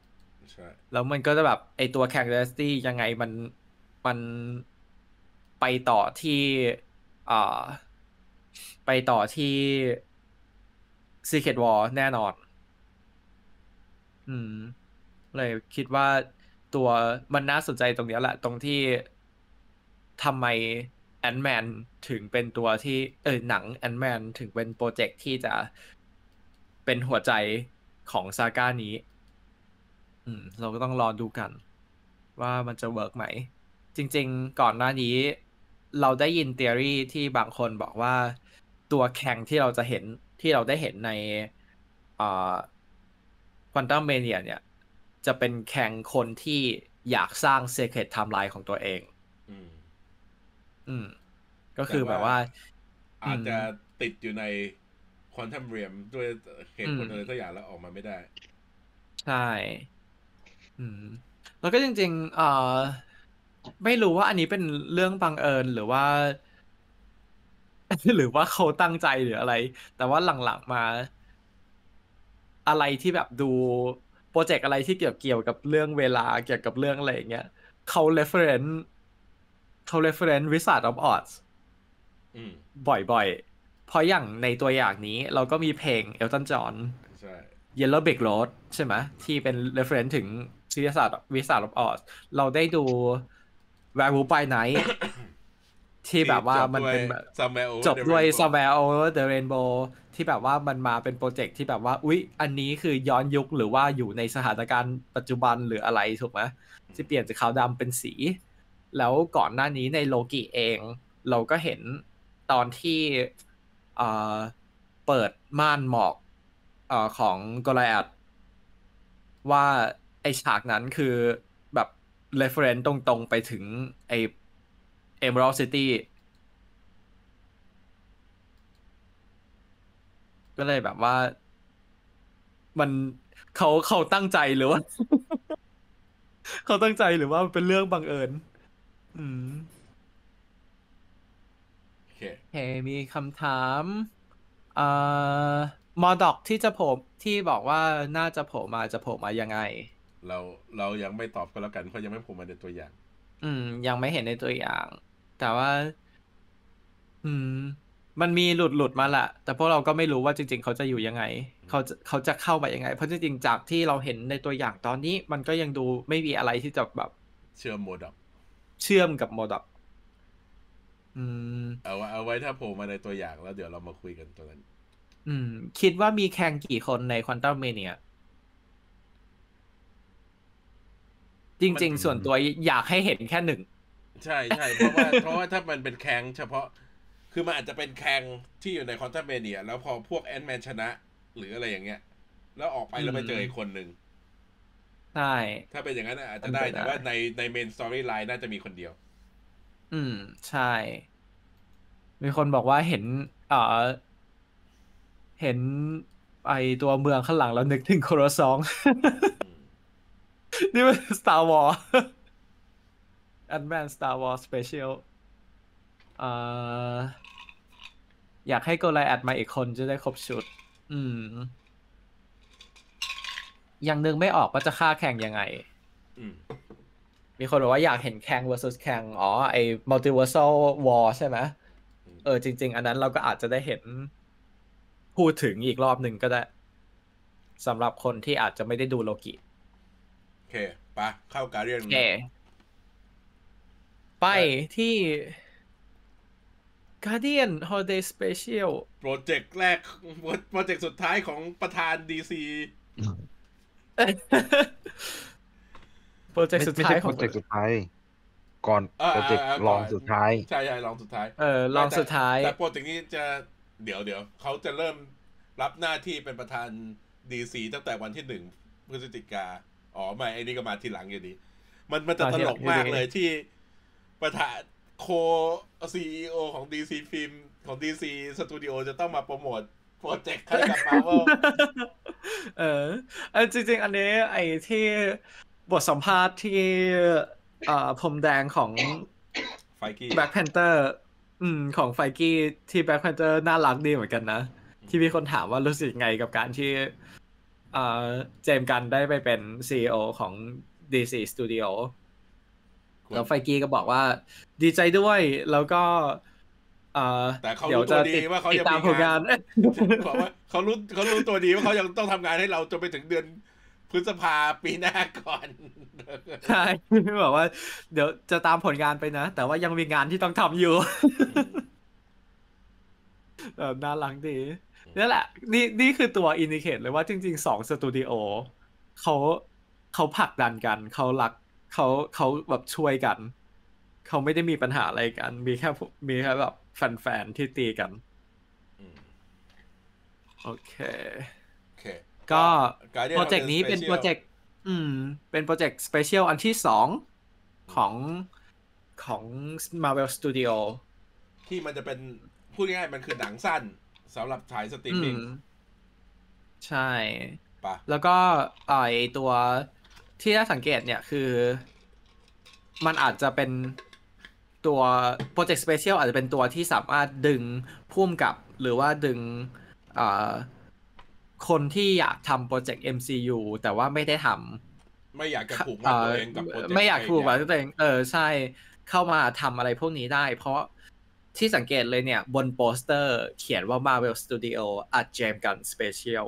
ใช่แล้วมันก็จะแบบไอตัวแข่งเดสตี้ยังไงมันมันไปต่อที่อ่าไปต่อที่ Secret War แน่นอนอืมเลยคิดว่าตัวมันน่าสนใจตรงนี้แหละ ตรงที่ทำไมแอนแมนถึงเป็นตัวที่เออหนังแอนแมนถึงเป็นโปรเจกต์ที่จะเป็นหัวใจของซาก้านี้ อืมเราก็ต้องรอดูกันว่ามันจะเวิร์กไหม จริงๆก่อนหน้านี้เราได้ยินเทอรี่ที่บางคนบอกว่าตัวแข่งที่เราจะเห็นที่เราได้เห็นในอ่าควอนตัมเมเนียเนี่ยจะเป็นแข่งคนที่อยากสร้าง Secret Timeline ของตัวเองอืมอืมก็คือแบบว่าอาจจะติดอยู่ในควอนตัมเรียมด้วยเหตุผลอะไรสักอย่างแล้วออกมาไม่ได้ใช่อืมแล้วก็จริงๆเอ่อไม่รู้ว่าอันนี้เป็นเรื่องบังเอิญหรือว่า หรือว่าเขาตั้งใจหรืออะไร แต่ว่าหลังๆมา อะไรที่แบบดูโปรเจกต์อะไรที่เกี่ยวเกี่ยวกับเรื่องเวลาเกี่ยวกับเรื่องอะไรอย่างเงี้ยเขา reference เขา reference Wizard of Oz บ่อยๆ เพราะอย่างในตัวอย่างนี้เราก็มีเพลง Elton John Yellow Brick Road ใช่ไหมที่เป็น reference ถึงวิทยาศาสตร์ Wizard of Oz เราได้ดู Werewolf by Night ที่แบบว่ามันเป็นจบด้วย Somewhere Over the Rainbow ที่แบบว่ามันมาเป็นโปรเจกต์ที่แบบว่าอุ๊ยอันนี้คือย้อนยุคหรือว่าอยู่ในสถานการณ์ปัจจุบันหรืออะไรถูกไหมที่เปลี่ยนจากขาวดำเป็นสีแล้วก่อนหน้านี้ในโลกิเองเราก็เห็นตอนที่เปิดม่านหมอกของโกลไลอัธว่าไอฉากนั้นคือแบบ reference ตรงๆไปถึงไอ Emerald City ก็เลยแบบว่ามันเขาเขาตั้งใจหรือว่า เขาตั้งใจหรือว่าเป็นเรื่องบังเอิญอืมโอเคเฮ้มีคำถามอ่ามอดอกที่จะโผล่ที่บอกว่าน่าจะโผล่มาจะโผล่มายังไงเราเรายังไม่ตอบก็แล้วกันเพราะยังไม่โผล่มาในตัวอย่างอืมยังไม่เห็นในตัวอย่าง แต่ว่า อืม มันมีหลุดหลุดมาแหละแต่พวกเราก็ไม่รู้ว่าจริงๆเขาจะอยู่ยังไงเขาจะเขาจะเข้ามายังไง เพราะจริงๆจากที่เราเห็นในตัวอย่างตอนนี้ มันก็ยังดูไม่มีอะไรที่จะแบบเชื่อมโมดอกเชื่อมกับโมดอกอืมเอาเอาไว้ถ้าโผล่มาในตัวอย่างแล้วเดี๋ยวเรามาคุยกันตรงนั้นอืม คิดว่ามีแข่งกี่คนในควอนตัมเมเนียจริงๆส่วนตัวอยากให้เห็นแค่หนึ่งใช่ใช่เพราะว่าเพราะว่าถ้ามันเป็นแข่งเฉพาะคือมันอาจจะเป็นแข่งที่อยู่ในควอนตัมเมเนียแล้วพอพวกแอนแมนชนะหรืออะไรอย่างเงี้ยแล้วออกไปแล้วไปเจออีกคนหนึ่งใช่ถ้าเป็นอย่างนั้นอาจจะได้แต่ว่าในในเมนสตอรี่ไลน์น่าจะมีคนเดียวอืมใช่มีคนบอกว่าเห็นเอ่อเห็นไอตัวเมืองข้างหลังแล้วนึกถึงโคโรซองนี่มัน Star Wars Advanced Star Wars Special เอ่ออยากให้โกไลแอดมาอีกคนจะได้ครบชุด อืมยังนึกไม่ออกว่าจะฆ่าแข่งยังไงมีคนบอกว่าอยากเห็นแข่ง versus แข่งอ๋อไอ้ multiversal war ใช่ไหมเออจริงๆอันนั้นเราก็อาจจะได้เห็นพูดถึงอีกรอบหนึ่งก็ได้สำหรับคนที่อาจจะไม่ได้ดูโลกิโอเคปะเข้าการเรียนโอเคไปที่ Guardian Holiday Special โปรเจกต์แรกโปรเจกต์สุดท้ายของประธาน ดี ซีโปรเจกต์สุดท้ายของโปรเจกต์สุดท้ายก่อนโปรเจกต์ลองสุดท้ายใช่ใช่ลองสุดท้ายเออลองสุดท้ายแต่โปรเจกต์นี้จะเดี๋ยวเดี๋ยวเขาจะเริ่มรับหน้าที่เป็นประธาน ดี ซี ตั้งแต่วันที่หนึ่งพฤศจิกาอ๋อไม่ไอ้นี่ก็มาทีหลังอยู่ดีมันมันจะตลกมากเลยที่ประธานโค ซี อี โอ ของ ดี ซี ฟิล์มของ ดี ซี Studio จะต้องมาโปรโมทโปรเจกต์ให้กับ Marvel เอออันจริงๆอันนี้ไอ้ที่บทสัมภาษณ์ที่อ่าพรมแดงของ Black Panther อืมของไฟกี้ที่ Black Panther น่ารักดีเหมือนกันนะที่มีคนถามว่ารู้สึกไงกับการที่อ่าเจมส์กันได้ไปเป็น ซี อี โอ ของ ดี ซี Studio แล้วไฟกี้ก็บอกว่าดีใจด้วยแล้วก็แต่เขารู้ตัวดีว่าเขายังมีงานบอกว่าเขารู้เขารู้ตัวดีว่าเขายังต้องทำงานให้เราจนไปถึงเดือนพฤษภาปีหน้าก่อนใช่บอกว่าเดี๋ยวจะตามผลงานไปนะแต่ว่ายังมีงานที่ต้องทำอยู่เออน่ารักดีนี่แหละนี่นี่คือตัวอินดิเคตเลยว่าจริงๆสองสตูดิโอเขาเขาผลักดันกันเขารักเขาเขาแบบช่วยกันเขาไม่ได้มีปัญหาอะไรกันมีแค่มีแค่แบบแฟนๆที่ตีกันโอเคโอเคก็โปรเจกต์นี้เป็นโปรเจกต์อืมเป็นโปรเจกต์สเปเชียลอันที่สองของของ Marvel Studio ที่มันจะเป็นพูดง่ายๆมันคือหนังสั้นสำหรับฉายสตรีมมิ่งใช่ปะแล้วก็ไอตัวที่น่าสังเกตเนี่ยคือมันอาจจะเป็นตัวโปรเจกต์สเปเชียลอาจจะเป็นตัวที่สามารถดึงพุ่มกับหรือว่าดึงคนที่อยากทำโปรเจกต์ เอ็ม ซี ยู แต่ว่าไม่ได้ทำไม่อยากจะผูกมัดตัวเองกับโปรเจกต์ไม่อยากผูกมัดตัวเองเออใช่เข้ามาทำอะไรพวกนี้ได้เพราะที่สังเกตเลยเนี่ยบนโปสเตอร์เขียนว่า Marvel Studio อัด James Gunn Special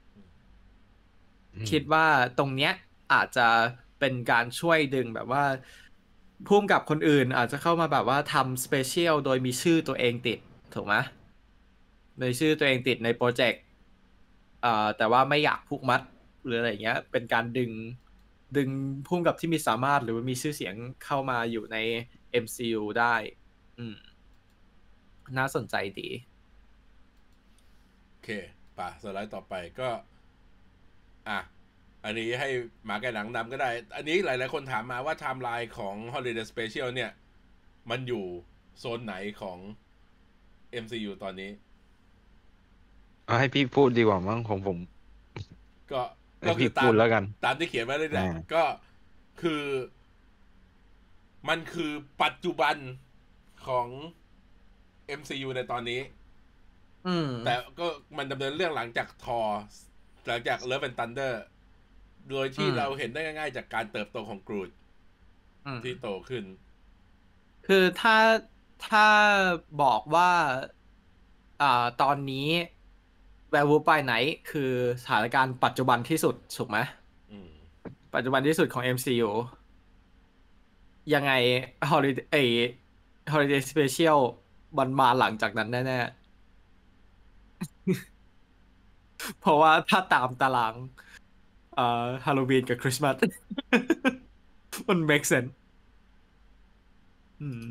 คิดว่าตรงเนี้ยอาจจะเป็นการช่วยดึงแบบว่าพุ่มกับคนอื่นอาจจะเข้ามาแบบว่าทำ Special โดยมีชื่อตัวเองติดถูกไหมในชื่อตัวเองติดในโปรเจกต์อ่าแต่ว่าไม่อยากผูกมัดหรืออะไรเงี้ยเป็นการดึงดึงพุ่มกับที่มีสามารถหรือว่ามีชื่อเสียงเข้ามาอยู่ใน เอ็ม ซี ยู ได้อืมน่าสนใจดีโอเคป่ะสไลด์ต่อไปก็อ่ะอันนี้ให้หมาแกหนังดำก็ได้อันนี้หลายๆคนถามมาว่าไทม์ไลน์ของ Holiday Special เนี่ยมันอยู่โซนไหนของ เอ็ม ซี ยู ตอนนี้เอาให้พี่พูดดีกว่ามั้งของผมก็ก็คือตามแล้วกันตามที่เขียนไว้เลยแหละก็คือมันคือปัจจุบันของ เอ็ม ซี ยู ในตอนนี้แต่ก็มันดำเนินเรื่องหลังจากทอหลังจาก Love and Thunder โดยที่เราเห็นได้ง่ายๆจากการเติบโตของกรูดที่โตขึ้นคือถ้าถ้าบอกว่าอ่าตอนนี้ Werewolf by Night คือสถานการณ์ปัจจุบันที่สุดถูกไหมปัจจุบันที่สุดของ เอ็ม ซี ยู ยังไง Holiday ไอ้ Holiday Special มันมาหลังจากนั้นแน่ๆเพราะว่าถ้าตามตารางเอ่อฮาโลวีนกับคริสต์มาสมัน make sense อืม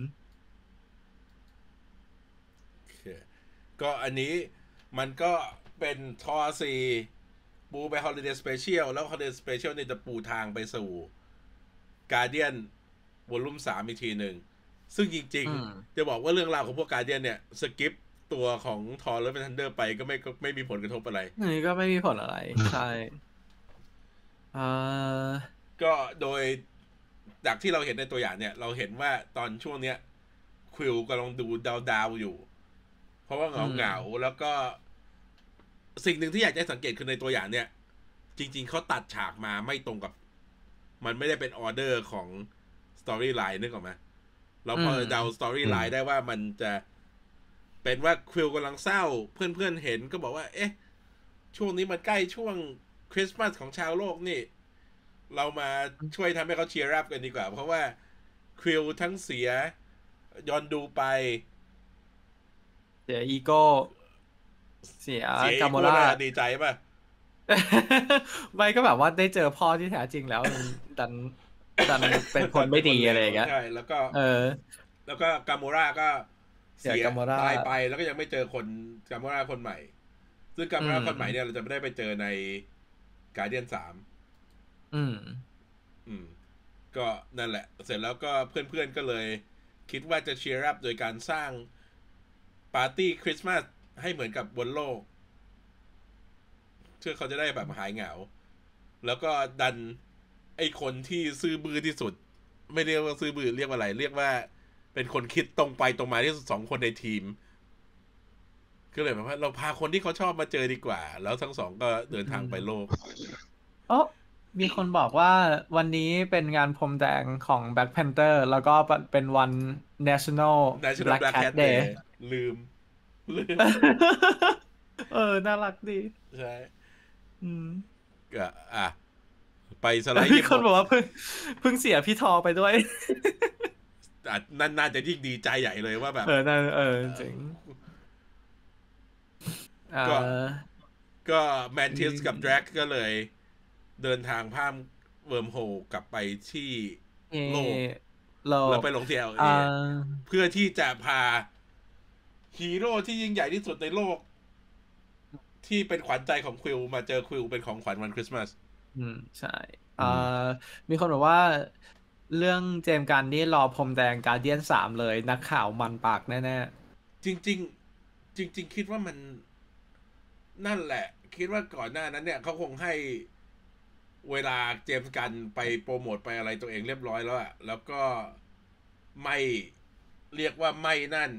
ก็อันนี้มันก็เป็นทอซีปูไป Holiday Special แล้ว Holiday Special เนี่ยจะปูทางไปสู่ Guardian วอลลุ่มสามอีกทีหนึ่งซึ่งจริงๆจะบอกว่าเรื่องราวของพวก Guardian เนี่ยสกิปตัวของทอร์และเป็นทันเดอร์ไปก็ไม่ก็ไม่มีผลกระทบอะไรนี่ก็ไม่มีผลอะไรใช่อ่าก็โดยจากที่เราเห็นในตัวอย่างเนี่ยเราเห็นว่าตอนช่วงเนี้ยควิลกำลังดูดาวๆอยู่เพราะว่าเหงาเหงาแล้วก็สิ่งหนึ่งที่อยากจะสังเกตคือในตัวอย่างเนี่ยจริงๆเขาตัดฉากมาไม่ตรงกับมันไม่ได้เป็นออเดอร์ของสตอรี่ไลน์นึกออกไหมเราพอเดาสตอรี่ไลน์ได้ว่ามันจะเป็นว่าควิลกำลังเศร้าเพื่อนๆเห็นก็บอกว่าเอ๊ะช่วงนี้มันใกล้ช่วงคริสต์มาสของชาวโลกนี่เรามาช่วยทำให้เขาเชียร์อัพกันดีกว่าเพราะว่าควิลทั้งเสียยอนดูไปเสียอีโก้เสียกาโมราดีใจป่ะไม่ก็แบบว่าได้เจอพ่อที่แท้จริงแล้วดันดันเป็นคนไม่ดีอะไรอย่างเงี้ยใช่แล้วก็เออแล้วก็กาโมราก็เสียตายไปแล้วก็ยังไม่เจอคนกาโมราคนใหม่ซึ่งกาโมราคนใหม่เนี่ยเราจะไม่ได้ไปเจอในการ์เดียนสามอืมอืมก็นั่นแหละเสร็จแล้วก็เพื่อนๆก็เลยคิดว่าจะเชียร์อัพโดยการสร้างปาร์ตี้คริสต์มาสให้เหมือนกับบนโลกเพื่อเขาจะได้แบบหายเหงาแล้วก็ดันไอ้คนที่ซื้อบื้อที่สุดไม่เรียกว่าซื้อบื้อเรียกว่าอะไรเรียกว่าเป็นคนคิดตรงไปตรงมาที่สุดสองคนในทีมก็เลยแบบว่าเราพาคนที่เขาชอบมาเจอดีกว่าแล้วทั้งสองก็เดินทางไปโลกโอ้มีคนบอกว่าวันนี้เป็นงานพรมแดงของ Black Panther แล้วก็เป็นวัน National National Black Black Cat Cat Day Day ลืมลืมเออน่ารักดีใช่อืมก็อ่ะไปสไลด์มีคนบอกว่าเพิ่งเพิ่งเสียพี่ทอไปด้วยอ่ะนั่นน่าจะยิ่งดีใจใหญ่เลยว่าแบบเออน่าเออจริงก็ก็แมนทิสกับแดร็กก็เลยเดินทางข้ามเวิร์มโฮลกลับไปที่โลกแล้วไปลงที่ แอล เอ เพื่อที่จะพาฮีโร่ที่ยิ่งใหญ่ที่สุดในโลกที่เป็นขวัญใจของควิลมาเจอควิลเป็นของขวัญวันคริสต์มาสอืมใช่อ่ามีคนบอกว่าเรื่องเจมส์กันนี่รอพรมแดงการ์เดียนสามเลยนักข่าวมันปากแน่ๆจริงๆจริงๆคิดว่ามันนั่นแหละคิดว่าก่อนหน้านั้นเนี่ยเขาคงให้เวลาเจมส์กันไปโปรโมทไปอะไรตัวเองเรียบร้อยแล้วอะแล้วก็ไม่เรียกว่าไม่นั่น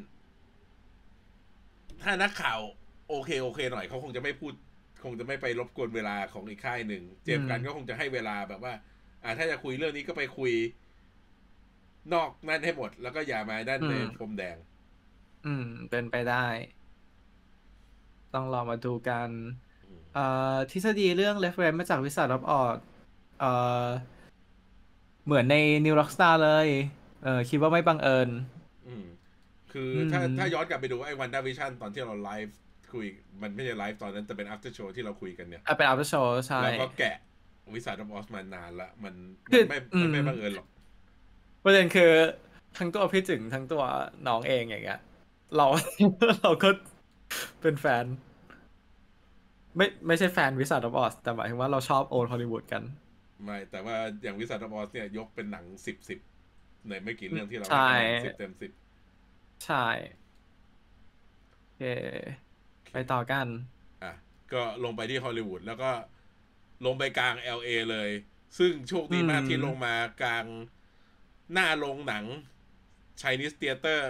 ถ้านักข่าวโอเคโอเคหน่อยเขาคงจะไม่พูดคงจะไม่ไปรบกวนเวลาของอีกค่ายหนึ่งเจมส์กันก็คงจะให้เวลาแบบว่าอ่าถ้าจะคุยเรื่องนี้ก็ไปคุยนอกนั่นให้หมดแล้วก็อย่ามาด้านในพรมแดงอืมเป็นไปได้ต้องลองมาดูกันเอ่อทฤษฎีเรื่อง reference มาจาก Wizard of Oz เอ่อเหมือนใน New Rockstar เลยเออคิดว่าไม่บังเอิญอืมคือถ้าถ้าย้อนกลับไปดูไอ้ WandaVision ตอนที่เราไลฟ์คุยมันไม่ใช่ไลฟ์ตอนนั้นแต่เป็น after show ที่เราคุยกันเนี่ยอ่ะเป็น after show ใช่แล้วก็แกะ Wizard of Oz มานานละมันมันไม่มันไม่บังเอิญหรอกประเด็นคือทั้งตัวพี่จึงทั้งตัวน้องเองอย่างเงี้ยเราเราก็เป็นแฟนไม่ไม่ใช่แฟน Wizard of Oz แต่หมายถึงว่าเราชอบโอลด์ฮอลลีวูดกันไม่แต่ว่าอย่าง Wizard of Oz เนี่ยยกเป็นหนังสิบสิบในไม่กี่เรื่องที่เราสิบเต็มสิบใช่โอเคไปต่อกันอ่ะก็ลงไปที่ฮอลลีวูดแล้วก็ลงไปกลาง แอล เอ เลยซึ่งโชคดีมากที่ลงมากลางหน้าโรงหนัง Chinese Theater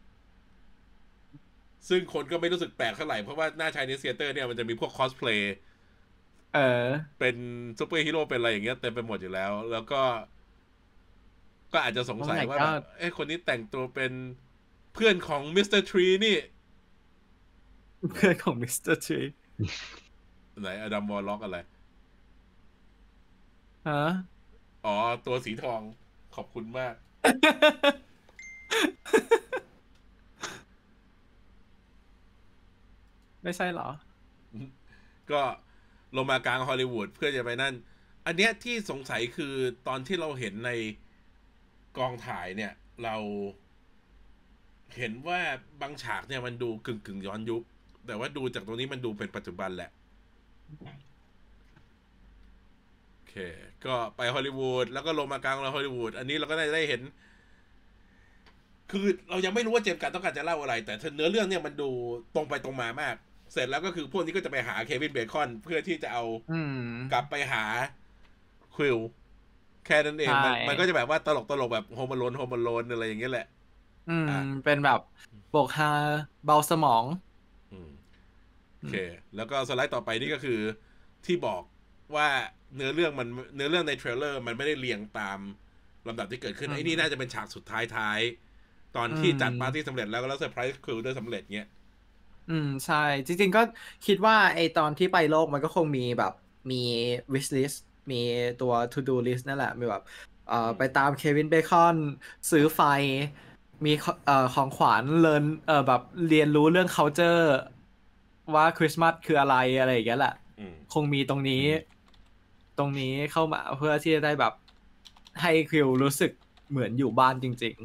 ซึ่งคนก็ไม่รู้สึกแปลกเท่าไหร่เพราะว่าหน้า Chinese Theater เนี่ยมันจะมีพวกคอสเพลย์เออเป็นซูเปอร์ฮีโร่เป็นอะไรอย่างเงี้ยเต็มไปหมดอยู่แล้วแล้วก็ก็อาจจะสงสัย oh ว่าแบบเอ้คนนี้แต่งตัวเป็นเพื่อนของมิสเตอร์ทรีนี่เพื่อนของมิสเตอร์ทรีไหนอดัมวอลล็อกอะไรฮะอ๋อตัวสีทองขอบคุณมากไม่ใช่เหรอก็ลงมากลางฮอลลีวูดเพื่อจะไปนั่นอันเนี้ยที่สงสัยคือตอนที่เราเห็นในกองถ่ายเนี่ยเราเห็นว่าบางฉากเนี่ยมันดูกึ่งกึ่งย้อนยุคแต่ว่าดูจากตรงนี้มันดูเป็นปัจจุบันแหละโอเคก็ไปฮอลลีวูดแล้วก็ลงมากลางฮอลลีวูดอันนี้เราก็ได้เห็นคือเรายังไม่รู้ว่าเจมส์กันต้องการจะเล่าอะไรแต่เนื้อเรื่องเนี่ยมันดูตรงไปตรงมามากเสร็จแล้วก็คือพวกนี้ก็จะไปหาเควินเบคอนเพื่อที่จะเอากลับไปหาควิลแค่นั้นเองมันมันก็จะแบบว่าตลกตลกแบบโฮมอโลนโฮมอโลนอะไรอย่างเงี้ยแหละอืมเป็นแบบโบกฮาเบาสมองโอเคแล้วก็สไลด์ต่อไปนี่ก็คือที่บอกว่าเนื้อเรื่องมันเนื้อเรื่องในเทรลเลอร์มันไม่ได้เรียงตามลำดับที่เกิดขึ้นไอ้นี่น่าจะเป็นฉากสุดท้ายท้ายตอนที่จัดปาร์ตี้สำเร็จแล้วก็แล้วเซอร์ไพรส์ควิลได้สำเร็จเงี้ยอืมใช่จริงๆก็คิดว่าไอตอนที่ไปโลกมันก็คงมีแบบมี wish list มีตัว to do list นั่นแหละมีแบบเอ่อไปตามเควินเบคอนซื้อไฟมีเอ่อของขวัญเรียนเอ่อแบบเรียนรู้เรื่อง culture ว่าคริสต์มาสคืออะไรอะไรอย่างเงี้ยแหละคงมีตรงนี้ตรงนี้เข้ามาเพื่อที่จะได้แบบให้คิวรู้สึกเหมือนอยู่บ้านจริง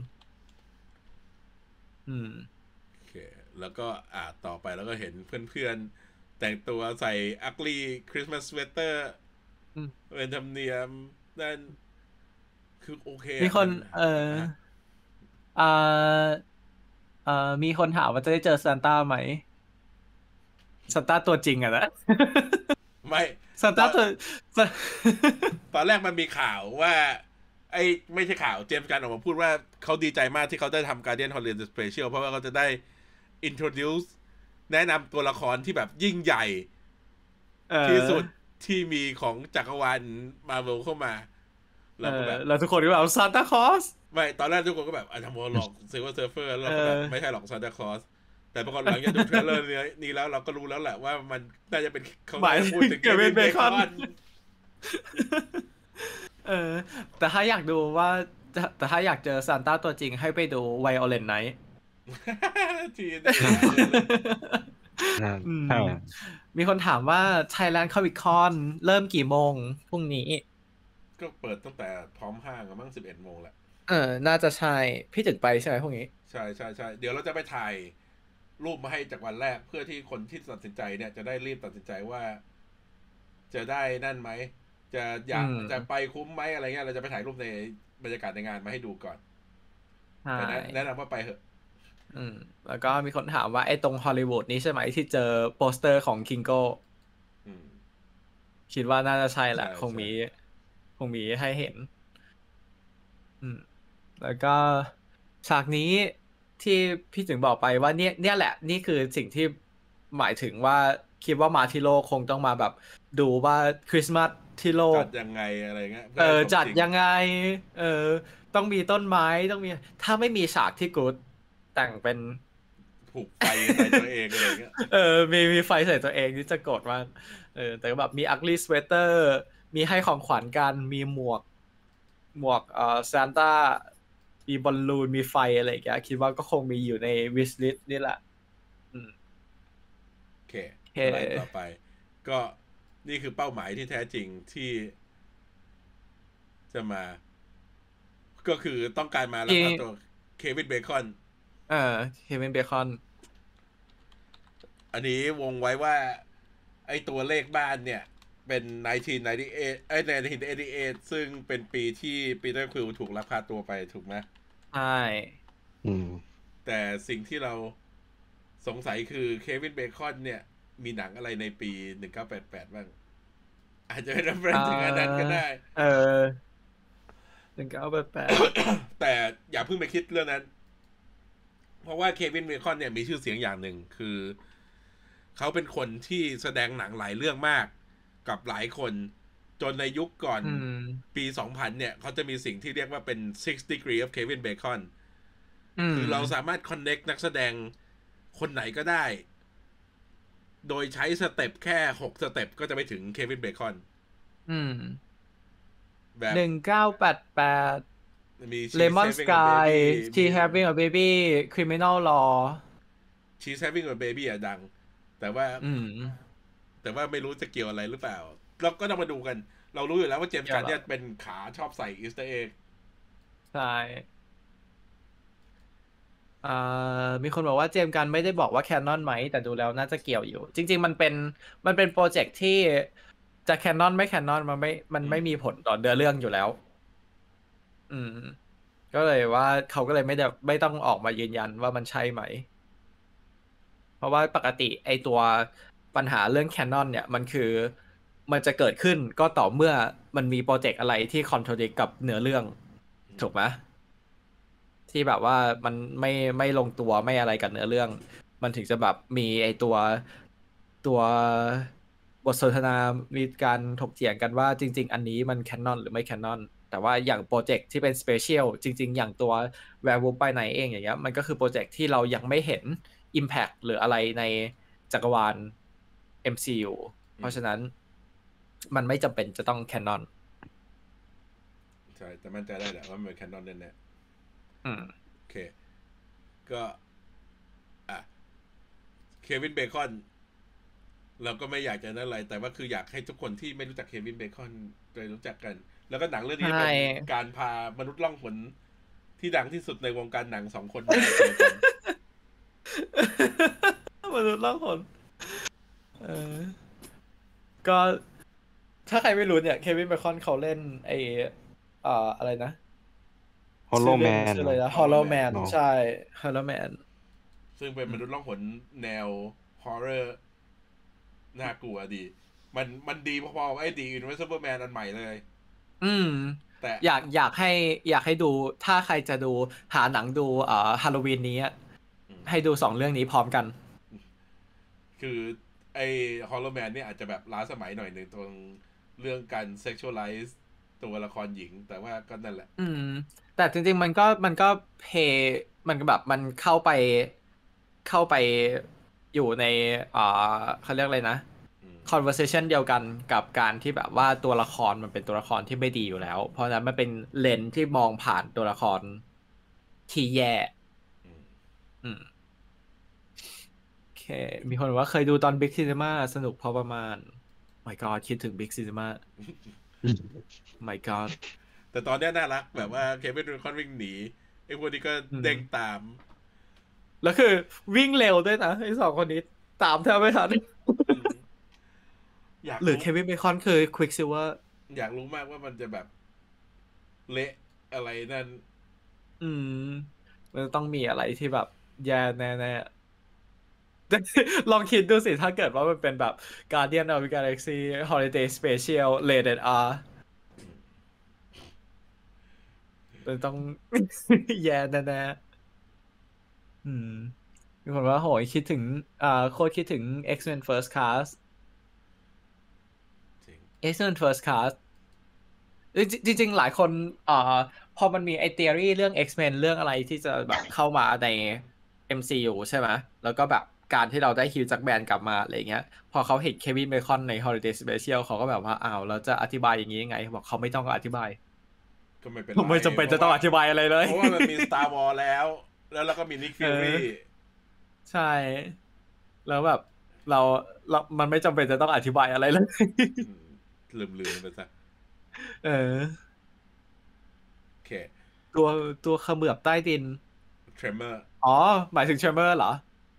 ๆอืมโอเคแล้วก็อ่าต่อไปแล้วก็เห็นเพื่อนๆแต่งตัวใส่อักลี่คริสต์มาสสเวตเตอร์เป็นธรรมเนียมนั่นคือโอเคมีคนเอออ่าเอ่อมีคนถามว่าจะได้เจอซานต้าไหมซานต้าตัวจริงอะนะไม่ซานต้าตัวตอนแรกมันมีข่าวว่าไอ้ไม่ใช่ข่าวเจมส์กันออกมาพูดว่าเขาดีใจมากที่เขาได้ทำ Guardian Holiday Special เพราะว่าเขาจะได้ introduce แนะนำตัวละครที่แบบยิ่งใหญ่ที่สุดที่มีของจักรวาลมาเวลเข้ามาแล้วก็แบบแล้วทุกคนก็แบบซานตาคลอสไม่ตอนแรกทุกคนก็แบบอาจจะมองหลอกซิลเวอร์เซิร์ฟเฟอร์แล้วก็แบบไม่ใช่หรอกซานตาคลอสแต่ปรากฏหลังจากดูเทรลเลอร์นี้แล้วเราก็รู้แล้วแหละว่ามันน่าจะเป็นเขาพูดถึงเควินเบคอนเออแต่ถ้าอยากดูว่าแต่ถ้าอยากเจอซานต้าตัวจริงให้ไปดูไวโอเลนไนท์ทีมีคนถามว่า Thailand Comic Con เริ่มกี่โมงพรุ่งนี้ก็เปิดตั้งแต่พร้อมห้างมั้งสิบเอ็ดโมงแหละเออน่าจะใช่พี่ถึงไปใช่ไหมพวกนี้ใช่ใช่ใช่เดี๋ยวเราจะไปถ่ายรูปมาให้จากวันแรกเพื่อที่คนที่ตัดสินใจเนี่ยจะได้รีบตัดสินใจว่าจะได้นั่นไหมจะอยากจะไปคุ้มไหมอะไรเงี้ยเราจะไปถ่ายรูปในบรรยากาศในงานมาให้ดูก่อนแต่แนะนำว่าไปเถอะอืมแล้วก็มีคนถามว่าไอ้ตรงฮอลลีวูดนี้ใช่ไหมที่เจอโปสเตอร์ของคิงโก้คิดว่าน่าจะใช่แหละคงมีคงมีให้เห็นอืมแล้วก็ฉากนี้ที่พี่ถึงบอกไปว่าเนี่ยเนี่ยแหละนี่คือสิ่งที่หมายถึงว่าคิดว่ามาที่โลกคงต้องมาแบบดูว่าคริสต์มาสที่โลกจัดยังไงอะไรเงี้ยเออจัดยังไงเออต้องมีต้นไม้ต้องมีถ้าไม่มีฉากที่กู๊ดแต่งเป็นผูกไฟใส่ตัวเองอะไรเงี้ยเออมีมีไฟใส่ตัวเองนี่จะโกรธมากเออแต่แบบมี ugly sweater มีให้ของขวัญกันมีหมวกหมวกเอ่อซานต้ามีบอลลูนมีไฟอะไรอย่างเงี้ยคิดว่าก็คงมีอยู่ใน wish list นี่แหละอืมโอเคไล่ต่อไปก็นี่คือเป้าหมายที่แท้จริงที่จะมาก็คือต้องการมาแล้วก็ตัวเควินเบคอนเออเควินเบคอนอันนี้วงไว้ว่าไอตัวเลขบ้านเนี่ยเป็นหนึ่งพันเก้าร้อยเก้าสิบแปดไอ้หนึ่งพันเก้าร้อยแปดสิบแปดซึ่งเป็นปีที่ปีเตอร์ควิลถูกลักพาตัวไปถูกไหมใช่อืมแต่สิ่งที่เราสงสัยคือเควินเบคอนเนี่ยมีหนังอะไรในปีหนึ่งพันเก้าร้อยแปดสิบแปดบ้างอาจจะเป็นเรื่องถึงอันนั้นก็ได้เออหนึ่งพันเก้าร้อยแปดสิบแปดแต่อย่าเพิ่งไปคิดเรื่องนั้นเพราะว่าเควินเบคอนเนี่ยมีชื่อเสียงอย่างหนึ่งคือเขาเป็นคนที่แสดงหนังหลายเรื่องมากกับหลายคนจนในยุคก่อนปีสองพันเนี่ยเขาจะมีสิ่งที่เรียกว่าเป็น six degree of Kevin Bacon คือเราสามารถ connect นักแสดงคนไหนก็ได้โดยใช้สเต็ปแค่หกสเต็ปก็จะไปถึงเควินเบคอนอืมแบบหนึ่งพันเก้าร้อยแปดสิบแปดมี Lemon Sky She's Having a Baby Criminal Law She's Having a Baby อะดังแต่ว่าแต่ว่าไม่รู้จะเกี่ยวอะไรหรือเปล่าเราก็ต้องมาดูกันเรารู้อยู่แล้วว่าเจมส์การ์เนี่ยเป็นขาชอบใส่อีสเตอร์เอ็กใช่อ่ามีคนบอกว่าเจมส์กันไม่ได้บอกว่าแคนนอนไหมแต่ดูแล้วน่าจะเกี่ยวอยู่จริงๆมันเป็นมันเป็นโปรเจกต์ที่จะแคนนอนไม่แคนนอนมันไม่มันไม่มีผลต่อเนื้อเรื่องอยู่แล้วอืมก็เลยว่าเขาก็เลยไม่ได้ไม่ต้องออกมายืนยันว่ามันใช่ไหมเพราะว่าปกติไอตัวปัญหาเรื่องแคนนอนเนี่ยมันคือมันจะเกิดขึ้นก็ต่อเมื่อมันมีโปรเจกต์อะไรที่คอนโทรดิกกับเนื้อเรื่องถูกไหมที่แบบว่ามันไม่ไม่ลงตัวไม่อะไรกับเนื้อเรื่องมันถึงจะแบบมีไอตัวตัวบทสนทนามีการถกเถียงกันว่าจริงๆอันนี้มันแคนนอนหรือไม่แคนนอนแต่ว่าอย่างโปรเจกต์ที่เป็นสเปเชียลจริงๆอย่างตัว Werewolf by Night เองอย่างเงี้ยมันก็คือโปรเจกต์ที่เรายังไม่เห็น Impact หรืออะไรในจักรวาล เอ็ม ซี ยู เพราะฉะนั้นมันไม่จำเป็นจะต้องแคนนอนใช่แต่มั่นใจได้แหละว่ามันเป็นแคนนอนแน่ๆอืมโอเคก็อ่ะเควินเบคอนเราก็ไม่อยากจะนั่นอะไรแต่ว่าคืออยากให้ทุกคนที่ไม่รู้จักเควินเบคอนได้รู้จักกันแล้วก็หนังเรื่องนี้เป็นการพามนุษย์ล่องหนที่ดังที่สุดในวงการหนังสองคนมาเจอกันมนุษย์ล่องหนเออก็ถ้าใครไม่รู้เนี่ยเควินเบคอนเขาเล่นไอเอ่ออะไรนะฮอลโลแมนเลยนะฮอลโลแมนใช่ฮอลโลแมนซึ่งเป็นมนุษย์ล่องหนแนวฮอร์เรอร์น่ากลัวดีมันมันดีพอๆไอ้ดี Invisible Man อันใหม่เลยอืมแต่อยากอยากให้อยากให้ดูถ้าใครจะดูหาหนังดูเอ่อฮาโลวีนนี้ให้ดูสองเรื่องนี้พร้อมกันคือไอ้ฮอลโลแมนเนี่ยอาจจะแบบล้าสมัยหน่อยหนึ่งตรงเรื่องการเซ็กชวลไลซ์ตัวละครหญิงแต่ว่าก็นั่นแหละอืมแต่จริงๆมันก็มันก็เพย์มันก็แบบมันเข้าไปเข้าไปอยู่ในอ่าเขาเรียกอะไรนะ conversation เดียวกันกับการที่แบบว่าตัวละครมันเป็นตัวละครที่ไม่ดีอยู่แล้ว เพราะฉะนั้นมันเป็นเลนส์ที่มองผ่านตัวละครที่แย่อืมโอเคมีคนบอกว่าเคยดูตอน Big Cinema สนุกพอประมาณ My God คิดถึง Big Cinema My God แต่ตอนเนี้ยน่ารักแบบว่าเควินดูคอนวิ่งหนีไอ้พวกนี้ก็เด้งตามแล้วคือวิ่งเร็วด้วยนะไอ้สองคนนี้ตามแทบไม่ทันอยากหรือเควินเบคอนคือควิกซิลเวอร์อยากรู้มากว่ามันจะแบบเละอะไรนั่นอืมมันต้องมีอะไรที่แบบแย่แน่ๆลองคิดดูสิถ้าเกิดว่ามันเป็นแบบ Guardian of the Galaxy Holiday Special Rated R มันต้อง แย่แน่ๆอืมมีคนว่าโหยคิดถึงอ่าโคตรคิดถึง X-Men First Class X-Men First Class จริงๆหลายคนอ่าพอมันมีไอเทอรี่เรื่อง X-Men เรื่องอะไรที่จะแบบเข้ามาใน เอ็ม ซี ยู ใช่ไหมแล้วก็แบบการที่เราได้ฮิวจากแบรนด์กลับมาอะไรเงี้ยพอเขาเห็นเควินเบคอนใน Holiday Special เขาก็แบบว่าอ้าวเราจะอธิบายอย่างนี้ยังไงบอกเขาไม่ต้องอธิบายก็ไม่เป็นไรไม่จำเป็นจะต้องอธิบายอะไรเลยเพราะว่ามันมี Star Wars แล้วแล้วเราก็มี Nick Fury ใช่แล้วแบบเราเรามันไม่จำเป็นจะต้องอธิบายอะไรเลยลืมๆไปซะเออโอเคตัวตัวเขมือบใต้ดิน Tremor อ๋อหมายถึง Tremor เหรอ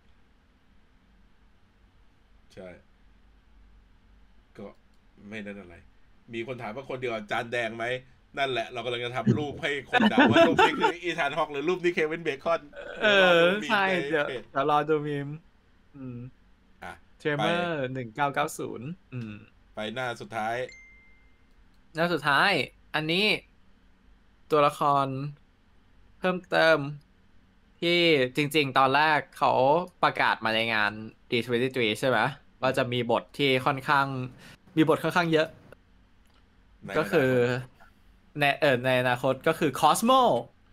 ใช่ก็ไม่นั่นอะไรมีคนถามว่าคนเดียวจานแดงไหมนั่นแหละเรากำลังจะทำรูปให้คนเดาว่ารูปนี้คืออีธานฮอกหรือรูปนี้เควินเบคอนเออใช่เดี๋ยวเดี๋ยวรอดูมีมอืมอ่ะ Tremor หนึ่งเก้าเก้าศูนย์อืมไปหน้าสุดท้ายหน้าสุดท้ายอันนี้ตัวละครเพิ่มเติมที่จริงๆตอนแรกเขาประกาศมาในงาน ดี ทเวนตี้ ทรี ใช่ไหมว่าจะมีบทที่ค่อนข้างมีบทค่อนข้างเยอะก็คือในเออในอนาคตก็คือ Cosmo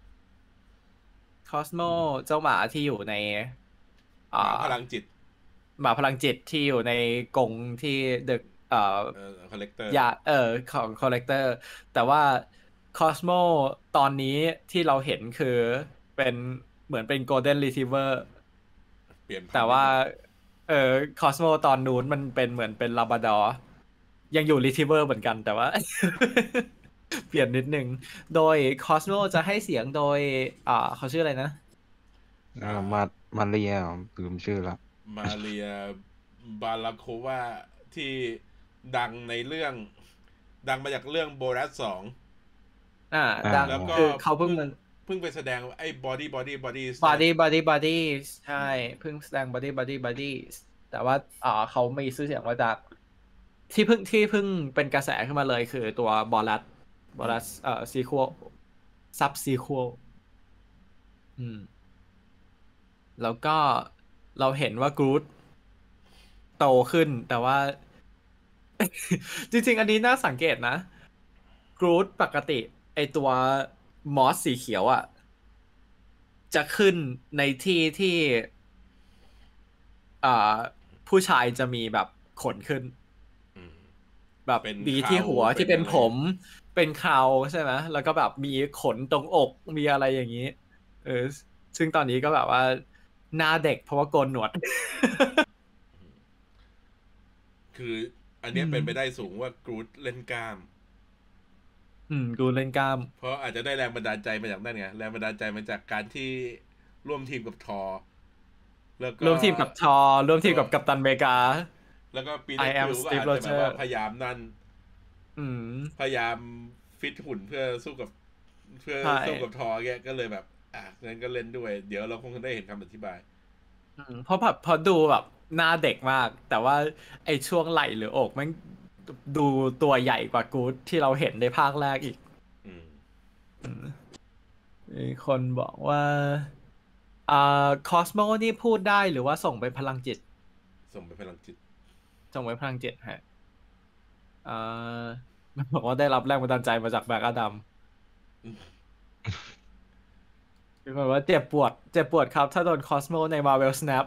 Cosmo เจ้าหมาที่อยู่ในหมาพลังจิตหมาพลังจิตที่อยู่ในกรงที่เดอะเอ่อคอลเลกเตอร์ยาเออของคอลเลกเตอร์แต่ว่า Cosmo ตอนนี้ที่เราเห็นคือเป็นเหมือนเป็น Golden Retriever เปลี่ยนแต่ว่าเออ Cosmo ตอนนู้นมันเป็นเหมือนเป็น Labrador ยังอยู่ Retriever เหมือนกันแต่ว่า เปลี่ยนนิดนึงโดย Cosmo จะให้เสียงโดยอ่าเขาชื่ออะไรนะอ่ามามาเรียลืมชื่อละมาเรียบาลาโควาที่ดังในเรื่องดังมาจากเรื่องโบรัสสองอ่าดังแล้วก็คือเขาเพิ่งเพิ่งไปแสดงไอ้ body body body body body body ใช่เพิ่งแสดง body body body แต่ว่าอ่าเขามีชื่อเสียงมาจากที่เพิ่งที่เพิ่งเป็นกระแสขึ้นมาเลยคือตัวบอลัสบอลัสเอ่อซีควอลซับซีควอลอืมแล้วก็เราเห็นว่ากรูดโตขึ้นแต่ว่า จริงๆอันนี้น่าสังเกตนะกรูดปกติไอตัวมอสสีเขียวอ่ะจะขึ้นในที่ที่อ่าผู้ชายจะมีแบบขนขึ้นแบบมีที่หัวที่เป็นผมเป็นเคราใช่ไหมแล้วก็แบบมีขนตรงอกมีอะไรอย่างนี้เออซึ่งตอนนี้ก็แบบว่าหน้าเด็กเพราะว่าโกนหนวดคืออันนี้เป็นไปได้สูงว่ากรูดเล่นกล้ามอืมกรูดเล่นกล้ามเพราะอาจจะได้แรงบันดาลใจมาจากนั่นไงแรงบันดาลใจมาจากการที่ร่วมทีมกับทอแล้วก็ร่วมทีมกับทอร่วมทีมกับกัปตันอเมริกาแล้วก็ปีนี้คิวก็อาจจะแบบว่าพยายามนั่นพยายามฟิตหุ่นเพื่อสู้กับเพื่อสู้กับทอแกก็เลยแบบอ่ะงั้นก็เล่นด้วยเดี๋ยวเราคงได้เห็นคำอธิบายเพราะแบบพอดูแบบหน้าเด็กมากแต่ว่าไอ้ช่วงไหล่หรืออกมันดูตัวใหญ่กว่ากู๊ดที่เราเห็นในภาคแรกอีกมีคนบอกว่าอ่าคอสโมนี่พูดได้หรือว่าส่งเป็นพลังจิตส่งไปพลังจิตส่งไปพลังจิตฮะอ่ามันบอกว่าได้รับแรงบันดาลใจมาจากแบล็กอดัมคือแบบว่าเจ็บปวดเจ็บปวดครับถ้าโดนคอสโมใน Marvel Snap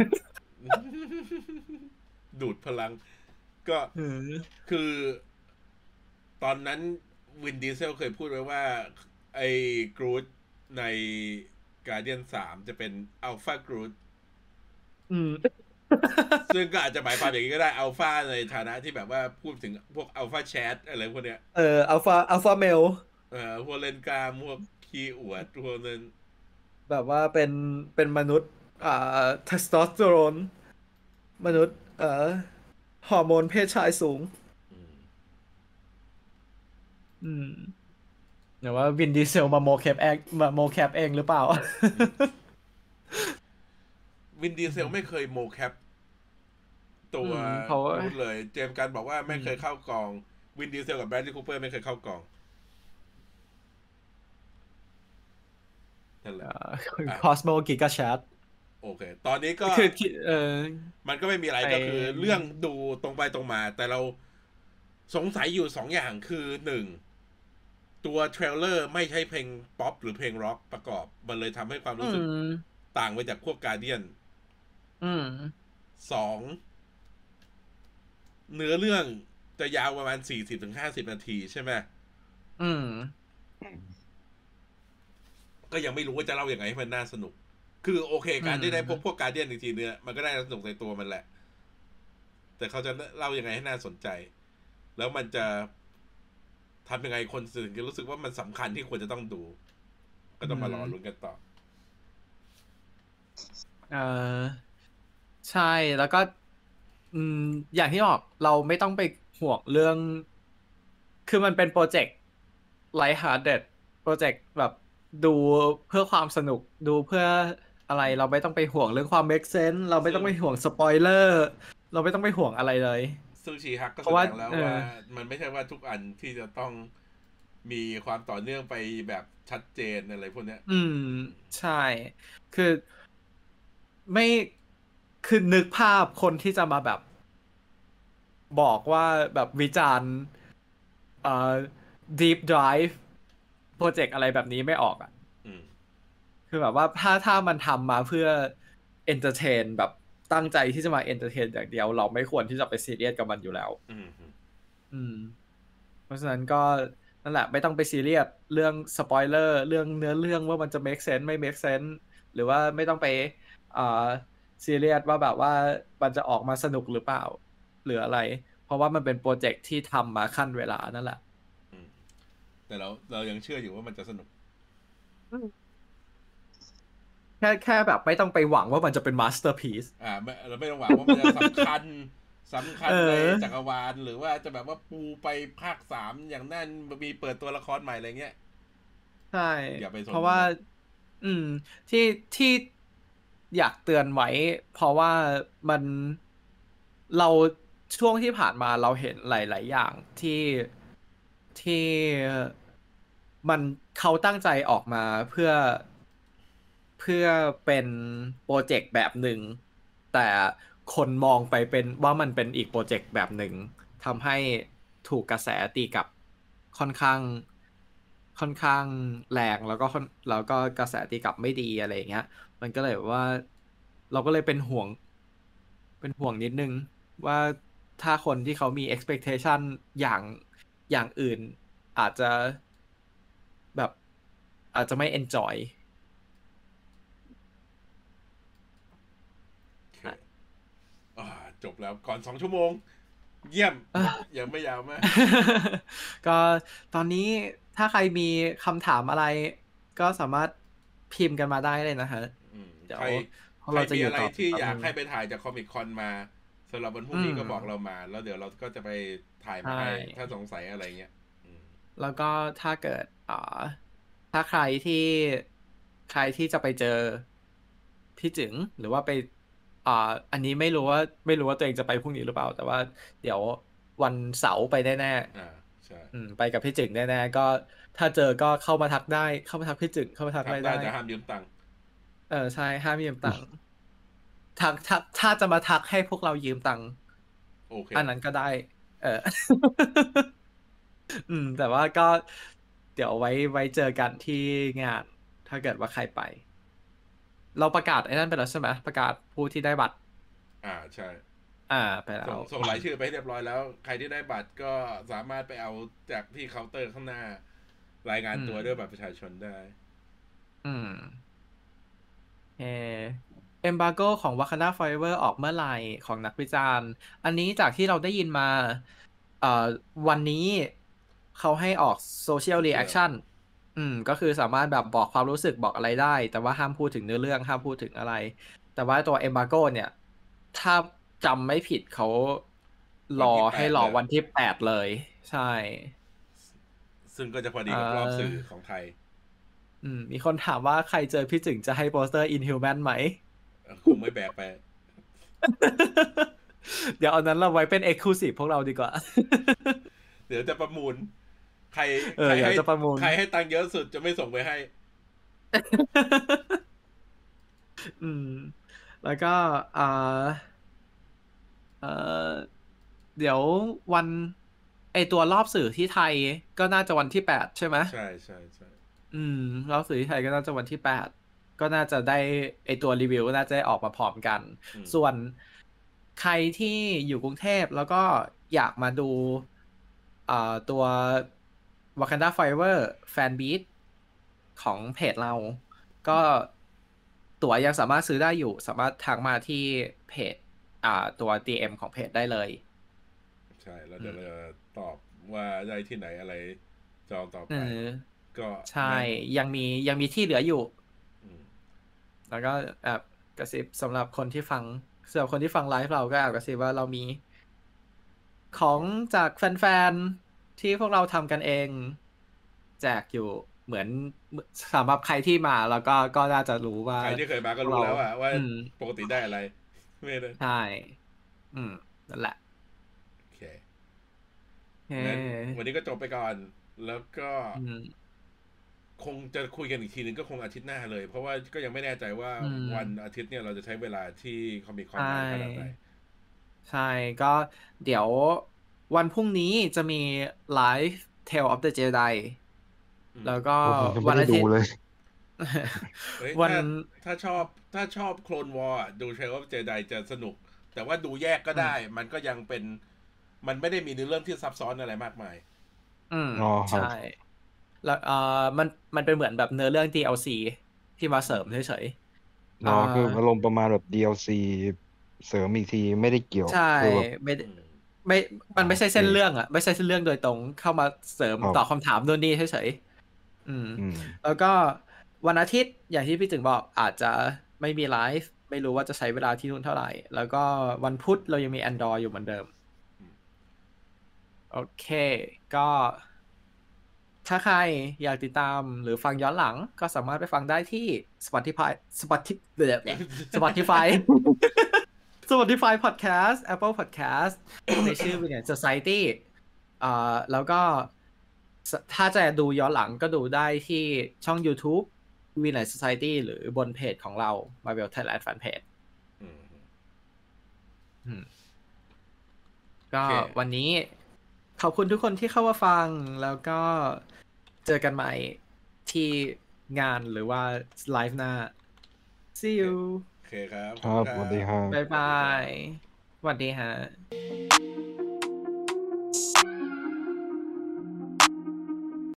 ดูดพลังก็คือตอนนั้นวินดีเซลเคยพูดไว้ว่าไอ้กรูดในการ์เดียนสามจะเป็นอัลฟากรูดซึ่งก็อาจจะหมายความอย่างนี้ก็ได้อัลฟาในฐานะที่แบบว่าพูดถึงพวกอัลฟาแชทอะไรพวกเนี้ยเอออัลฟาอัลฟาเมลเออพวกเล่นกล้ามพวกขี้อวดพวกนั้นแบบว่าเป็นเป็นมนุษย์อ่าเทสโทสเตอโรนมนุษย์เอ่อฮอร์โมนเพศชายสูงอืมเดี๋ยวว่าวินดีเซลมาโมแคปเองมาโมแคปเองหรือเปล่าวินดีเซลไม่เคยโมแคปตัวพูดเลยเจมส์กันบอกว่าไม่เคยเข้ากองวินดีเซลกับแบรดลีย์คูเปอร์ไม่เคยเข้ากองนั่นแหละคอสโมกิกาแชทโอเคตอนนี้ก็คือเออมันก็ไม่มีอะไรก็คือเรื่องดูตรงไปตรงมาแต่เราสงสัยอยู่สองอย่างคือหนึ่งตัวเทรลเลอร์ไม่ใช่เพลงป๊อปหรือเพลงร็อกประกอบมันเลยทำให้ความรู้สึกต่างไปจากพวกการ์เดียนสองเนื้อเรื่องจะยาวประมาณสี่สิบถึงห้าสิบนาทีใช่ไหมอืมก็ยังไม่รู้ว่าจะเล่าอย่างไงให้มันน่าสนุกคือโอเคการที่ได้พบพวกการ์เดียนจริงๆเนี่ยมันก็ได้สนุกในตัวมันแหละแต่เขาจะเล่ายังไงให้น่าสนใจแล้วมันจะทำยังไงคนถึงจะรู้สึกว่ามันสำคัญที่ควรจะต้องดูก็ต้องมารอลุ้นกันต่อเออใช่แล้วก็อืมอย่างที่บอกเราไม่ต้องไปห่วงเรื่องคือมันเป็นโปรเจกต์ไลท์ฮาร์ดเด็ดโปรเจกต์แบบดูเพื่อความสนุกดูเพื่ออะไรเราไม่ต้องไปห่วงเรื่องความเมคเซนส์เราไม่ต้องไปห่วงสปอยเลอร์เราไม่ต้องไปห่วงอะไรเลยซึ่งชีฮักก็แสดงแล้วว่ามันไม่ใช่ว่าทุกอันที่จะต้องมีความต่อเนื่องไปแบบชัดเจนอะไรพวกเนี้ยอืมใช่คือไม่คือนึกภาพคนที่จะมาแบบบอกว่าแบบวิจารณ์เอ่อ deep dive โปรเจกต์อะไรแบบนี้ไม่ออกอ่ะคือแบบว่าถ้าถ้ามันทำมาเพื่อ entertain แบบตั้งใจที่จะมา entertain อย่างเดียวเราไม่ควรที่จะไปซีเรียสกับมันอยู่แล้วอืมเพราะฉะนั้นก็นั่นแหละไม่ต้องไปซีเรียสเรื่องสปอยเลอร์เรื่องเนื้อเรื่องว่ามันจะ make sense ไม่ make sense หรือว่าไม่ต้องไปอ่าซีเรียสว่าแบบว่ามันจะออกมาสนุกหรือเปล่าหรืออะไรเพราะว่ามันเป็นโปรเจกต์ที่ทำมาขั้นเวลานั่นแหละแต่เราเรายังเชื่ออยู่ว่ามันจะสนุกแค่แค่แบบไม่ต้องไปหวังว่ามันจะเป็นมาสเตอร์พีซอ่าเราไม่ต้องหวังว่ามันจะสำคัญสำคัญในจักรวาลหรือว่าจะแบบว่าปูไปภาคสามอย่างนั้นมีเปิดตัวละครใหม่อะไรเงี้ยใช่เพราะว่าอืมที่ที่อยากเตือนไว้เพราะว่ามันเราช่วงที่ผ่านมาเราเห็นหลายๆอย่างที่ที่มันเขาตั้งใจออกมาเพื่อเพื่อเป็นโปรเจกต์แบบหนึ่งแต่คนมองไปเป็นว่ามันเป็นอีกโปรเจกต์แบบหนึ่งทำให้ถูกกระแสตีกลับค่อนข้างค่อนข้างแรงแล้วก็แล้วก็กระแสตีกลับไม่ดีอะไรอย่างเงี้ยมันก็เลยว่าเราก็เลยเป็นห่วงเป็นห่วงนิดนึงว่าถ้าคนที่เขามี expectation อย่างอย่างอื่นอาจจะแบบอาจจะไม่ enjoy จบแล้วก่อนสองชั่วโมงเยี่ยมยังไม่ยาวมากก็ตอนนี้ถ้าใครมีคำถามอะไรก็สามารถพิมพ์กันมาได้เลยนะฮะเดี๋ยวใครมีอะไรที่อยากให้ไปถ่ายจากคอมิคคอนมาสำหรับวันพรุ่งนี้ก็บอกเรามาแล้วเดี๋ยวเราก็จะไปถ่ายมาให้ถ้าสงสัยอะไรเงี้ยแล้วก็ถ้าเกิดอ่าถ้าใครที่ใครที่จะไปเจอพี่จึงหรือว่าไปอ่าอันนี้ไม่รู้ว่าไม่รู้ว่าตัวเองจะไปพรุ่งนี้หรือเปล่าแต่ว่าเดี๋ยววันเสาร์ไปแน่ๆอ่าใช่ไปกับพี่จึงแน่ๆก็ถ้าเจอก็เข้ามาทักได้เข้ามาทักพี่จึงเข้ามาทักได้ได้แต่ห้ามยืมตังค์เออใช่ห้ามยืมตังค์ทักถ้าถ้าจะมาทักให้พวกเรายืมตังค์โอเคอันนั้นก็ได้ เออ อืม แต่ว่าก็ เดี๋ยวไว้ไว้เจอกันที่งาน ถ้าเกิดว่าใครไป เราประกาศไอ้นั่นไปแล้วใช่ไหมประกาศผู้ที่ได้บัตรอ่าใช่อ่าไปแล้ส่งวส่งรายชื่อไปให้เรียบร้อยแล้ว ใครที่ได้บัตรก็สามารถไปเอาจากที่เคาน์เตอร์ข้างหน้า รายงานตัวอืมด้วยบัตรประชาชนได้อืมเอเอมบาโกของ Wakanda Forever ออกเมื่อไหร่ของนักวิจารณ์ อันนี้จากที่เราได้ยินมาเอ่อวันนี้เขาให้ออก Social Reaction อืมก็คือสามารถแบบบอกความรู้สึกบอกอะไรได้ แต่ว่าห้ามพูดถึงเนื้อเรื่องห้ามพูดถึงอะไร แต่ว่าตัว Embargo เนี่ย ถ้าจำไม่ผิดเขารอให้รอวันที่แปดเลย ใช่ซึ่งก็จะพอดีกับรอบสื่อของไทยอืมมีคนถามว่าใครเจอพี่จึงจะให้โปสเตอร์ Inhuman ไหมคงไม่แบกไปเดี๋ยวเอานั้นเราไว้เป็น Exclusive พวกเราดีกว่าเดี๋ยวจะประมูล ใครเออใครเดี๋ยวให้จะประมูลใครให้ตังค์เยอะสุดจะไม่ส่งไปให้อืม แล้วก็อ่าเออเดี๋ยววันไอตัวรอบสื่อที่ไทยก็น่าจะวันที่แปดใช่ไหมใช่ใช่ใช่อืมรอบสื่อที่ไทยก็น่าจะวันที่แปดก็น่าจะได้ไอตัวรีวิวก็น่าจะได้ออกมาพร้อมกัน ส่วนใครที่อยู่กรุงเทพแล้วก็อยากมาดูอ่าตัว Wakanda Forever Fan Beat ของเพจเรา ก็ตั๋วยังสามารถซื้อได้อยู่ สามารถทักมาที่เพจอ่าตัว ดี เอ็ม ของเพจได้เลยใช่แล้วเดี๋ยวเราจะตอบว่าได้ที่ไหนอะไรจองต่อเอไปอก็ใช่ ยังมียังมีที่เหลืออยู่อืมแล้วก็แอบกระซิบสำหรับคนที่ฟังสำหรับคนที่ฟังไลฟ์เราก็แอบกระซิบว่าเรามีของจากแฟนๆที่พวกเราทำกันเอง แจกอยู่เหมือนสำหรับใครที่มาแล้วก็ก็น่าจะรู้ว่าใครที่เคยมาก็รู้แล้วอะว่าอืมปกติได้อะไร ไม่ได้ใช่ อืม นั่นแหละโอเคเฮ้งั้นวันนี้ก็จบไปก่อน แล้วก็อืมคงจะคุยกันอีกทีนึงก็คงอาทิตย์หน้าเลย เพราะว่าก็ยังไม่แน่ใจว่าอืมวันอาทิตย์เนี่ยเราจะใช้เวลาที่คอมิคอนใช่ขนาดไหนใช่ ก็เดี๋ยววันพรุ่งนี้จะมีไลฟ์ Tale of the Jedi อืมแล้วก็ผมยังวัไม่นได้อาดูทิตย์เลยเฮ้ยวันถ้าถ้าชอบถ้าชอบโคลนวอร์ดูเทรลเจไดจะสนุก แต่ว่าดูแยกก็ได้ มันก็ยังเป็น มันไม่ได้มีเนื้อเรื่องที่ซับซ้อนอะไรมากมายอืมอ๋อครับใช่ แล้วเอ่อมันมันเป็นเหมือนแบบเนื้อเรื่อง ดี แอล ซี ที่มาเสริมเฉยๆอ๋อคืออ่าอารมณ์ประมาณแบบ ดี แอล ซี เสริมอีกทีไม่ได้เกี่ยวใช่คือแบบไม่ได้ไม่ มันไม่ใช่เส้นโอเคเรื่องอ่ะ ไม่ใช่เส้นเรื่องโดยตรงเข้ามาเสริมครับตอบคำถามโน่นนี่เฉยๆอืมอืมแล้วก็วันอาทิตย์อย่างที่พี่จึงบอกอาจจะไม่มีไลฟ์ไม่รู้ว่าจะใช้เวลาที่นู่นเท่าไหร่ แล้วก็วันพุธเรายังมี Android อยู่เหมือนเดิมอืมโอเค ก็ถ้าใครอยากติดตามหรือฟังย้อนหลังก็สามารถไปฟังได้ที่ Spotify Spotify เดี๋ยวเนี่ย Spotify Spotify Podcast Apple Podcast ในชื่อ Villain Society อ่าแล้วก็ถ้าจะดูย้อนหลังก็ดูได้ที่ช่อง YouTube Villain Society หรือบนเพจของเรา Marvel Thailand Fanpage อืมอืมก็โอเควันนี้ขอบคุณทุกคนที่เข้ามาฟังแล้วก็เจอกันใหม่ที่งานหรือว่าไลฟ์หน้า see you โอเคครับครับสวัสดีครับบ๊ายบายสวัสดีฮะ